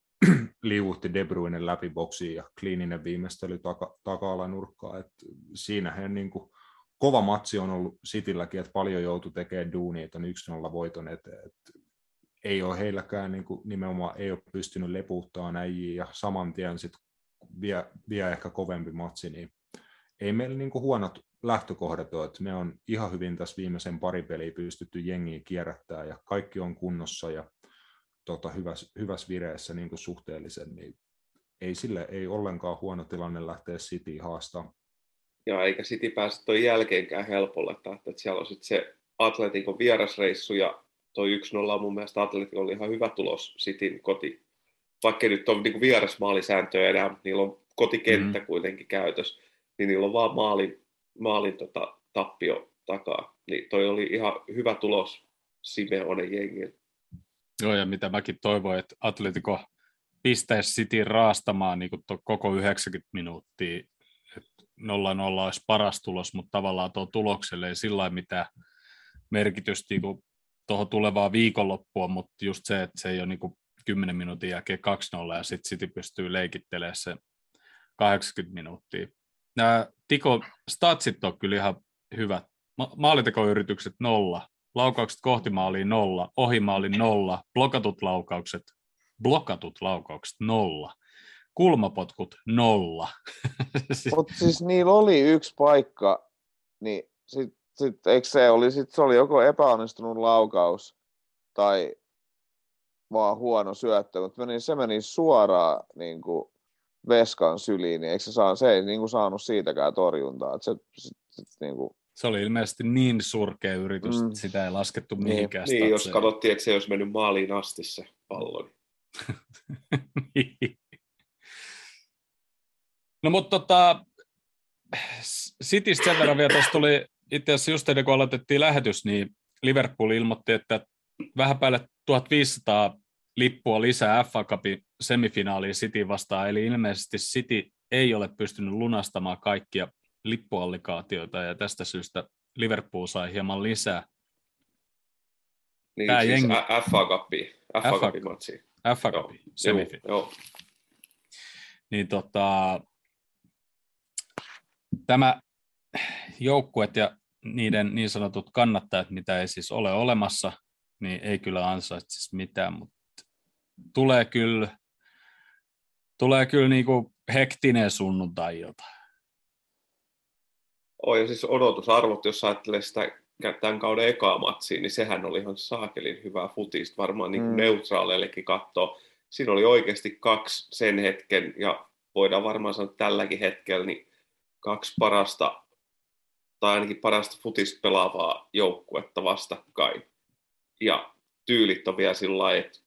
liuutti De Bruynen läpi boksiin ja kliininen viimeistely taka, taka-alanurkkaa. Et siinähän niin kuin kova matsi on ollut Citylläkin, että paljon joutui tekemään duunia ton yksi nolla voiton eteen. Et ei ole heilläkään niin kuin nimenomaan ei ole pystynyt lepuuttamaan äijiä ja saman tien sitten vie, vie ehkä kovempi matsi, niin ei meillä niin kuin huonot lähtökohdat ole, että me on ihan hyvin tässä viimeisen pari peliä pystytty jengiä kierrättämään ja kaikki on kunnossa ja tota, hyvässä, hyvässä vireessä niin kuin suhteellisen, niin ei sille ei ollenkaan huono tilanne lähteä City haastaa. Ja eikä City pääse toi jälkeenkään helpolla, että, että siellä on sitten se Atleticon vierasreissu ja toi yksi nolla mun mielestä Atletico oli ihan hyvä tulos Cityn koti. Vaikka nyt on niin kuin vierasmaalisääntöjä enää, mutta niillä on kotikenttä mm. kuitenkin käytössä, niin niillä on vaan maalin, maalin tota, tappio takaa. Niin toi oli ihan hyvä tulos Simeonen jengillä. Joo, ja mitä mäkin toivoin, että Atletico pistäisi Cityn raastamaan niin kuin koko yhdeksänkymmentä minuuttia. nolla nolla olisi paras tulos, mutta tavallaan tuo tulokselle ei sillä lailla mitään merkitystä niin tuohon tulevaan viikonloppua, mutta just se, että se ei ole niin kuin kymmenen minuutin jälkeen kaksi nolla ja sitten City pystyy leikittelemään sen kahdeksankymmentä minuuttia. Nämä Tiko statsit on kyllä ihan hyvät. Ma- Maalitekoyritykset nolla, laukaukset kohti maaliin nolla, ohimaaliin nolla, blokatut laukaukset, blokatut laukaukset nolla, kulmapotkut nolla. Mutta siis niillä oli yksi paikka, niin sit, sit, eikö se oli, sit se oli joko epäonnistunut laukaus tai vaan huono syöttö, mutta meni, se meni suoraan niin kuin veskan syliin, niin eikö se, saa, se ei niin kuin saanut siitäkään torjuntaa. Se, sit, sit, niin kuin... se oli ilmeisesti niin surkea yritys, mm. että sitä ei laskettu mihinkään. Niin, jos katsottiin, että se olisi mennyt maaliin asti se pallo. Niin. No mutta tota, Citystä sen verran vielä, tuossa tuli itse asiassa just ennen kuin aloitettiin lähetys, niin Liverpool ilmoitti, että vähän päälle tuhatviisisataa lippua lisää F A Cupin semifinaaliin City vastaan, eli ilmeisesti City ei ole pystynyt lunastamaan kaikkia lippuallikaatioita, ja tästä syystä Liverpool sai hieman lisää. Niin, Tää siis jengi... F A Cupin, F A Cupin matsi. F A Cupin semifinaali. Niin tota, tämä joukkuet ja niiden niin sanotut kannattajat, mitä ei siis ole olemassa, niin ei kyllä ansaitsisi mitään, mutta tulee kyllä, tulee kyllä niinku hektinen sunnuntai-ilta. Oh, ja siis odotusarvot, jos ajattelee sitä tämän kauden ekaa matsia, niin sehän oli ihan saakelin hyvää futista, varmaan niin kuin mm. neutraaleillekin katsoa. Siinä oli oikeasti kaksi sen hetken, ja voidaan varmaan sanoa tälläkin hetkellä, niin kaksi parasta, tai ainakin parasta futista pelaavaa joukkuetta vastakkain. Ja tyylit on vielä sillä lailla, että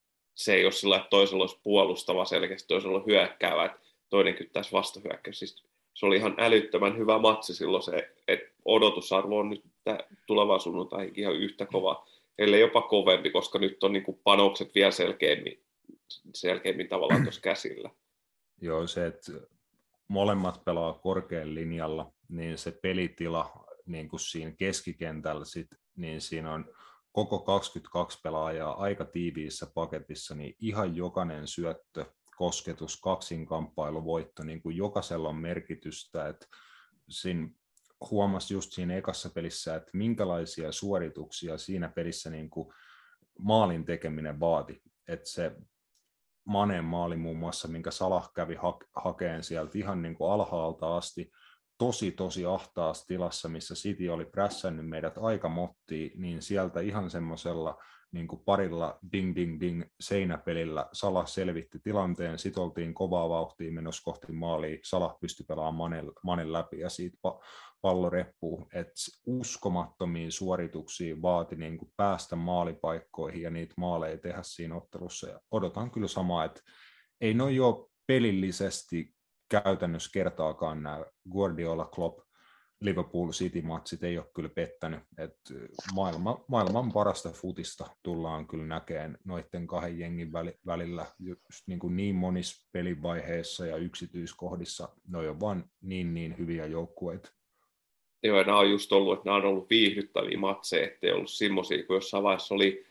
se ei ole sillä lailla, että toisella olisi puolustava selkeästi, toisella on hyökkäävä, että toinen kyttäisi vastahyökkäys. Siis se oli ihan älyttömän hyvä matsi silloin se, että odotusarvo on nyt tulevaa sunnuntai ihan yhtä kova, ellei jopa kovempi, koska nyt on niin kuin panokset vielä selkeämmin, selkeämmin tavallaan tuossa käsillä. Joo, se, että molemmat pelaa korkean linjalla, niin se pelitila niin kuin siinä keskikentällä, sit, niin siinä on koko kaksikymmentäkaksi pelaajaa aika tiiviissä paketissa, niin ihan jokainen syöttö, kosketus, kaksinkamppailu, voitto, niin kuin jokaisella on merkitystä, että siinä huomasi just siinä ekassa pelissä, että minkälaisia suorituksia siinä pelissä niin kuin maalin tekeminen vaati, että se Maneen maali muun muassa, minkä Salah kävi ha- hakeen sieltä ihan niin kuin alhaalta asti, tosi tosi ahtaassa tilassa, missä City oli prässännyt meidät aika mottiin, niin sieltä ihan semmoisella niin kuin parilla ding ding ding seinäpelillä Salah selvitti tilanteen, sit oltiin kovaa vauhtia menossa kohti maalia, Salah pystyi pelaamaan Manen, Manen läpi ja siitä pa- pallo reppuu, että uskomattomia suorituksia vaati niin kuin päästä maalipaikkoihin ja niitä maaleja tehdä siinä ottelussa, ja odotan kyllä samaa, että ei noin ole pelillisesti käytännössä kertaakaan nämä Guardiola, Klopp, Liverpool City-matsit ei ole kyllä pettänyt, että maailma, maailman parasta futista tullaan kyllä näkemään noiden kahden jengin välillä just niin, kuin niin monissa pelivaiheissa ja yksityiskohdissa, ne on vaan niin niin hyviä joukkueita. Joo, ja nämä on just ollut, että nämä on ollut viihdyttäviä matseja, ettei ollut semmoisia, kun jossain vaiheessa oli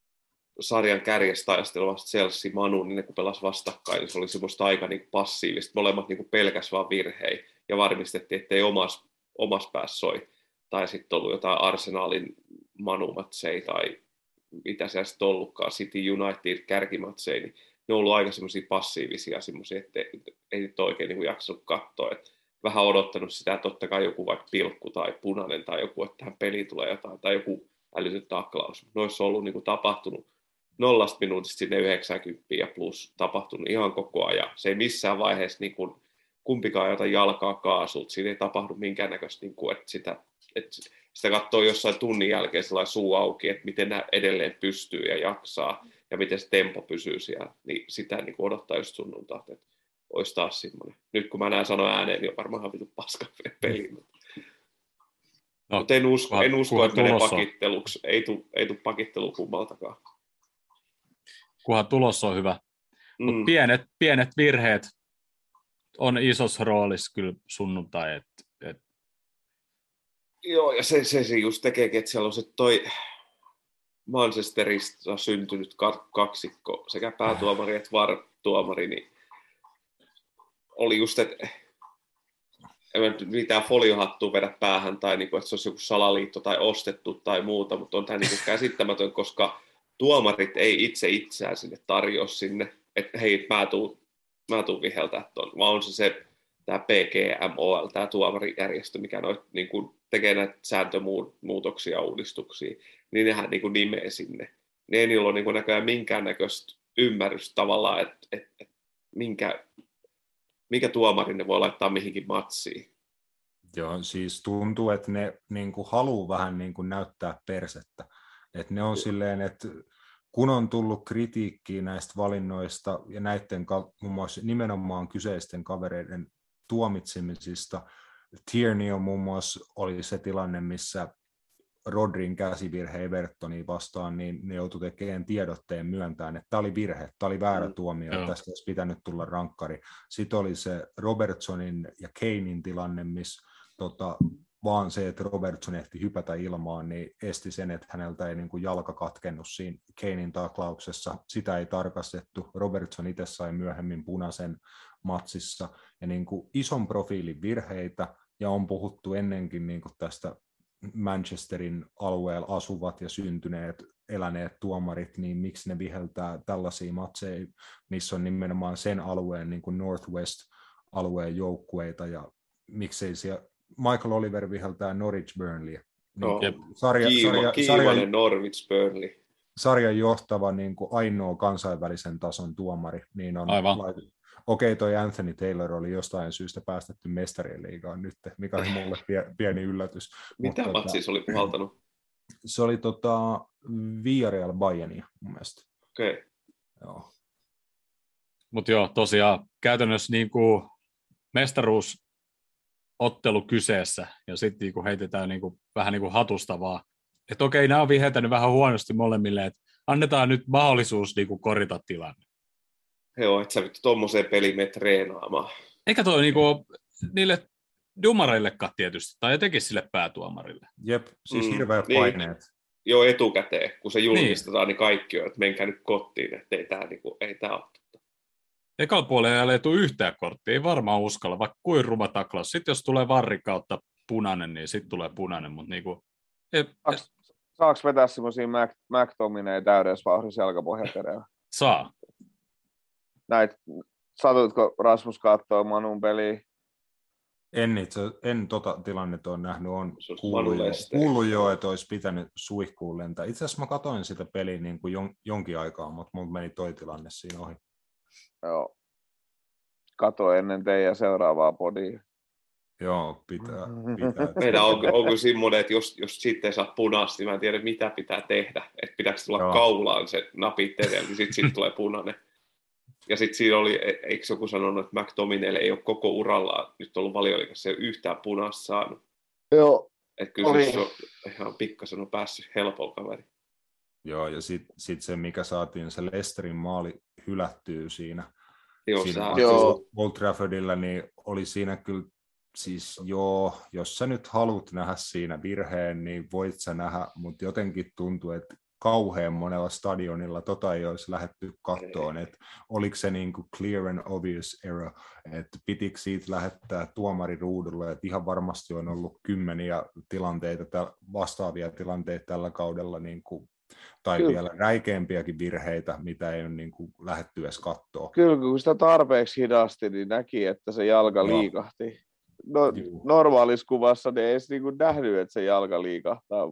sarjan kärjestä taistelevasta Chelsea Manu, niin ne kun pelasi vastakkain, niin se oli semmoista aika niin passiivista. Molemmat niin pelkäs vaan virhejä ja varmistettiin, ettei omassa omas päässä soi. Tai sitten ollut jotain Arsenalin Manu-matseja tai mitä siellä sitten ollutkaan, City United kärkimatseja, niin ne on ollut aika semmoisia passiivisia, semmoisia, että ei nyt oikein niin jaksanut katsoa. Et vähän odottanut sitä, että totta kai joku vaikka pilkku tai punainen tai joku, että tähän peliin tulee jotain, tai joku älytön taklaus. Noissa on ollut niin kuin tapahtunut nollasta minuutista sinne yhdeksänkymmentä ja plus tapahtunut ihan koko ajan. Se ei missään vaiheessa niin kuin kumpikaan jota jalkaa kaasulta. Siinä ei tapahdu minkäännäköistä, niin kuin, että sitä, että sitä katsoo jossain tunnin jälkeen sellainen suu auki, että miten nämä edelleen pystyy ja jaksaa ja miten se tempo pysyy siellä. Niin sitä niin kuin odottaa just sunnuntaita, että olisi taas semmoinen. Nyt kun mä näen sanoa ääneen, niin on varmaan vitu paska peli. No, mutta en usko, kuhan, en usko että menee pakitteluksi. Ei tule ei tule pakittelua kummaltakaan. Kunhan tulos on hyvä. Mm. Mutta pienet, pienet virheet on isossa roolissa kyllä sunnuntai. Et, et. Joo, ja se, se, se just tekeekin, että siellä on se toi Manchesterista syntynyt kaksikko, sekä päätuomari että VAR-tuomari, niin oli just, että en nyt mitään foliohattua vedä päähän, tai niinku, että se olisi joku salaliitto tai ostettu tai muuta, mutta on tämä niinku käsittämätön, koska tuomarit ei itse itseään sinne tarjoa sinne, että hei, mä tuun, mä tuun viheltää tuon, vaan on se se tämä P G M O L, tämä tuomarijärjestö, mikä noit, niin kuin tekee näitä sääntömuutoksia ja uudistuksia, niin nehän niin kuin nimeä sinne. Ne ei niillä ole niin kuin näköjään minkäännäköistä ymmärrystä tavallaan, että, että, että minkä, mikä tuomari ne voi laittaa mihinkin matsiin. Joo, siis tuntuu, että ne niin kuin haluaa vähän niin kuin näyttää persettä. Että ne on silleen, että kun on tullut kritiikkiä näistä valinnoista ja näiden muun muassa nimenomaan kyseisten kavereiden tuomitsemisista, Tierney on muun muassa oli se tilanne, missä Rodrin käsivirhe Evertoniin vastaan, niin ne joutui tekemään tiedotteen myöntämään, että tämä oli virhe, tämä oli väärä Mm. tuomio, Joo. tästä olisi pitänyt tulla rankkari. Sitten oli se Robertsonin ja Kanein tilanne, missä tota, vaan se, että Robertson ehti hypätä ilmaan, niin esti sen, että häneltä ei niin kuin jalka katkennut siinä Kanein taklauksessa. Sitä ei tarkastettu. Robertson itse sai myöhemmin punaisen matsissa. Ja niin kuin ison profiilin virheitä, ja on puhuttu ennenkin niin kuin tästä Manchesterin alueella asuvat ja syntyneet, eläneet tuomarit, niin miksi ne viheltää tällaisia matseja, missä on nimenomaan sen alueen niin kuin Northwest-alueen joukkueita, ja miksei siellä Michael Oliver viheltää Norwich Burnley. No, Niin sarja, Kiima, sarja, kiimainen sarja, Norwich Burnley. sarjan johtava niin kuin ainoa kansainvälisen tason tuomari. Niin on Aivan. laitettu. Okei, toi Anthony Taylor oli jostain syystä päästetty mestarien liigaan nyt, mikä oli mulle pie, pieni yllätys. Mitä Mutta, matsia se oli puhaltanut? Se oli tota, Villarreal Bayernia mun mielestä. Okei. Okay. Joo. Mutta joo, tosiaan käytännössä niin kuin mestaruusottelu kyseessä, ja sitten niin kuin heitetään niin kuin, vähän niin kuin hatusta vaan, että okei, nämä on viheltänyt vähän huonosti molemmille, että annetaan nyt mahdollisuus niin kuin korjata tilanne. Joo, et sä vittu tommoseen peliin mene treenaamaan. Eikä toi niin kuin, niille dumareillekaan tietysti, tai etenkin sille päätuomarille. Jep, siis Mm, hirveät niin. paineet. Jo etukäteen, kun se julkistetaan, niin, niin kaikki on, että menkää nyt kotiin, että ei tää, niinku, ei tää ole. Ekalla puolella ei tule yhtään korttia, ei varmaan uskalla, vaikka kuin ruma taklaus. Sitten jos tulee varri kautta punainen, niin sitten tulee punainen, mutta niinku... Ei, Saaks, saaks vetää semmosia Mac, McTominay täydessä vauhdissa jalkapohjapereillä? saa. Näit, satuitko Rasmus kattoo Manun peliä? En, itse, en tota tilannetta ole nähnyt, on Se olisi kuullut Manu jo, Lester. kuullut jo, että olisi pitänyt suihkuun lentää. Itse asiassa mä katsoin sitä peliä niin kuin jon, jonkin aikaa, mutta mun meni toi tilanne siinä ohi. Joo. Kato ennen teidän seuraavaa podia. Joo, pitää. pitää. Meidän on, on kyllä semmoinen, että jos, jos sitten ei saa punaista, niin mä en tiedä, mitä pitää tehdä. Että pitääkö tulla Joo. kaulaan se napit edellä, niin sitten sit tulee punainen. Ja sitten siinä oli, eikö joku sanonut, että McTominaylle ei ole koko urallaan nyt ollut Valioliigassa, ei ole yhtään punaista saanut. Joo. Että kyllä Oli. se on ihan pikkasen on päässyt helpolla kaveri. Joo, ja sitten sit se, mikä saatiin, se Lesterin maali hylättyy siinä, Joo, siinä sä, Joo. Old Traffordilla, niin oli siinä kyllä, siis joo, jos sä nyt haluat nähdä siinä virheen, niin voit sä nähdä, mutta jotenkin tuntuu, että kauhean monella stadionilla tota ei olisi lähdetty kattoon, että oliko se niin kuin clear and obvious error, että pitikö siitä lähettää tuomari ruudulle, että ihan varmasti on ollut kymmeniä tilanteita, vastaavia tilanteita tällä kaudella, niin kuin, tai Kyllä. vielä räikeämpiäkin virheitä, mitä ei ole niin kuin lähdetty edes kattoa. Kyllä, kun sitä tarpeeksi hidasti, niin näki, että se jalka Joo. liikahti. No, Juu. normaalissa kuvassa ne ei edes niinku nähnyt, että se jalka liikahtaa.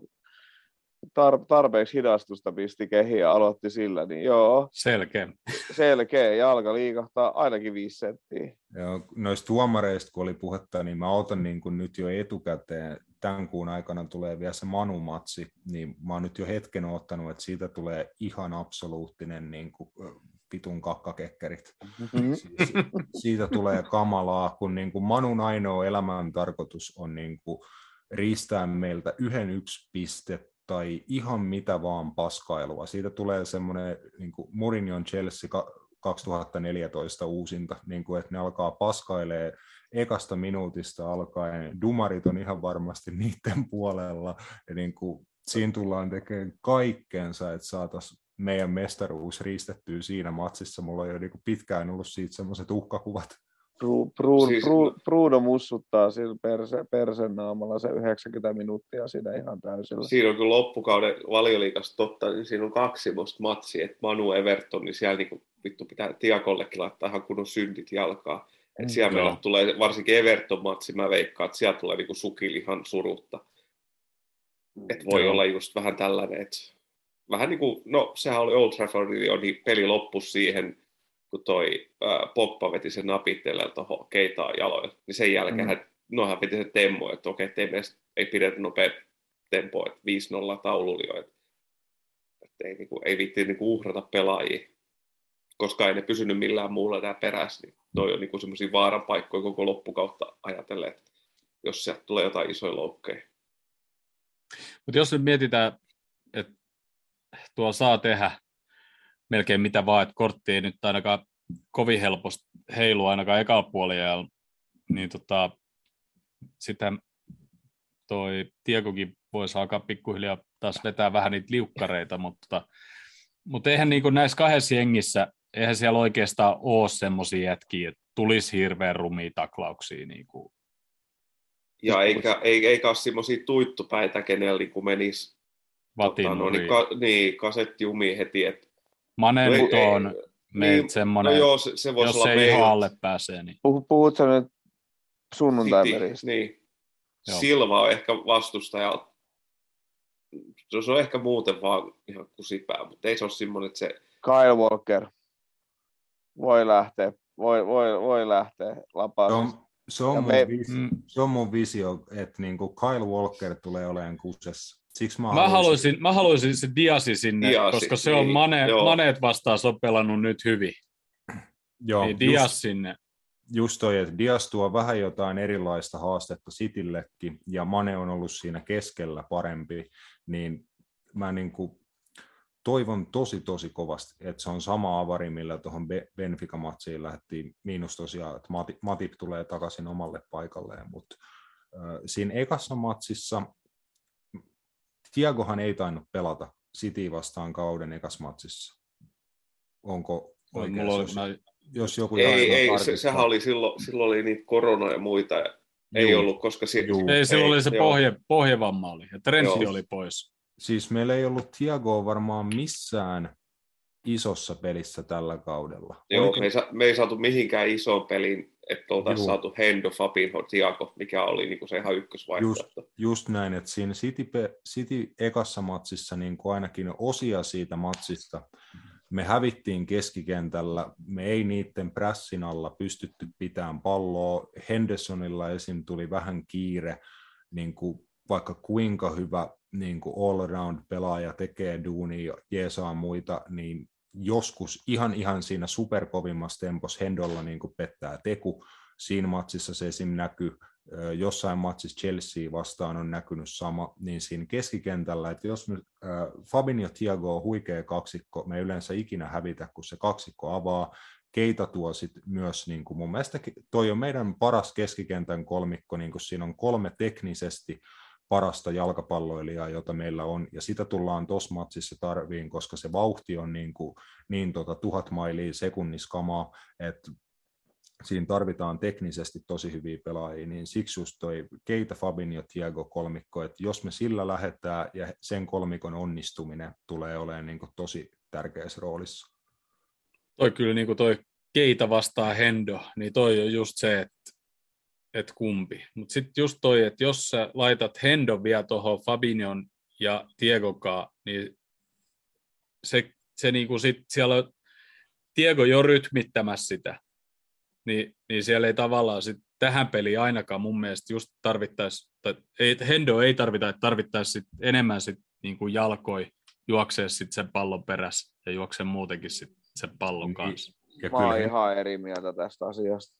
Tar- tarpeeksi hidastusta pisti kehiin ja aloitti sillä, niin joo, Selkeä. selkeä, jalka liikahtaa ainakin viisi senttiä. Ja noista tuomareista, kun oli puhetta, niin mä otan niin kuin nyt jo etukäteen, tämän kuun aikana tulee vielä se Manu-matsi, niin mä oon nyt jo hetken ottanut, että siitä tulee ihan absoluuttinen niin kuin vitun kakkakekkerit. Mm-hmm. Siis, siitä tulee kamalaa, kun niin kuin Manun ainoa elämän tarkoitus on niin kuin riistää meiltä yhden yksi piste tai ihan mitä vaan paskailua. Siitä tulee semmoinen niin kuin Mourinhon Chelsea kaksituhattaneljätoista uusinta, niin kuin, että ne alkaa paskailee ekasta minuutista alkaen. Dumarit on ihan varmasti niiden puolella. Ja niin kuin, siinä tullaan tekemään kaikkeensa, että saataisiin meidän mestaruus riistettyä siinä matsissa. Mulla on jo niin kuin pitkään ollut siitä semmoiset uhkakuvat. Bru, Bru, Siis- Bru, Bruno mussuttaa sillä perse, persen naamalla se yhdeksänkymmentä minuuttia siinä ihan täysillä. Siinä on kyllä loppukauden Valioliigassa totta, niin siinä on kaksi semmoista matsia, että Manu Everton, niin siellä niinku, vittu pitää Tiakollekin laittaa ihan kunnon syntit jalkaa. Mm, Että siellä joo. meillä tulee, varsinkin Everton-matsi, mä veikkaan, että siellä tulee niinku sukilihan surutta. Että voi Joo. olla just vähän tällainen, että vähän niin kuin, no sehän oli Old Trafford, niin peli loppui siihen, kun toi ää, Pogba veti sen napitteelle tuohon Keitaan jaloille, niin sen jälkeen Mm. hän, no hän veti sen temmo, että okei, ei, ei pidetä nopea tempoa, että viisi nolla taululla jo, että, että ei, niinku, ei viitti niinku uhrata pelaajia, koska ei ne pysynyt millään muulla enää perässä, niin toi on niinku semmoisia vaaran paikkoja koko loppukautta ajatellen, että jos sieltä tulee jotain isoja loukkeja. Mutta jos nyt mietitään, että tuo saa tehdä melkein mitä vaan, että kortti ei nyt ainakaan kovin helposti heilu ainakaan ekalla puolella, niin tota, sitten toi Diegokin voisi alkaa pikkuhiljaa taas vetää vähän niitä liukkareita, mutta, mutta eihän niin kuin näissä kahdessa jengissä, eihän siellä oikeastaan ole semmoisia jätkiä, että tulisi hirveän rumia taklauksia. Niin kuin. Ja eikä, eikä ole semmoisia tuittupäitä, kenellä niin menisi tota, no, niin, ka, niin, kasetti jumiin heti. Et, Mane no, nyt on meiltä niin, semmoinen, no joo, se, se jos olla ei ihan alle pääsee. Niin. Puhutko nyt sunnuntai-meristä? Niin. Silva on ehkä vastustaja. Se on ehkä muuten vaan ihan kusipää, mutta ei se ole semmoinen, että se... Kyle Walker voi lähteä, voi, voi, voi lähteä lapasesta. Se on, se, me... visio, se on mun visio, että niin kuin Kyle Walker tulee olemaan kusessa. Siksi mä, mä, haluaisin, mä haluaisin se Diasi sinne, Diasi, koska se on niin, Mane, Maneet vastaan se on pelannut nyt hyvin. Joo, niin Dias just, sinne. Just toi, että Dias tuo vähän jotain erilaista haastetta Cityllekin, ja Mane on ollut siinä keskellä parempi, niin mä niin kuin toivon tosi tosi kovasti, että se on sama avari, millä tuohon Benfica-matsiin lähdettiin, miinus tosiaan, että Matip tulee takaisin omalle paikalleen, mutta äh, siinä ekassa matsissa Thiagohan ei tainnut pelata City vastaan kauden ekas matsissa. Onko oikein? Jos, jos joku ei, ei se, sehän oli silloin, silloin oli niitä korona ja muita, ja ei ollut, koska... Si- ei, silloin ei, oli se pohje, pohjevamma oli, ja Trentti oli pois. Siis meillä ei ollut Thiagoa varmaan missään isossa pelissä tällä kaudella. Joo, Oliko... me, ei sa- me ei saatu mihinkään isoon peliin, että oltaisiin saatu Hendo, Fabinho, Thiago, mikä oli niin kuin se ihan ykkösvaihtoehto. Just, just näin, että siinä City, City ekassa matsissa niin kuin ainakin osia siitä matsista me hävittiin keskikentällä, me ei niiden prässin alla pystytty pitämään palloa. Hendersonilla esim. Tuli vähän kiire, niin kuin vaikka kuinka hyvä niin kuin all-around-pelaaja tekee duunia, jeesaa muita, niin joskus ihan ihan siinä superkovimmassa tempossa Hendolla niin kuin pettää teku. Siinä matsissa se esim. Näkyy, jossain matsissa Chelsea vastaan on näkynyt sama, niin siinä keskikentällä, että jos me, äh, Fabinho Thiago on huikea kaksikko, me ei yleensä ikinä hävitä, kun se kaksikko avaa. Keita tuo sit myös, niin kuin mun mielestä toi on meidän paras keskikentän kolmikko, niin kuin siinä on kolme teknisesti parasta jalkapalloilijaa, jota meillä on, ja sitä tullaan tuossa matsissa tarviin, koska se vauhti on niin, kuin, niin tota, tuhat mailia sekunnissa kamaa, että siinä tarvitaan teknisesti tosi hyviä pelaajia, niin siksi just toi Keita, Fabinho, Thiago kolmikko, että jos me sillä lähdetään ja sen kolmikon onnistuminen tulee olemaan niin kuin tosi tärkeässä roolissa. Toi kyllä niin kuin toi Keita vastaa Hendo, niin toi on just se, että et kumpi. Mutta sitten just toi, että jos sä laitat Hendo vielä tuohon Fabinhon ja Thiegokaan, niin se, se niinku sit siellä on Thiago jo rytmittämässä sitä. Niin, niin siellä ei tavallaan sit tähän peliin ainakaan mun mielestä just tarvittaisi, ei, Hendo ei tarvita, että tarvittaisi sit enemmän sit niinku jalkoi juoksee sit sen pallon perässä ja juoksee muutenkin sit sen pallon kanssa. Ja Mä oon he... ihan eri mieltä tästä asiasta.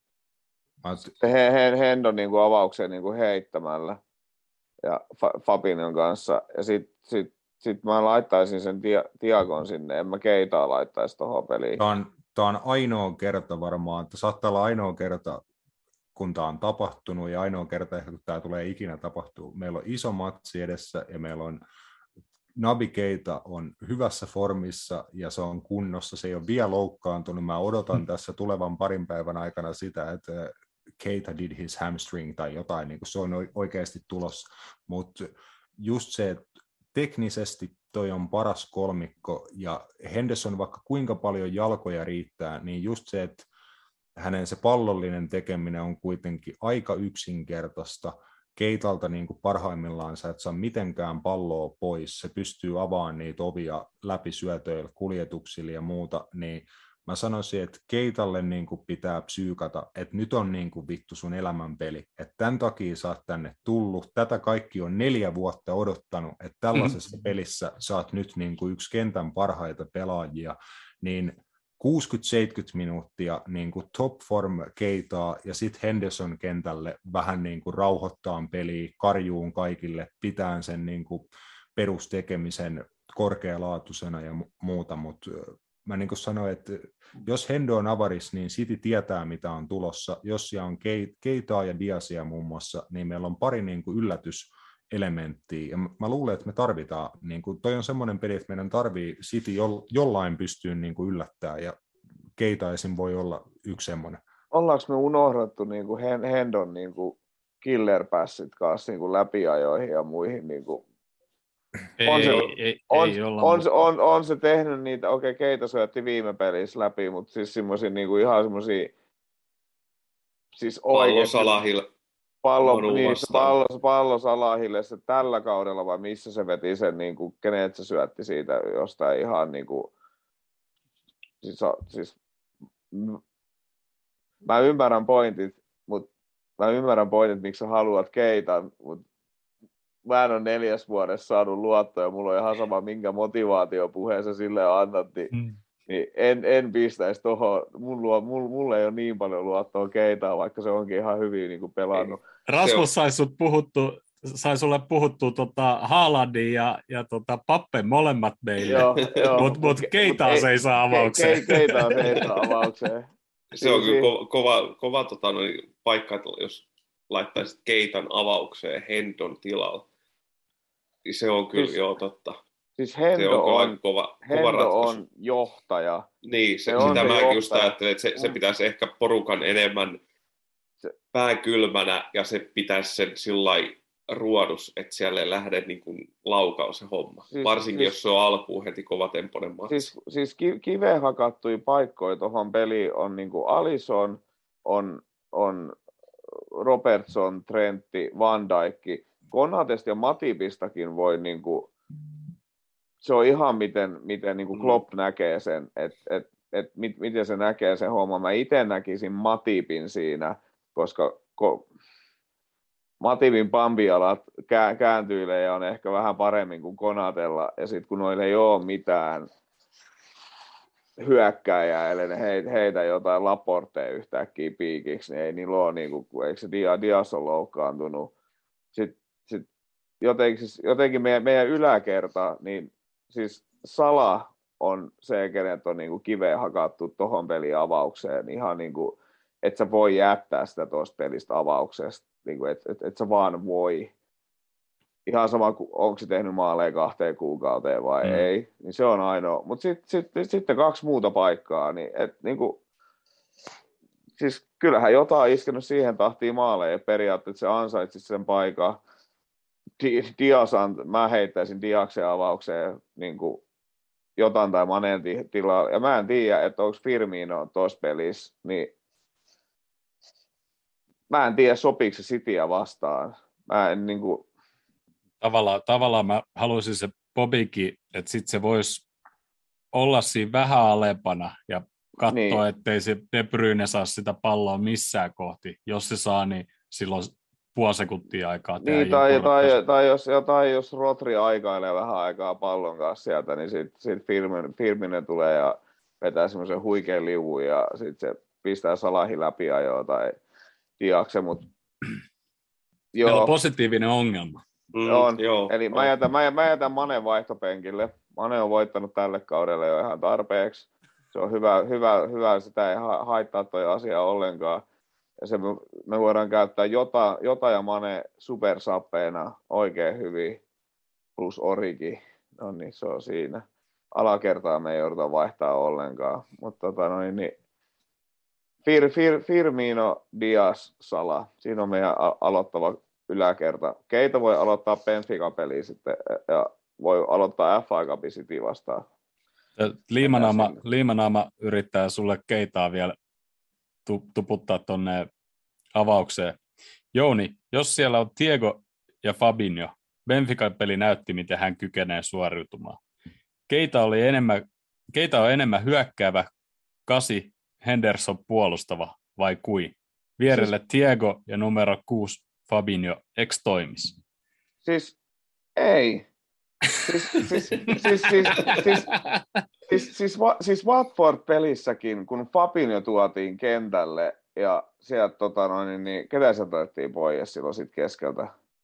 He, he, Hendo niin kuin avaukseen niin kuin heittämällä ja Fa- Fabinhon kanssa. Ja sitten sit, sit mä laittaisin sen Thiagon sinne, en mä Keitaa laittaisi tuohon peliin. Tämä on, tämä on ainoa kerta varmaan, että saattaa olla ainoa kerta, kun tämä on tapahtunut, ja ainoa kerta ehkä, kun tämä tulee ikinä tapahtua. Meillä on iso matsi edessä, ja meillä on Naby Keita on hyvässä formissa, ja se on kunnossa, se ei ole vielä loukkaantunut. Mä odotan tässä tulevan parin päivän aikana sitä, että Keita did his hamstring tai jotain, niin kuin se on oikeasti tulossa. Mutta just se, että teknisesti toi on paras kolmikko, ja Henderson vaikka kuinka paljon jalkoja riittää, niin just se, että hänen se pallollinen tekeminen on kuitenkin aika yksinkertaista. Keitalta niin kuin parhaimmillaan sä et saa mitenkään palloa pois, se pystyy avaamaan niitä ovia läpi syötöillä, kuljetuksilla ja muuta, niin mä sanoisin, että Keitalle niin kuin pitää psyykata, että nyt on niin kuin vittu sun elämänpeli, että tämän takia sä oot tänne tullut, tätä kaikki on neljä vuotta odottanut, että tällaisessa mm-hmm. pelissä sä oot nyt niin kuin yksi kentän parhaita pelaajia, niin kuusikymmentä seitsemänkymmentä minuuttia niin kuin top form Keitaa ja sitten Henderson kentälle vähän niin kuin rauhoittaa peliä, karjuun kaikille, pitää sen niin kuin perustekemisen korkealaatuisena ja muuta, mutta mä niin kuin sanoin, että jos Hendo on avaris, niin City tietää, mitä on tulossa. Jos siellä on Keitaa ja Diasia muun muassa, niin meillä on pari niin kuin yllätyselementtiä. Ja mä luulen, että me tarvitaan, niin kuin, toi on semmoinen peli, että meidän tarvii City jollain pystyä niin kuin yllättämään, ja Keita esim. Voi olla yksi semmoinen. Ollaanko me unohdettu niin kuin Hendon niin kuin killer passit kanssa niin kuin läpiajoihin ja muihin niin kuin Ei, on, se, ei, ei, on, ei olla on, on, on, on se tehnyt niitä, okei, okay, Keita syötti viime pelissä läpi, mutta siis semmoisia niinku ihan semmoisia siis pallo Salahille. Pallo, niin, pallo, pallo Salahille se tällä kaudella vai missä se veti sen, niinku, kenet se syötti siitä jostain ihan niinku, siis, siis mä ymmärrän pointit, mutta mä ymmärrän pointit, miksi sä haluat Keitan, mutta mä en ole neljäs vuodessa saanut luottoa ja mulla on ihan sama, minkä motivaatiopuheessa sille annatti. Mm. Niin en, en pistäisi tohon. Mulla, mulla, mulla ei ole niin paljon luottoa Keitaan, vaikka se onkin ihan hyvin niin kuin pelannut. Rasmus sai sut puhuttu, sai sulle puhuttu tota Haalandin ja, ja tota Pappen molemmat meille, mutta mut Keitaa se ei saa avaukseen. Ke, Keitaa se ei saa avaukseen. Se on kyllä kova, kova, kova tota, no, paikka, että jos laittaisit Keitan avaukseen Hendon tilalla. Se on kyllä, siis, joo, totta. Siis Hendo on, on, kova, Hendo kova on johtaja. Niin, se, se sitä mäkin just ajattelin, että se, se pitäisi ehkä porukan enemmän se, pääkylmänä ja se pitäisi sen sillai ruodus, että siellä ei lähde niin kuin laukaus se homma. Siis, Varsinkin, siis, jos se on alkuun heti kovatempoinen matsi. Siis, siis kiveen hakattui paikkoja tuohon peliin on niin kuin Alisson, on, on Robertson, Trentti, Van Dijk. Konatesta ja Matipistakin voi, niin kuin, se on ihan miten, miten niin kuin Klopp näkee sen, että et, et, mit, miten se näkee sen homma. Mä itse näkisin Matipin siinä, koska ko, Matipin pambialat kää, kääntyilee ja on ehkä vähän paremmin kuin Konatella, ja sitten kun noille ei ole mitään hyökkääjää, eli ne heitä, heitä jotain Laportea yhtäkkiä piikiksi, niin ei niillä ole, niin kuin, eikö se Dias on loukkaantunut. Sitten sit jotenkin, siis jotenkin meidän, meidän yläkerta, niin siis Salah on se, kenet on niin kuin kiveen hakattu tuohon pelin avaukseen, ihan niin kuin, että sä voi jättää sitä tuosta pelistä avauksesta, niin kuin, että et, et sä vaan voi. Ihan sama, onko se tehnyt maaleja kahteen kuukauteen vai mm. ei, niin se on ainoa. Mutta sitten sit, sit, sit kaksi muuta paikkaa, niin, et, niin kuin, siis kyllähän jotain iskenut siihen tahtiin maaleja, periaatteessa se ansaitsi sen paikan. Diasan, mä heittäisin Diaksen avaukseen niin kuin jotain tai Maneen tilaa, ja mä en tiedä, että onko Firmino tuossa pelissä, niin mä en tiedä, sopiiko se Cityä vastaan. Mä en niin kuin Tavallaan, tavallaan mä haluaisin se Bobikin, että sitten se voisi olla siinä vähän alempana ja katsoa, niin, ettei se De Bruyne saa sitä palloa missään kohti. Jos se saa, niin silloin puoli sekuntia aikaa tehdä. Niin, tai, tai, tai, jos, tai jos Rodri aikailee vähän aikaa pallon kanssa sieltä, niin sitten sit Firminen, Firminen tulee ja vetää semmoisen huikean liuvun ja sitten se pistää Salahin läpi ajoa tai Diakse, mutta meillä on positiivinen ongelma. Mm, on. Joo, Eli on. Mä, jätän, mä, mä jätän Manen vaihtopenkille. Mane on voittanut tälle kaudelle jo ihan tarpeeksi. Se on hyvä, hyvä, hyvä sitä ei ha- haittaa toi asia ollenkaan. Ja se, me voidaan käyttää Jota, Jota ja Mane supersappeina oikein hyvin, plus Origi. No niin, se on siinä. Alakertaa me ei jouduta vaihtaa ollenkaan. Mutta tota noin, niin Fir, Fir, Firmino, Dias, Salah. Siinä on meidän a- aloittava yläkerta. Keita voi aloittaa Benfica-peliä sitten ja voi aloittaa F A Cupin City vastaan. Liimanaama, Liimanaama yrittää sulle Keitaa vielä tuputtaa tuonne avaukseen. Jouni, jos siellä on Thiago ja Fabinho, Benfica-peli näytti, miten hän kykenee suoriutumaan. Keita, oli enemmän, Keita on enemmän hyökkäävä, kasi Henderson puolustava vai kui? Vierelle siis Thiago ja numero kuusi Fabinho, eikö toimis? Siis ei. Siis, siis, siis, siis, siis, siis, siis, siis Watford-pelissäkin, kun Fabinho tuotiin kentälle ja sieltä, tota noin, niin ketä sieltä otettiin pois silloin sit keskeltä?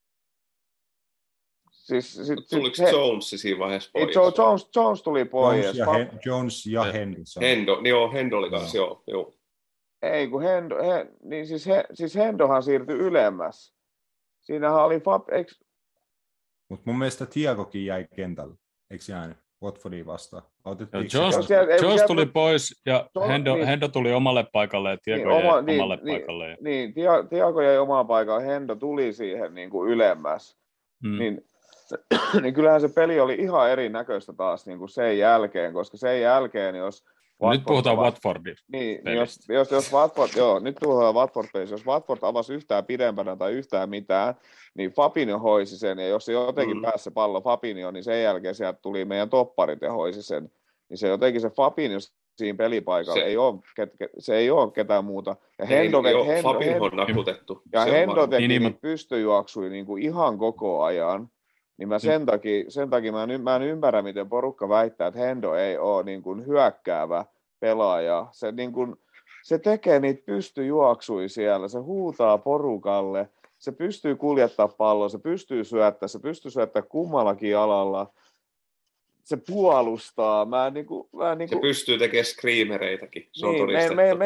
Siis, sit, Tuliko sit, Jones siinä vaiheessa pois? Jones, Jones tuli pois. Jones ja, He, Jones ja Henderson. Hendo, niin joo, Hendo oli kanssa, joo. joo. Ei, kun Hendo, he, niin siis, he, siis Hendohan siirtyi ylemmäs. Siinähän oli Fab, eikö... Mutta mun mielestä Thiagokin jäi kentälle, eikö jäänyt Watfordia vastaan? Jones, Jones tuli pois ja John, Hendo, niin, Hendo tuli omalle paikalle ja Thiago niin, jäi niin, omalle niin, paikalle. Ja... Niin, Thiago jäi omaan paikalle, Hendo tuli siihen niin kuin ylemmäs. Hmm. Niin, niin kyllähän se peli oli ihan erinäköistä taas niin kuin sen jälkeen, koska sen jälkeen, jos... Watford nyt puhutaan Watfordin niin, niin jos, jos, jos Watford, joo, nyt puhutaan Watford-pelissä. Jos Watford avasi yhtään pidempänä tai yhtään mitään, niin Fabinho hoisi sen, ja jos se jotenkin mm. pääsi se pallo Fabinho, niin sen jälkeen sieltä tuli meidän topparit ja hoisi sen. Niin se jotenkin se Fabinho siinä pelipaikalla, se ei ole, ket, se ei ole ketään muuta. Ja ei, Hendo, ei Hendo, Fabinho on nakutettu. Ja Hendo teki niin, niin pystyjuoksui niin kuin ihan koko ajan. Niin mä sen takia, sen takia mä, en, mä en ymmärrä, miten porukka väittää, että Hendo ei ole niin kuin hyökkäävä pelaaja. Se, niin kuin, se tekee niitä pystyjuoksui siellä, se huutaa porukalle, se pystyy kuljettaa palloa, se pystyy syöttämään, se pystyy syöttämään kummallakin alalla. Se puolustaa. Mä niin kuin, mä niin kuin... Se pystyy tekemään screamereitäkin. Se niin, on todistettu. Meillä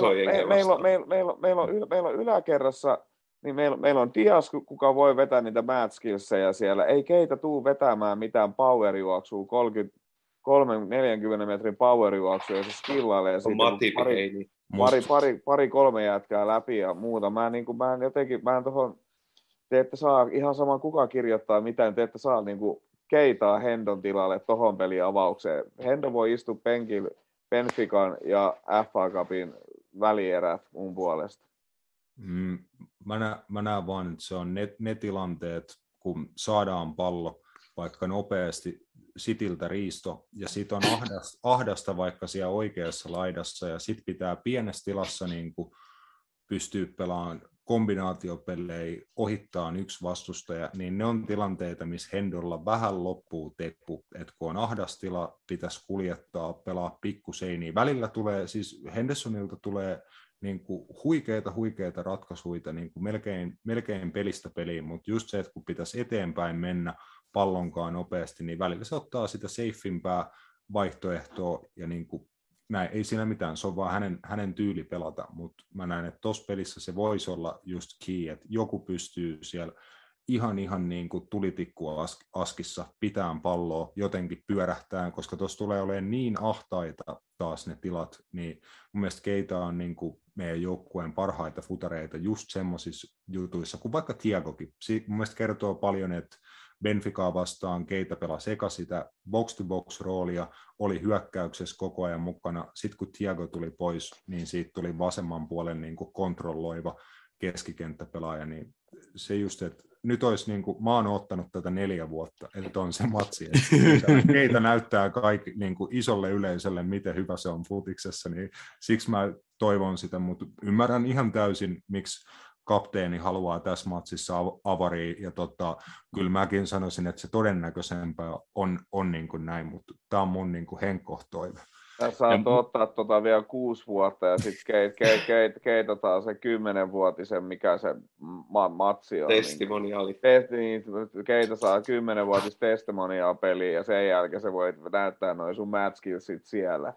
meillä on yläkerrassa niin meillä, meillä on Dias, kuka voi vetää niitä mad skillsejä siellä. Ei keitä tuu vetämään mitään powerjuoksua, kolmekymmentä neljäkymmentä metrin powerjuoksua, ja se skillailee siitä pari, pari, pari, pari kolme jätkää läpi ja muuta. Mä, niin kuin, mä en jotenkin, mä en tohon, te ette saa ihan sama kuka kirjoittaa mitään, te ette saa niin kuin Keitaa Hendon tilalle tohon pelin avaukseen. Hendo voi istua penkillä Benfican ja F A Cupin välierät mun puolesta. Mm, mä, näen, mä näen vaan, että se on ne, ne tilanteet, kun saadaan pallo vaikka nopeasti Citiltä riisto, ja sit on ahdasta, ahdasta vaikka siellä oikeassa laidassa, ja sit pitää pienessä tilassa niin kuin pystyä pelaamaan kombinaatiopelejä, ohittaa yksi vastustaja, niin ne on tilanteita, missä Hendolla vähän loppuu teppu, että kun on ahdastila, pitäisi kuljettaa, pelaa pikkuseiniä. Välillä tulee, siis Hendersonilta tulee niin kuin huikeita, huikeita ratkaisuita niin kuin melkein, melkein pelistä peliin, mutta just se, että kun pitäisi eteenpäin mennä pallonkaan nopeasti, niin välillä se ottaa sitä safeimpää vaihtoehtoa, ja niin kuin näin, ei siinä mitään, se on vaan hänen, hänen tyyli pelata, mutta mä näen, että tuossa pelissä se voisi olla just key, että joku pystyy siellä ihan ihan niin kuin tulitikkua askissa pitään palloa, jotenkin pyörähtään, koska tuossa tulee olemaan niin ahtaita taas ne tilat, niin mun mielestä Keita on niin kuin meidän joukkueen parhaita futareita just semmoisissa jutuissa, kuin vaikka Thiagokin. Mun mielestä kertoo paljon, että Benficaa vastaan Keita pelasi eka sitä box-to-box-roolia, oli hyökkäyksessä koko ajan mukana. Sitten kun Thiago tuli pois, niin siitä tuli vasemman puolen niin kuin kontrolloiva keskikenttäpelaaja. Niin se just, että nyt olisi, niin kuin, mä oon ottanut tätä neljä vuotta, että on se matsi. Että Keita näyttää kaikki, niin kuin isolle yleisölle, miten hyvä se on futiksessa, niin siksi mä toivon sitä, mutta ymmärrän ihan täysin, miksi kapteeni haluaa tässä matsissa avaria, ja tota, kyllä mäkin sanoisin, että se todennäköisempää on, on niin kuin näin, mutta tämä on mun niin kuin henkkohtoive. Tässä saat ottaa tota vielä kuusi vuotta, ja sitten keit, keit, keit, keitataan se kymmenenvuotisen, mikä se ma- matsi on. Testimoniaali. Niin, Keita saa kymmenenvuotis testimoniaal peliä, ja sen jälkeen se voi näyttää noin sun match skillsit siellä.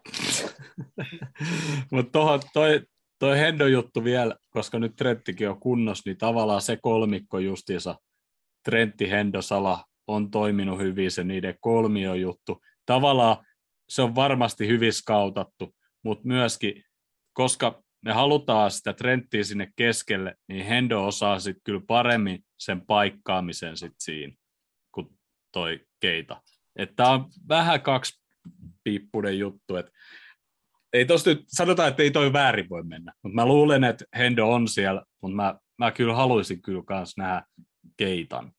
Mutta toi, toi Hendo-juttu vielä, koska nyt Trenttikin on kunnossa, niin tavallaan se kolmikko justiinsa, Trentti, Hendo, Salah on toiminut hyvin, se niiden kolmio-juttu. Tavallaan se on varmasti hyvin skautattu, mutta myöskin, koska me halutaan sitä Trenttiä sinne keskelle, niin Hendo osaa sitten kyllä paremmin sen paikkaamisen sit siinä, kuin toi Keita. Tämä on vähän kaksipiippunen juttu, että ei tosta nyt, sanotaan, että ei toi väärin voi mennä, mutta mä luulen, että Hendo on siellä, mutta mä, mä kyllä haluaisin kyllä kans nähdä Keitan.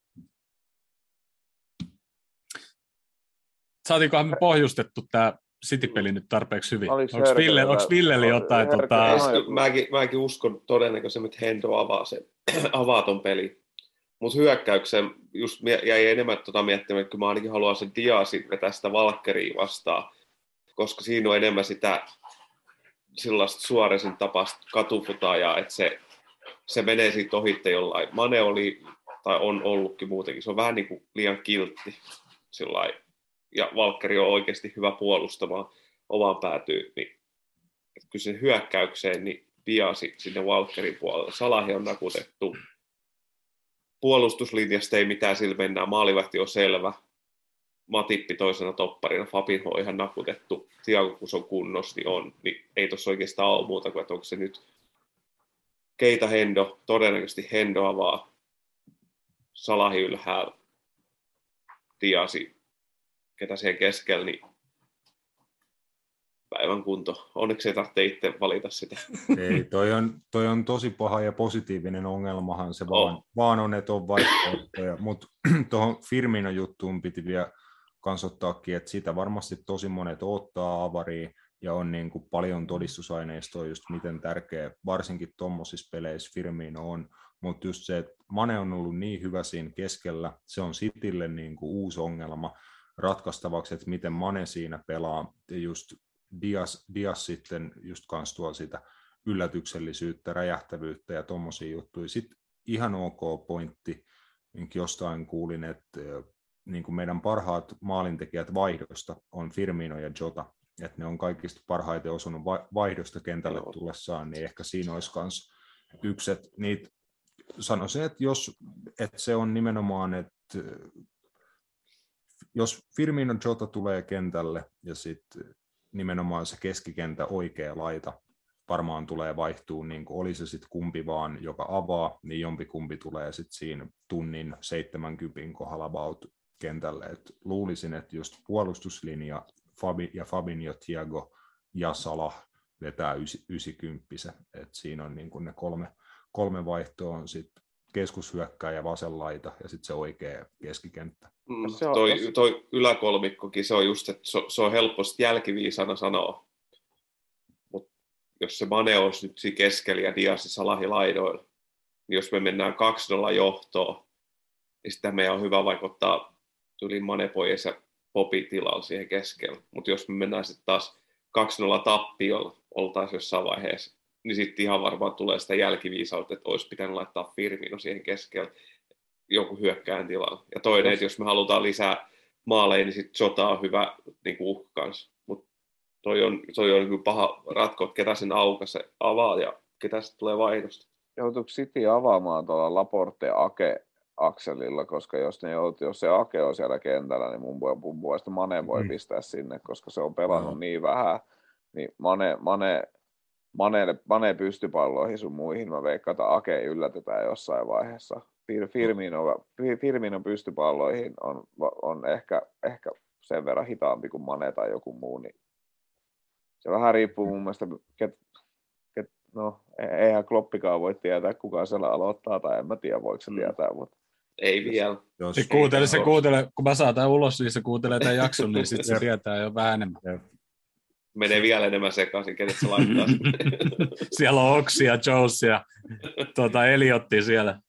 Saatiinkohan me pohjustettu tämä City-peli nyt tarpeeksi hyvin? Onko Ville, Villellä jotain? Tota... Mäkin, mäkin uskon todennäköisemmin, että Hendo avaa, sen, avaa ton peli. Mutta hyökkäyksen just jäi enemmän tota miettimään, että mä ainakin haluan sen Diasin vetää sitä Valkkeria vastaan. koska siinä on enemmän sitä sellaista Suoresin tapasta katufutajaa, että se, se menee siitä ohitte jollain. Mane oli, tai on ollutkin muutenkin, se on vähän niin kuin liian kiltti sillain. Ja Valkkeri on oikeasti hyvä puolustamaan omaan päätyyn, niin kyllä sen hyökkäykseen niin Diasi sinne Valkkerin puolelle. Salahi on nakutettu. Puolustuslinjasta ei mitään, sillä mennään. Maalivahti on selvä. Matippi toisena topparina. Fabinho on ihan nakutettu. Thiago, kun se on kunnossa, niin on. Niin ei tuossa oikeastaan ole muuta kuin, että onko se nyt Keita Hendo. Todennäköisesti Hendo avaa. Salahi ylhäällä. Diasi, ketä siihen keskellä, niin päivän kunto. Onneksi ei tarvitse itse valita sitä. Ei, toi on, toi on tosi paha ja positiivinen ongelmahan se vaan, Oh. vaan on, että on vaihtoehtoja. Mutta tuohon Firmino juttuun piti vielä kansottaakin, että sitä varmasti tosi monet ottaa avariin ja on niin kuin paljon todistusaineistoa just miten tärkeä, varsinkin tuommoisissa peleissä Firmino on. Mutta just se, että Mane on ollut niin hyvä siinä keskellä, se on Citylle niin kuin uusi ongelma ratkaistavaksi, että miten Mane siinä pelaa. Ja just Dias, Dias sitten just kans tuo sitä yllätyksellisyyttä, räjähtävyyttä ja tommosia juttuja. Sitten ihan ok pointti, jostain kuulin, että niin kuin meidän parhaat maalintekijät vaihdosta on Firmino ja Jota, että ne on kaikista parhaiten osunut vaihdosta kentälle tullessaan, niin ehkä siinä olisi myös yksi, että niitä sanoisin, että jos että se on nimenomaan, että jos Firmino Jota tulee kentälle ja sitten nimenomaan se keskikentä oikea laita varmaan tulee vaihtuu, niin kuin oli se sitten kumpi vaan, joka avaa, niin jompikumpi tulee sitten siinä tunnin seitsemänkymmentä kohdalla about kentälle. Et luulisin, että just puolustuslinja Fabi ja Fabinho, Thiago ja Salah vetää yhdeksänkymmentä. Et siinä on niin kuin ne kolme, kolme vaihtoa on sitten keskushyökkääjä, vasen laita ja sitten se oikea keskikenttä. Mm, se on, toi, toi yläkolmikkokin, se on just, että se, se on helposti jälkiviisana sanoa. Mutta jos se Mane olisi nyt siinä keskellä ja Dias Salahi laidoilla, niin jos me mennään kaksi nolla johtoon, niin sitä meidän on hyvä vaikuttaa yli Mane pois ja Popi tilalla siihen keskellä. Mutta jos me mennään sitten taas kaksi nolla tappiolla, oltaisiin jossain vaiheessa, niin sitten ihan varmaan tulee sitä jälkiviisautta, että olisi pitänyt laittaa Firmino siihen keskellä joku hyökkään tilalla. Ja toinen, että jos me halutaan lisää maaleja, niin sitten Jota on hyvä niin uhka kanssa. Mutta toi on, toi on kyllä paha ratko, että ketä sen aukaisee, avaa ja ketä sitten tulee vaihdosta. Joutuuko City avaamaan tuolla Laporte ja Ake-akselilla, koska jos, ne joutuu, jos se Ake on siellä kentällä, niin mun, mun puolesta Mane voi mm. pistää sinne, koska se on pelannut mm. niin vähän. Niin Mane, Mane, Mane, Mane pystypalloihin sun muihin, mä veikkaan, että Ake yllätetään jossain vaiheessa. Firmino, Firmino pystypalloihin on, on ehkä, ehkä sen verran hitaampi kuin Mane tai joku muu, niin se vähän riippuu mun mielestä, ket, ket, no eihän Kloppikaan voi tietää, kuka siellä aloittaa, tai en mä tiedä, voiko se tietää, mutta ei vielä. Jos, se kuuntelee, se kuuntelee, kun mä saan tämän ulos, niin se kuuntelee tämän jakson, niin sitten se tietää jo vähän enemmän. Menee vielä enemmän sekaisin, kenet se laittaa. Siellä on Oksi ja Jones ja tuota, Eliotti siellä.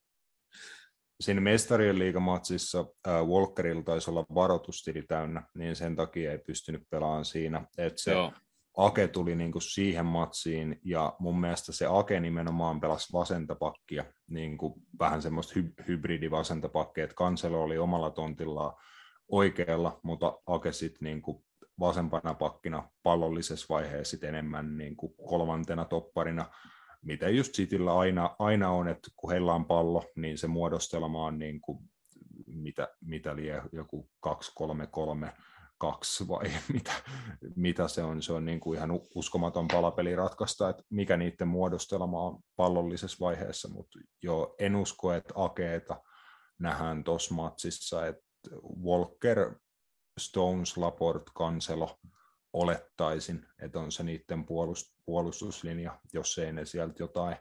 Siinä Mestarien liigamatsissa äh, Walkerilla taisi olla varoitustili täynnä, niin sen takia ei pystynyt pelaamaan siinä. Että se Joo. Ake tuli niinku siihen matsiin, ja mun mielestä se Ake nimenomaan pelasi vasentapakkia, niinku vähän semmoista hy- hybridivasentapakkia, että Cancelo oli omalla tontillaan oikealla, mutta Ake sitten niinku vasempana pakkina pallollisessa vaiheessa sit enemmän niinku kolmantena topparina, mitä just Cityllä aina, aina on, että kun heillä on pallo, niin se muodostelma on niin kuin, mitä, mitä lie, joku kaksi kolme kolme kaksi vai mitä, mitä se on. Se on niin kuin ihan uskomaton palapeli ratkaista, että mikä niiden muodostelma on pallollisessa vaiheessa, mutta jo en usko, että Akeeta nähdään tuossa matsissa, että Walker, Stones, Laporte, Cancelo, olettaisin, että on se niiden puolustuslinja, jos ei ne sieltä jotain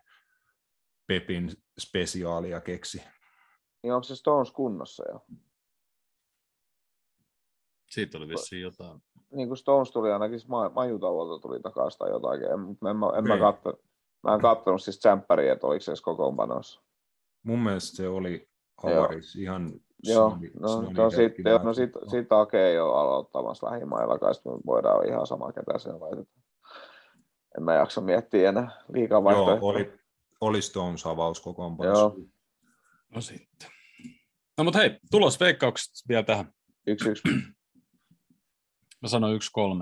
Pepin spesiaalia keksi. Niin onko se Stones kunnossa jo? Siitä oli vissiin jotain. Niin kuin Stones tuli ainakin, majutauolta tuli takaisin tai jotain, en, en, en, en mä, katso, mä en katsonut siis tsemppäriä, että oliko se edes kokoonpanossa. Mun mielestä se oli avaris ihan Joo, Sony, no, Sony no sitten jo, no sit, näyttää. sit Ake ei ole aloittamassa lähimailla, kai sitten voidaan ihan sama, ketä siellä laitetaan. En mä jaksa miettiä enää liikaa vaihtoehtoja. Joo, oli, oli Stones avaus kokoonpanossa. Joo, No sitten. No mut hei, tulos veikkaukset vielä tähän. yksi yksi. Mä sanoin yksi kolme.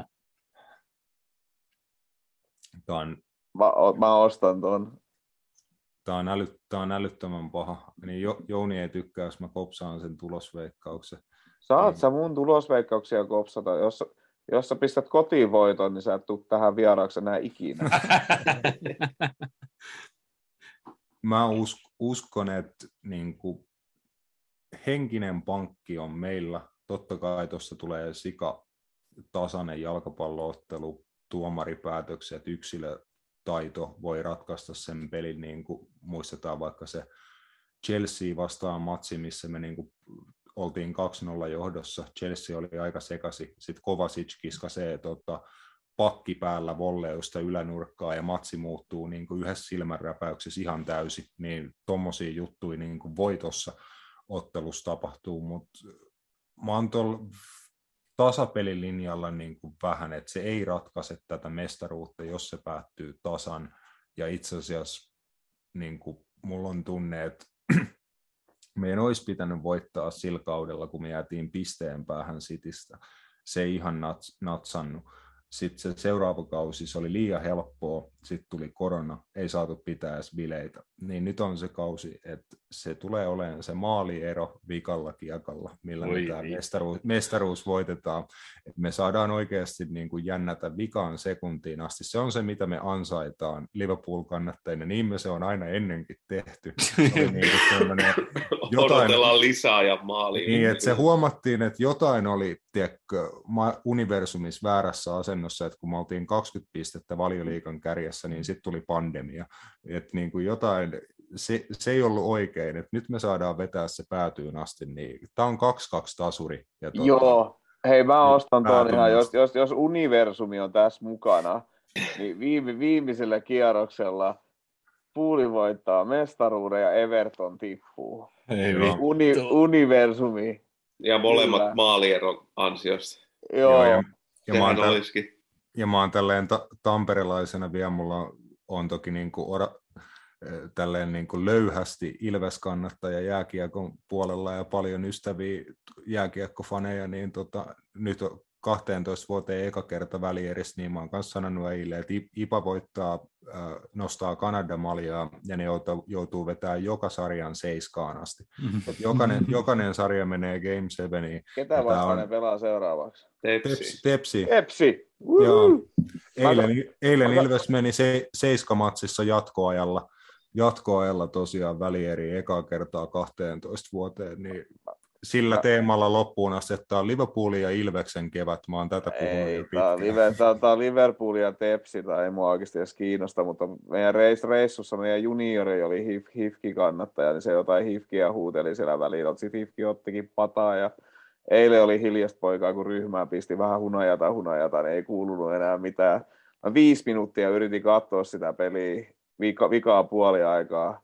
Tämä on, Mä, o- mä ostan ton. tämä on, äly, tämä on älyttömän paha. Niin jo, Jouni ei tykkää, jos mä kopsaan sen tulosveikkauksen. Saat Ei. sä mun tulosveikkauksia kopsata? Jos, jos sä pistät kotiin voiton, niin sä et tuu tähän vieraaksi enää ikinä. Mä us, uskon, että niin kuin, henkinen pankki on meillä. Totta kai tuossa tulee sika tasainen jalkapalloottelu, tuomaripäätökset, yksilötaito voi ratkaista sen pelin, niin kuin muistetaan vaikka se Chelsea vastaan matsi, missä me niin kuin oltiin kaksi nolla johdossa. Chelsea oli aika sekasi, sitten Kovacic kiskasee tota, pakki päällä volleusta ylänurkkaa ja matsi muuttuu niin kuin yhdessä silmänräpäyksessä ihan täysin, niin tommosia juttuja niin kuin voi tuossa ottelussa tapahtuu, mutta mä oon tuolla tasapelilinjalla niin kuin vähän, että se ei ratkaise tätä mestaruutta, jos se päättyy tasan, ja itse asiassa niin kuin mulla on tunne, että meidän olisi pitänyt voittaa sillä kaudella, kun me jäätiin pisteen päähän Citystä. Se ei ihan nats, natsannut. Sitten se seuraava kausi, se oli liian helppoa, sitten tuli korona, ei saatu pitää edes bileitä. Niin nyt on se kausi, että se tulee olemaan se maaliero vikalla kiekalla, millä Oi, me tämä niin. mestaruus, mestaruus voitetaan. Et me saadaan oikeasti niin kuin jännätä vikaan sekuntiin asti. Se on se, mitä me ansaitaan Liverpool-kannattajina. Niin me se on aina ennenkin tehty. Oli niin kuin jotain... Odotellaan lisää ja maaliin. Niin, että se huomattiin, että jotain oli tiedätkö, universumissa väärässä asennossa, että kun me oltiin kaksikymmentä pistettä Valioliigan kärjessä, niin sitten tuli pandemia. Että niin kuin jotain, se, se ei ollut oikein, että nyt me saadaan vetää se päätyyn asti. Niin, tämä on kaksi kaksi tasuri. Ja tuota, Joo, hei mä ostan tuon päätymistä. ihan, jos, jos, jos universumi on tässä mukana, niin viime, viimeisellä kierroksella Puuli voittaa mestaruuden ja Everton tippuu. Ei Joo. vittu. Uni, universumi. Ja molemmat Kyllä. maalieron ansiosta. Joo, Joo, ja, ja, mä oon Sehän täl, olisikin. ja mä oon tälleen ta- tamperelaisena vielä, mulla on, on toki niin kuin ora, tälleen niin kuin löyhästi Ilves-kannattaja jääkiekon puolella ja paljon ystäviä jääkiekkofaneja, niin tota, nyt on kahteentoista vuoteen eka kerta välierissä, niin mä oon kanssa sanonut eilen, että I P A voittaa, äh, nostaa Kanada-maljaa ja ne joutuu, joutuu vetämään joka sarjan seiskaan asti. Et jokainen, jokainen sarja menee Game seveniin. ketä vastaan on- ne pelaa seuraavaksi? Tepsi. Tepsi. Tepsi. Epsi! Joo. Woo! Eilen, eilen Mä- Ilves meni se, seiskamatsissa jatkoajalla, jatkoajalla tosiaan välieri ekaa kertaa kahteentoista vuoteen, niin sillä Mä- teemalla loppuun asti, että tämä on Liverpoolin ja Ilveksen kevät. Mä oon tätä puhunut Ei, jo tää on, pitkään. live, tää, tää on Liverpool ja Tepsi, tai ei mua oikeasti edes kiinnosta, mutta meidän reis, reissussa meidän juniori oli H I F K-kannattaja, niin se jotain H I F Kia huuteli siellä väliin, sitten H I F K ottikin pataa, ja eilen oli hiljasta poikaa, kun ryhmää pisti vähän hunajata, hunajata, niin ei kuulunut enää mitään. Mä viisi minuuttia yritin katsoa sitä peliä, vika, vikaa puoli aikaa,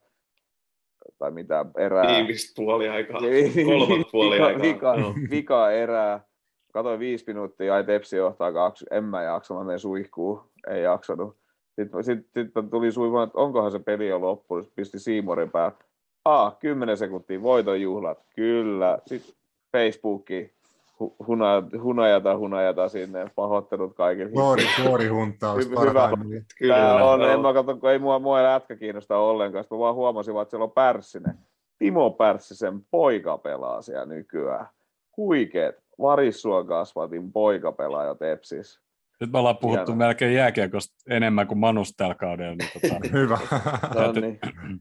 tai mitä erää. Viimeistä puoli aikaa. Niin, Kolmat puoli vika, aikaa. Vika, Joo. vika erää. Katoin viisi minuuttia, ai Tepsi johtaa kaksi. En mä jaksa, mä menen suihkuun. Ei jaksanut. Sitten, sitten, sitten tuli suihkuun, että onkohan se peli jo loppu. Sitten pisti Seamorin päälle. Ah, kymmenen sekuntia, voitonjuhlat. Kyllä. Sitten Facebookiin. Hu- huna, hunajata, hunajata sinne. Pahoittelut kaikille. Glory, glory huntaus Hyvä. parhaimmillaan. Kyllä. Tää on, joo. en mä katso, kun ei mua, mua lätkä kiinnosta ollenkaan. Sitten mä vaan huomasin, vaan, että siellä on Pärssinen. Timo Pärssisen poika pelaa siellä nykyään. Huikeet. Varissua kasvatin poika pelaa jo Tepsis. Nyt me ollaan puhuttu Hieno. melkein jääkiekosta enemmän kuin Manusta tällä kaudella. Niin tota... Hyvä. No niin.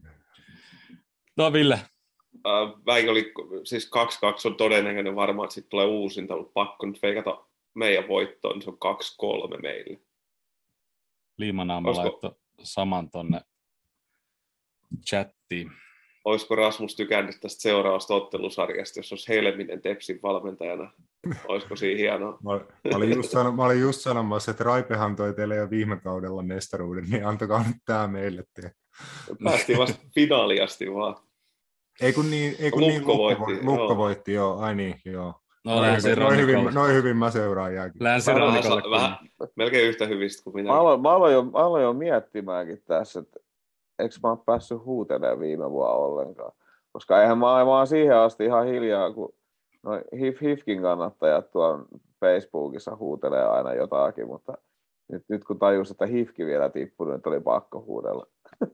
No Ville, Äh, Väikö oli, siis kaksi kaksi on todennäköinen varmaan, että sitten tulee uusinta, mutta pakko nyt veikata meidän voittoon, niin se on kaksi kolme meille. Liimanaama Olisiko- laittoi saman tonne chattiin. Olisiko Rasmus tykännyt tästä seuraavasta ottelusarjasta, jos olisi Helminen Tepsin valmentajana? Olisiko siinä hienoa? Mä, mä, olin just sano, mä olin just sanomassa, että Raipehan toi teille jo viime kaudella mestaruuden, niin antakaa nyt tää meille. Te. Päästiin vasta finaaliasti vaan. Ei kun niin, ei kun niin Lukko Lukko, voitti, voitti, Lukko joo. voitti, joo, ai niin, joo. No, Noin hyvin, noin hyvin, noin hyvin mä seuraan jääkin. Länsirannikolle. Vähän, melkein yhtä hyvistä kuin minä. Mä aloin, mä aloin, jo, mä aloin jo miettimäänkin tässä, että eikö mä ole päässyt huutelemaan viime vuonna ollenkaan. Koska eihän mä, mä oon siihen asti ihan hiljaa, kun noi H I F Kin kannattajat tuon Facebookissa huutelee aina jotakin, mutta nyt, nyt kun tajus, että H I Fkin vielä tippunut, niin oli pakko huudella.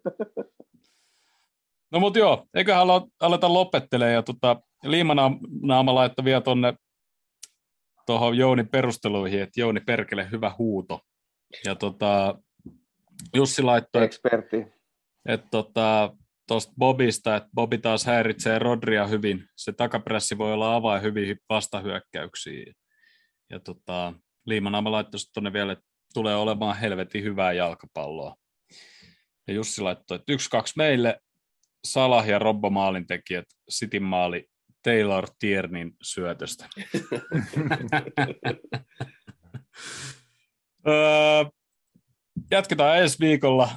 No mut joo, eiköhän aleta lopettelemaan. Ja tota, Liimanaama laittoi vielä tonne tuohon Jouni perusteluihin, että Jouni perkele, hyvä huuto. Ja tota, Jussi laittoi, Ekspertti. että tota, tuosta Bobista, että Bobi taas häiritsee Rodria hyvin. Se takapressi voi olla avain hyvin vastahyökkäyksiin. Ja tota, Liimanaama laittoi tuonne vielä, että tulee olemaan helvetin hyvää jalkapalloa. Ja Jussi laittoi, että yksi kaksi meille, Salah ja Robbo maalintekijät, Cityn maali Taylor Tiernin syötöstä. öö, jatketaan ensi viikolla.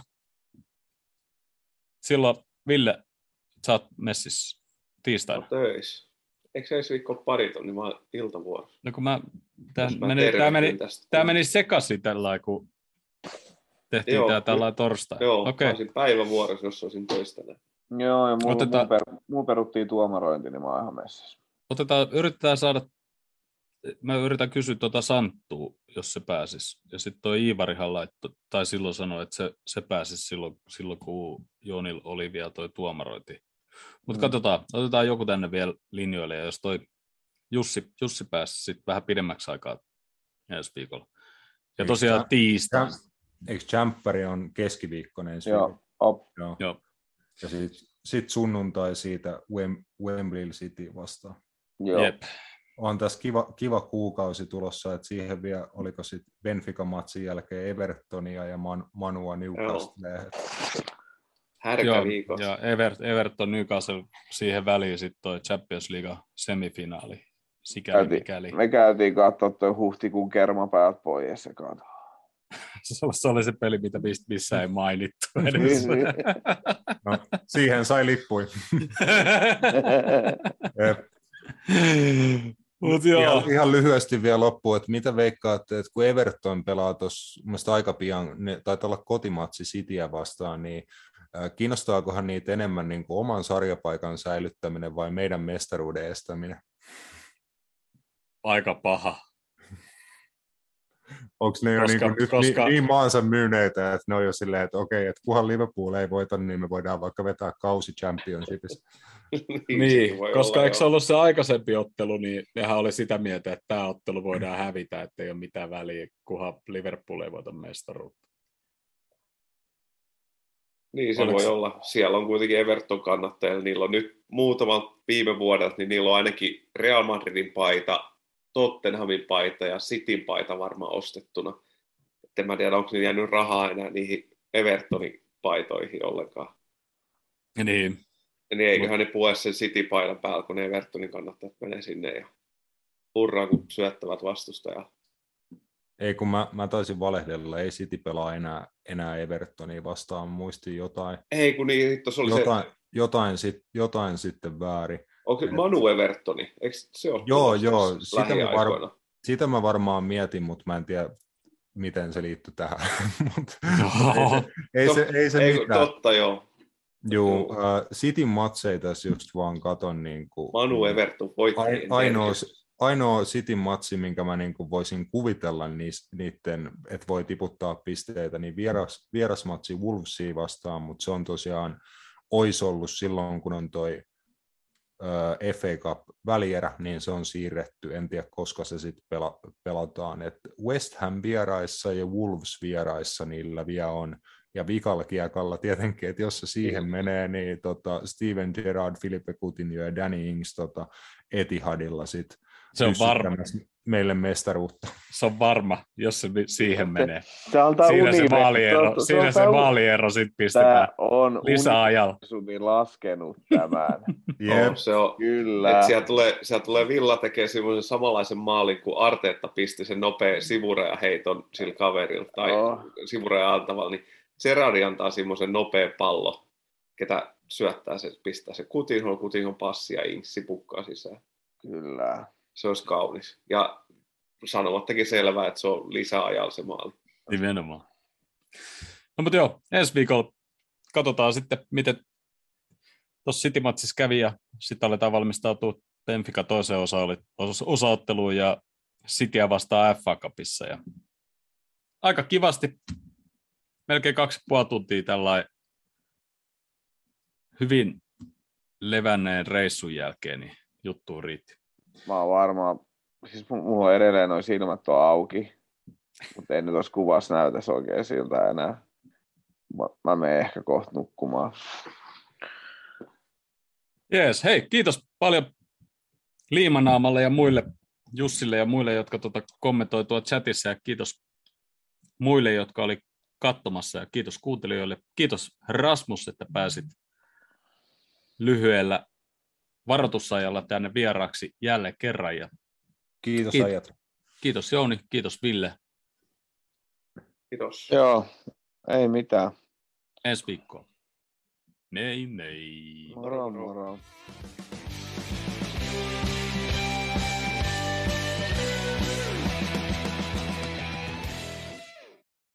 Silloin Ville, sä oot messissä tiistaina. Töissä. Eikö ensi viikko pari tonni, mä oon iltavuorossa. No kun mä, tää mä meni, tää meni, tää meni sekaisin tällä kun tehtiin joo, tää tällä torstaina. Joo, okay. mä olisin päivävuorossa, jos olisin töistä näin. Joo, ja mulla, Otetaan, mun, per, mun peruttiin tuomarointi, niin mä oon ihan messissä. Otetaan, yritetään saada, mä yritän kysyä tuota Santtua, jos se pääsisi. Ja sitten toi Iivarihan laittoi, tai silloin sanoi, että se, se pääsisi silloin, silloin, kun Jonil oli vielä toi tuomarointi. Mutta mm. katsotaan, otetaan joku tänne vielä linjoille, ja jos toi Jussi, Jussi pääsisi sitten vähän pidemmäksi aikaa ensi viikolla. Ja tosiaan tiistaina. Eikö Jämppäri on keskiviikkoinen ensi Joo, op. Joo. Joo. Ja sitten sit sunnuntai siitä Wem- Wembley City vastaan. Joo. Jep. On tässä kiva, kiva kuukausi tulossa, että siihen vielä, oliko sitten Benfica-matsin jälkeen Evertonia ja Man, Manua Newcastle. Härkä viikossa. Ja Ever- Everton Newcastle siihen väliin sitten toi Champions League semifinaali. Sikäli Käytiin, mikäli. me käytiin katsoa toi huhtikuun kermapäät pois se kato. Se oli se peli, mitä missä ei mainittu edes. No, siihen sai lippuja. Mut joo. Ihan, ihan lyhyesti vielä loppuun, että mitä veikkaatte, että kun Everton pelaa tuossa aika pian, ne taitaa olla kotimatsi Cityä vastaan, niin äh, kiinnostaakohan niitä enemmän niin kuin oman sarjapaikan säilyttäminen vai meidän mestaruuden estäminen? Aika paha. Onko ne jo koska, niin, nyt koska... niin, niin maansa myyneitä, että ne on jo silleen, että okei, että kunhan Liverpool ei voita, niin me voidaan vaikka vetää kausi Championshipissa. niin, koska eikö se ollut se aikaisempi ottelu, niin nehän oli sitä mieltä, että tämä ottelu voidaan hävitä, että ei ole mitään väliä, kunhan Liverpool ei voita mestaruutta. Niin, se Oliko... voi olla. Siellä on kuitenkin Everton kannattajilla. Niillä on nyt muutaman viime vuodelta, niin niillä on ainakin Real Madridin paita, Tottenhamin paita ja Cityn paita varmaan ostettuna. En mä tiedä, onko niillä jäänyt rahaa enää niihin Evertonin paitoihin ollenkaan. Niin. Niin eiköhän ne pue sen City-paidan päällä, kun ne Evertonin kannattajat menee sinne ja hurraa, kun syöttävät vastustajaa. Ei, kun mä, mä taisin valehdella, ei City pelaa enää, enää Evertonia vastaan, muistin jotain. Ei, kun niin, tuossa oli jotain, se... Jotain, sit, jotain sitten väärin. Onko se Manu Evertoni? Eikö se ole? Joo, joo. Sitä mä, var... sitä mä varmaan mietin, mutta mä en tiedä, miten se liittyy tähän. Mut no. ei, ei se, ei se ei, mitään. Totta, joo. Joo, uh, Cityn matseja tässä just vaan katon. Niin kuin, Manu Everton voitti. Ainoa, ainoa Cityn matsi, minkä mä niin kuin voisin kuvitella niiden, että voi tiputtaa pisteitä, niin vieras, vierasmatsi Wolvesia vastaan, mutta se on tosiaan olisi ollut silloin, kun on toi uh, F A Cup-välierä, niin se on siirretty. En tiedä, koska se sitten pela, pelataan. Et West Ham vieraissa ja Wolves vieraissa niillä vielä on. Ja vikalla kiekalla tietenkin, että jos se siihen menee, niin tota Steven Gerrard, Philippe Coutinho ja Danny Ings tota Etihadilla sitten se on varma. Meille mestaruutta. Se on varma, jos se siihen menee. Se antaa siinä se unime. maaliero, se, siinä se, se maaliero sitten pistetään lisäajalla. On laskenut tämän. Jep. Oh, se on, kyllä. Siellä tulee, siellä tulee Villa tekee semmoisen samanlaisen maalin, kuin Arteetta pisti sen nopea sivuraja heiton sillä kaverilla, tai oh. sivuraja antavalla, niin Gerrard antaa semmoisen nopea pallo ketä syöttää se, pistää se Coutinho, Coutinhon passi ja Inksi pukkaa sisään. Kyllä. Se olisi kaunis. Ja sanomattakin selvää, että se on lisäajalla se maali. Nimenomaan. No mutta joo, ensi viikolla katsotaan sitten, miten tuossa City-matsissa kävi, ja sitten aletaan valmistautua Benfica toiseen osa osaotteluun ja Cityä vastaan F A Cupissa. Ja aika kivasti, melkein kaksi ja puoli tuntia tällainen hyvin levänneen reissun jälkeen, niin juttuun riitti. Mä oon varmaan, siis mulla on edelleen noin silmät on auki, mutta ei nyt tuossa kuvassa näytäisi oikein siltä enää. Mä, mä menen ehkä kohta nukkumaan. Jees, hei, kiitos paljon Liimanaamalle ja muille, Jussille ja muille, jotka tuota kommentoi tuolla chatissa, ja kiitos muille, jotka oli katsomassa, ja kiitos kuuntelijoille. Kiitos Rasmus, että pääsit lyhyellä varoitusajalla tänne vieraaksi jälleen kerran. Ja kiitos kiitos ajat. Kiitos Jouni, kiitos Ville. Kiitos. Joo, ei mitään. Ensi viikkoon. Nei, nei. Moro, moro.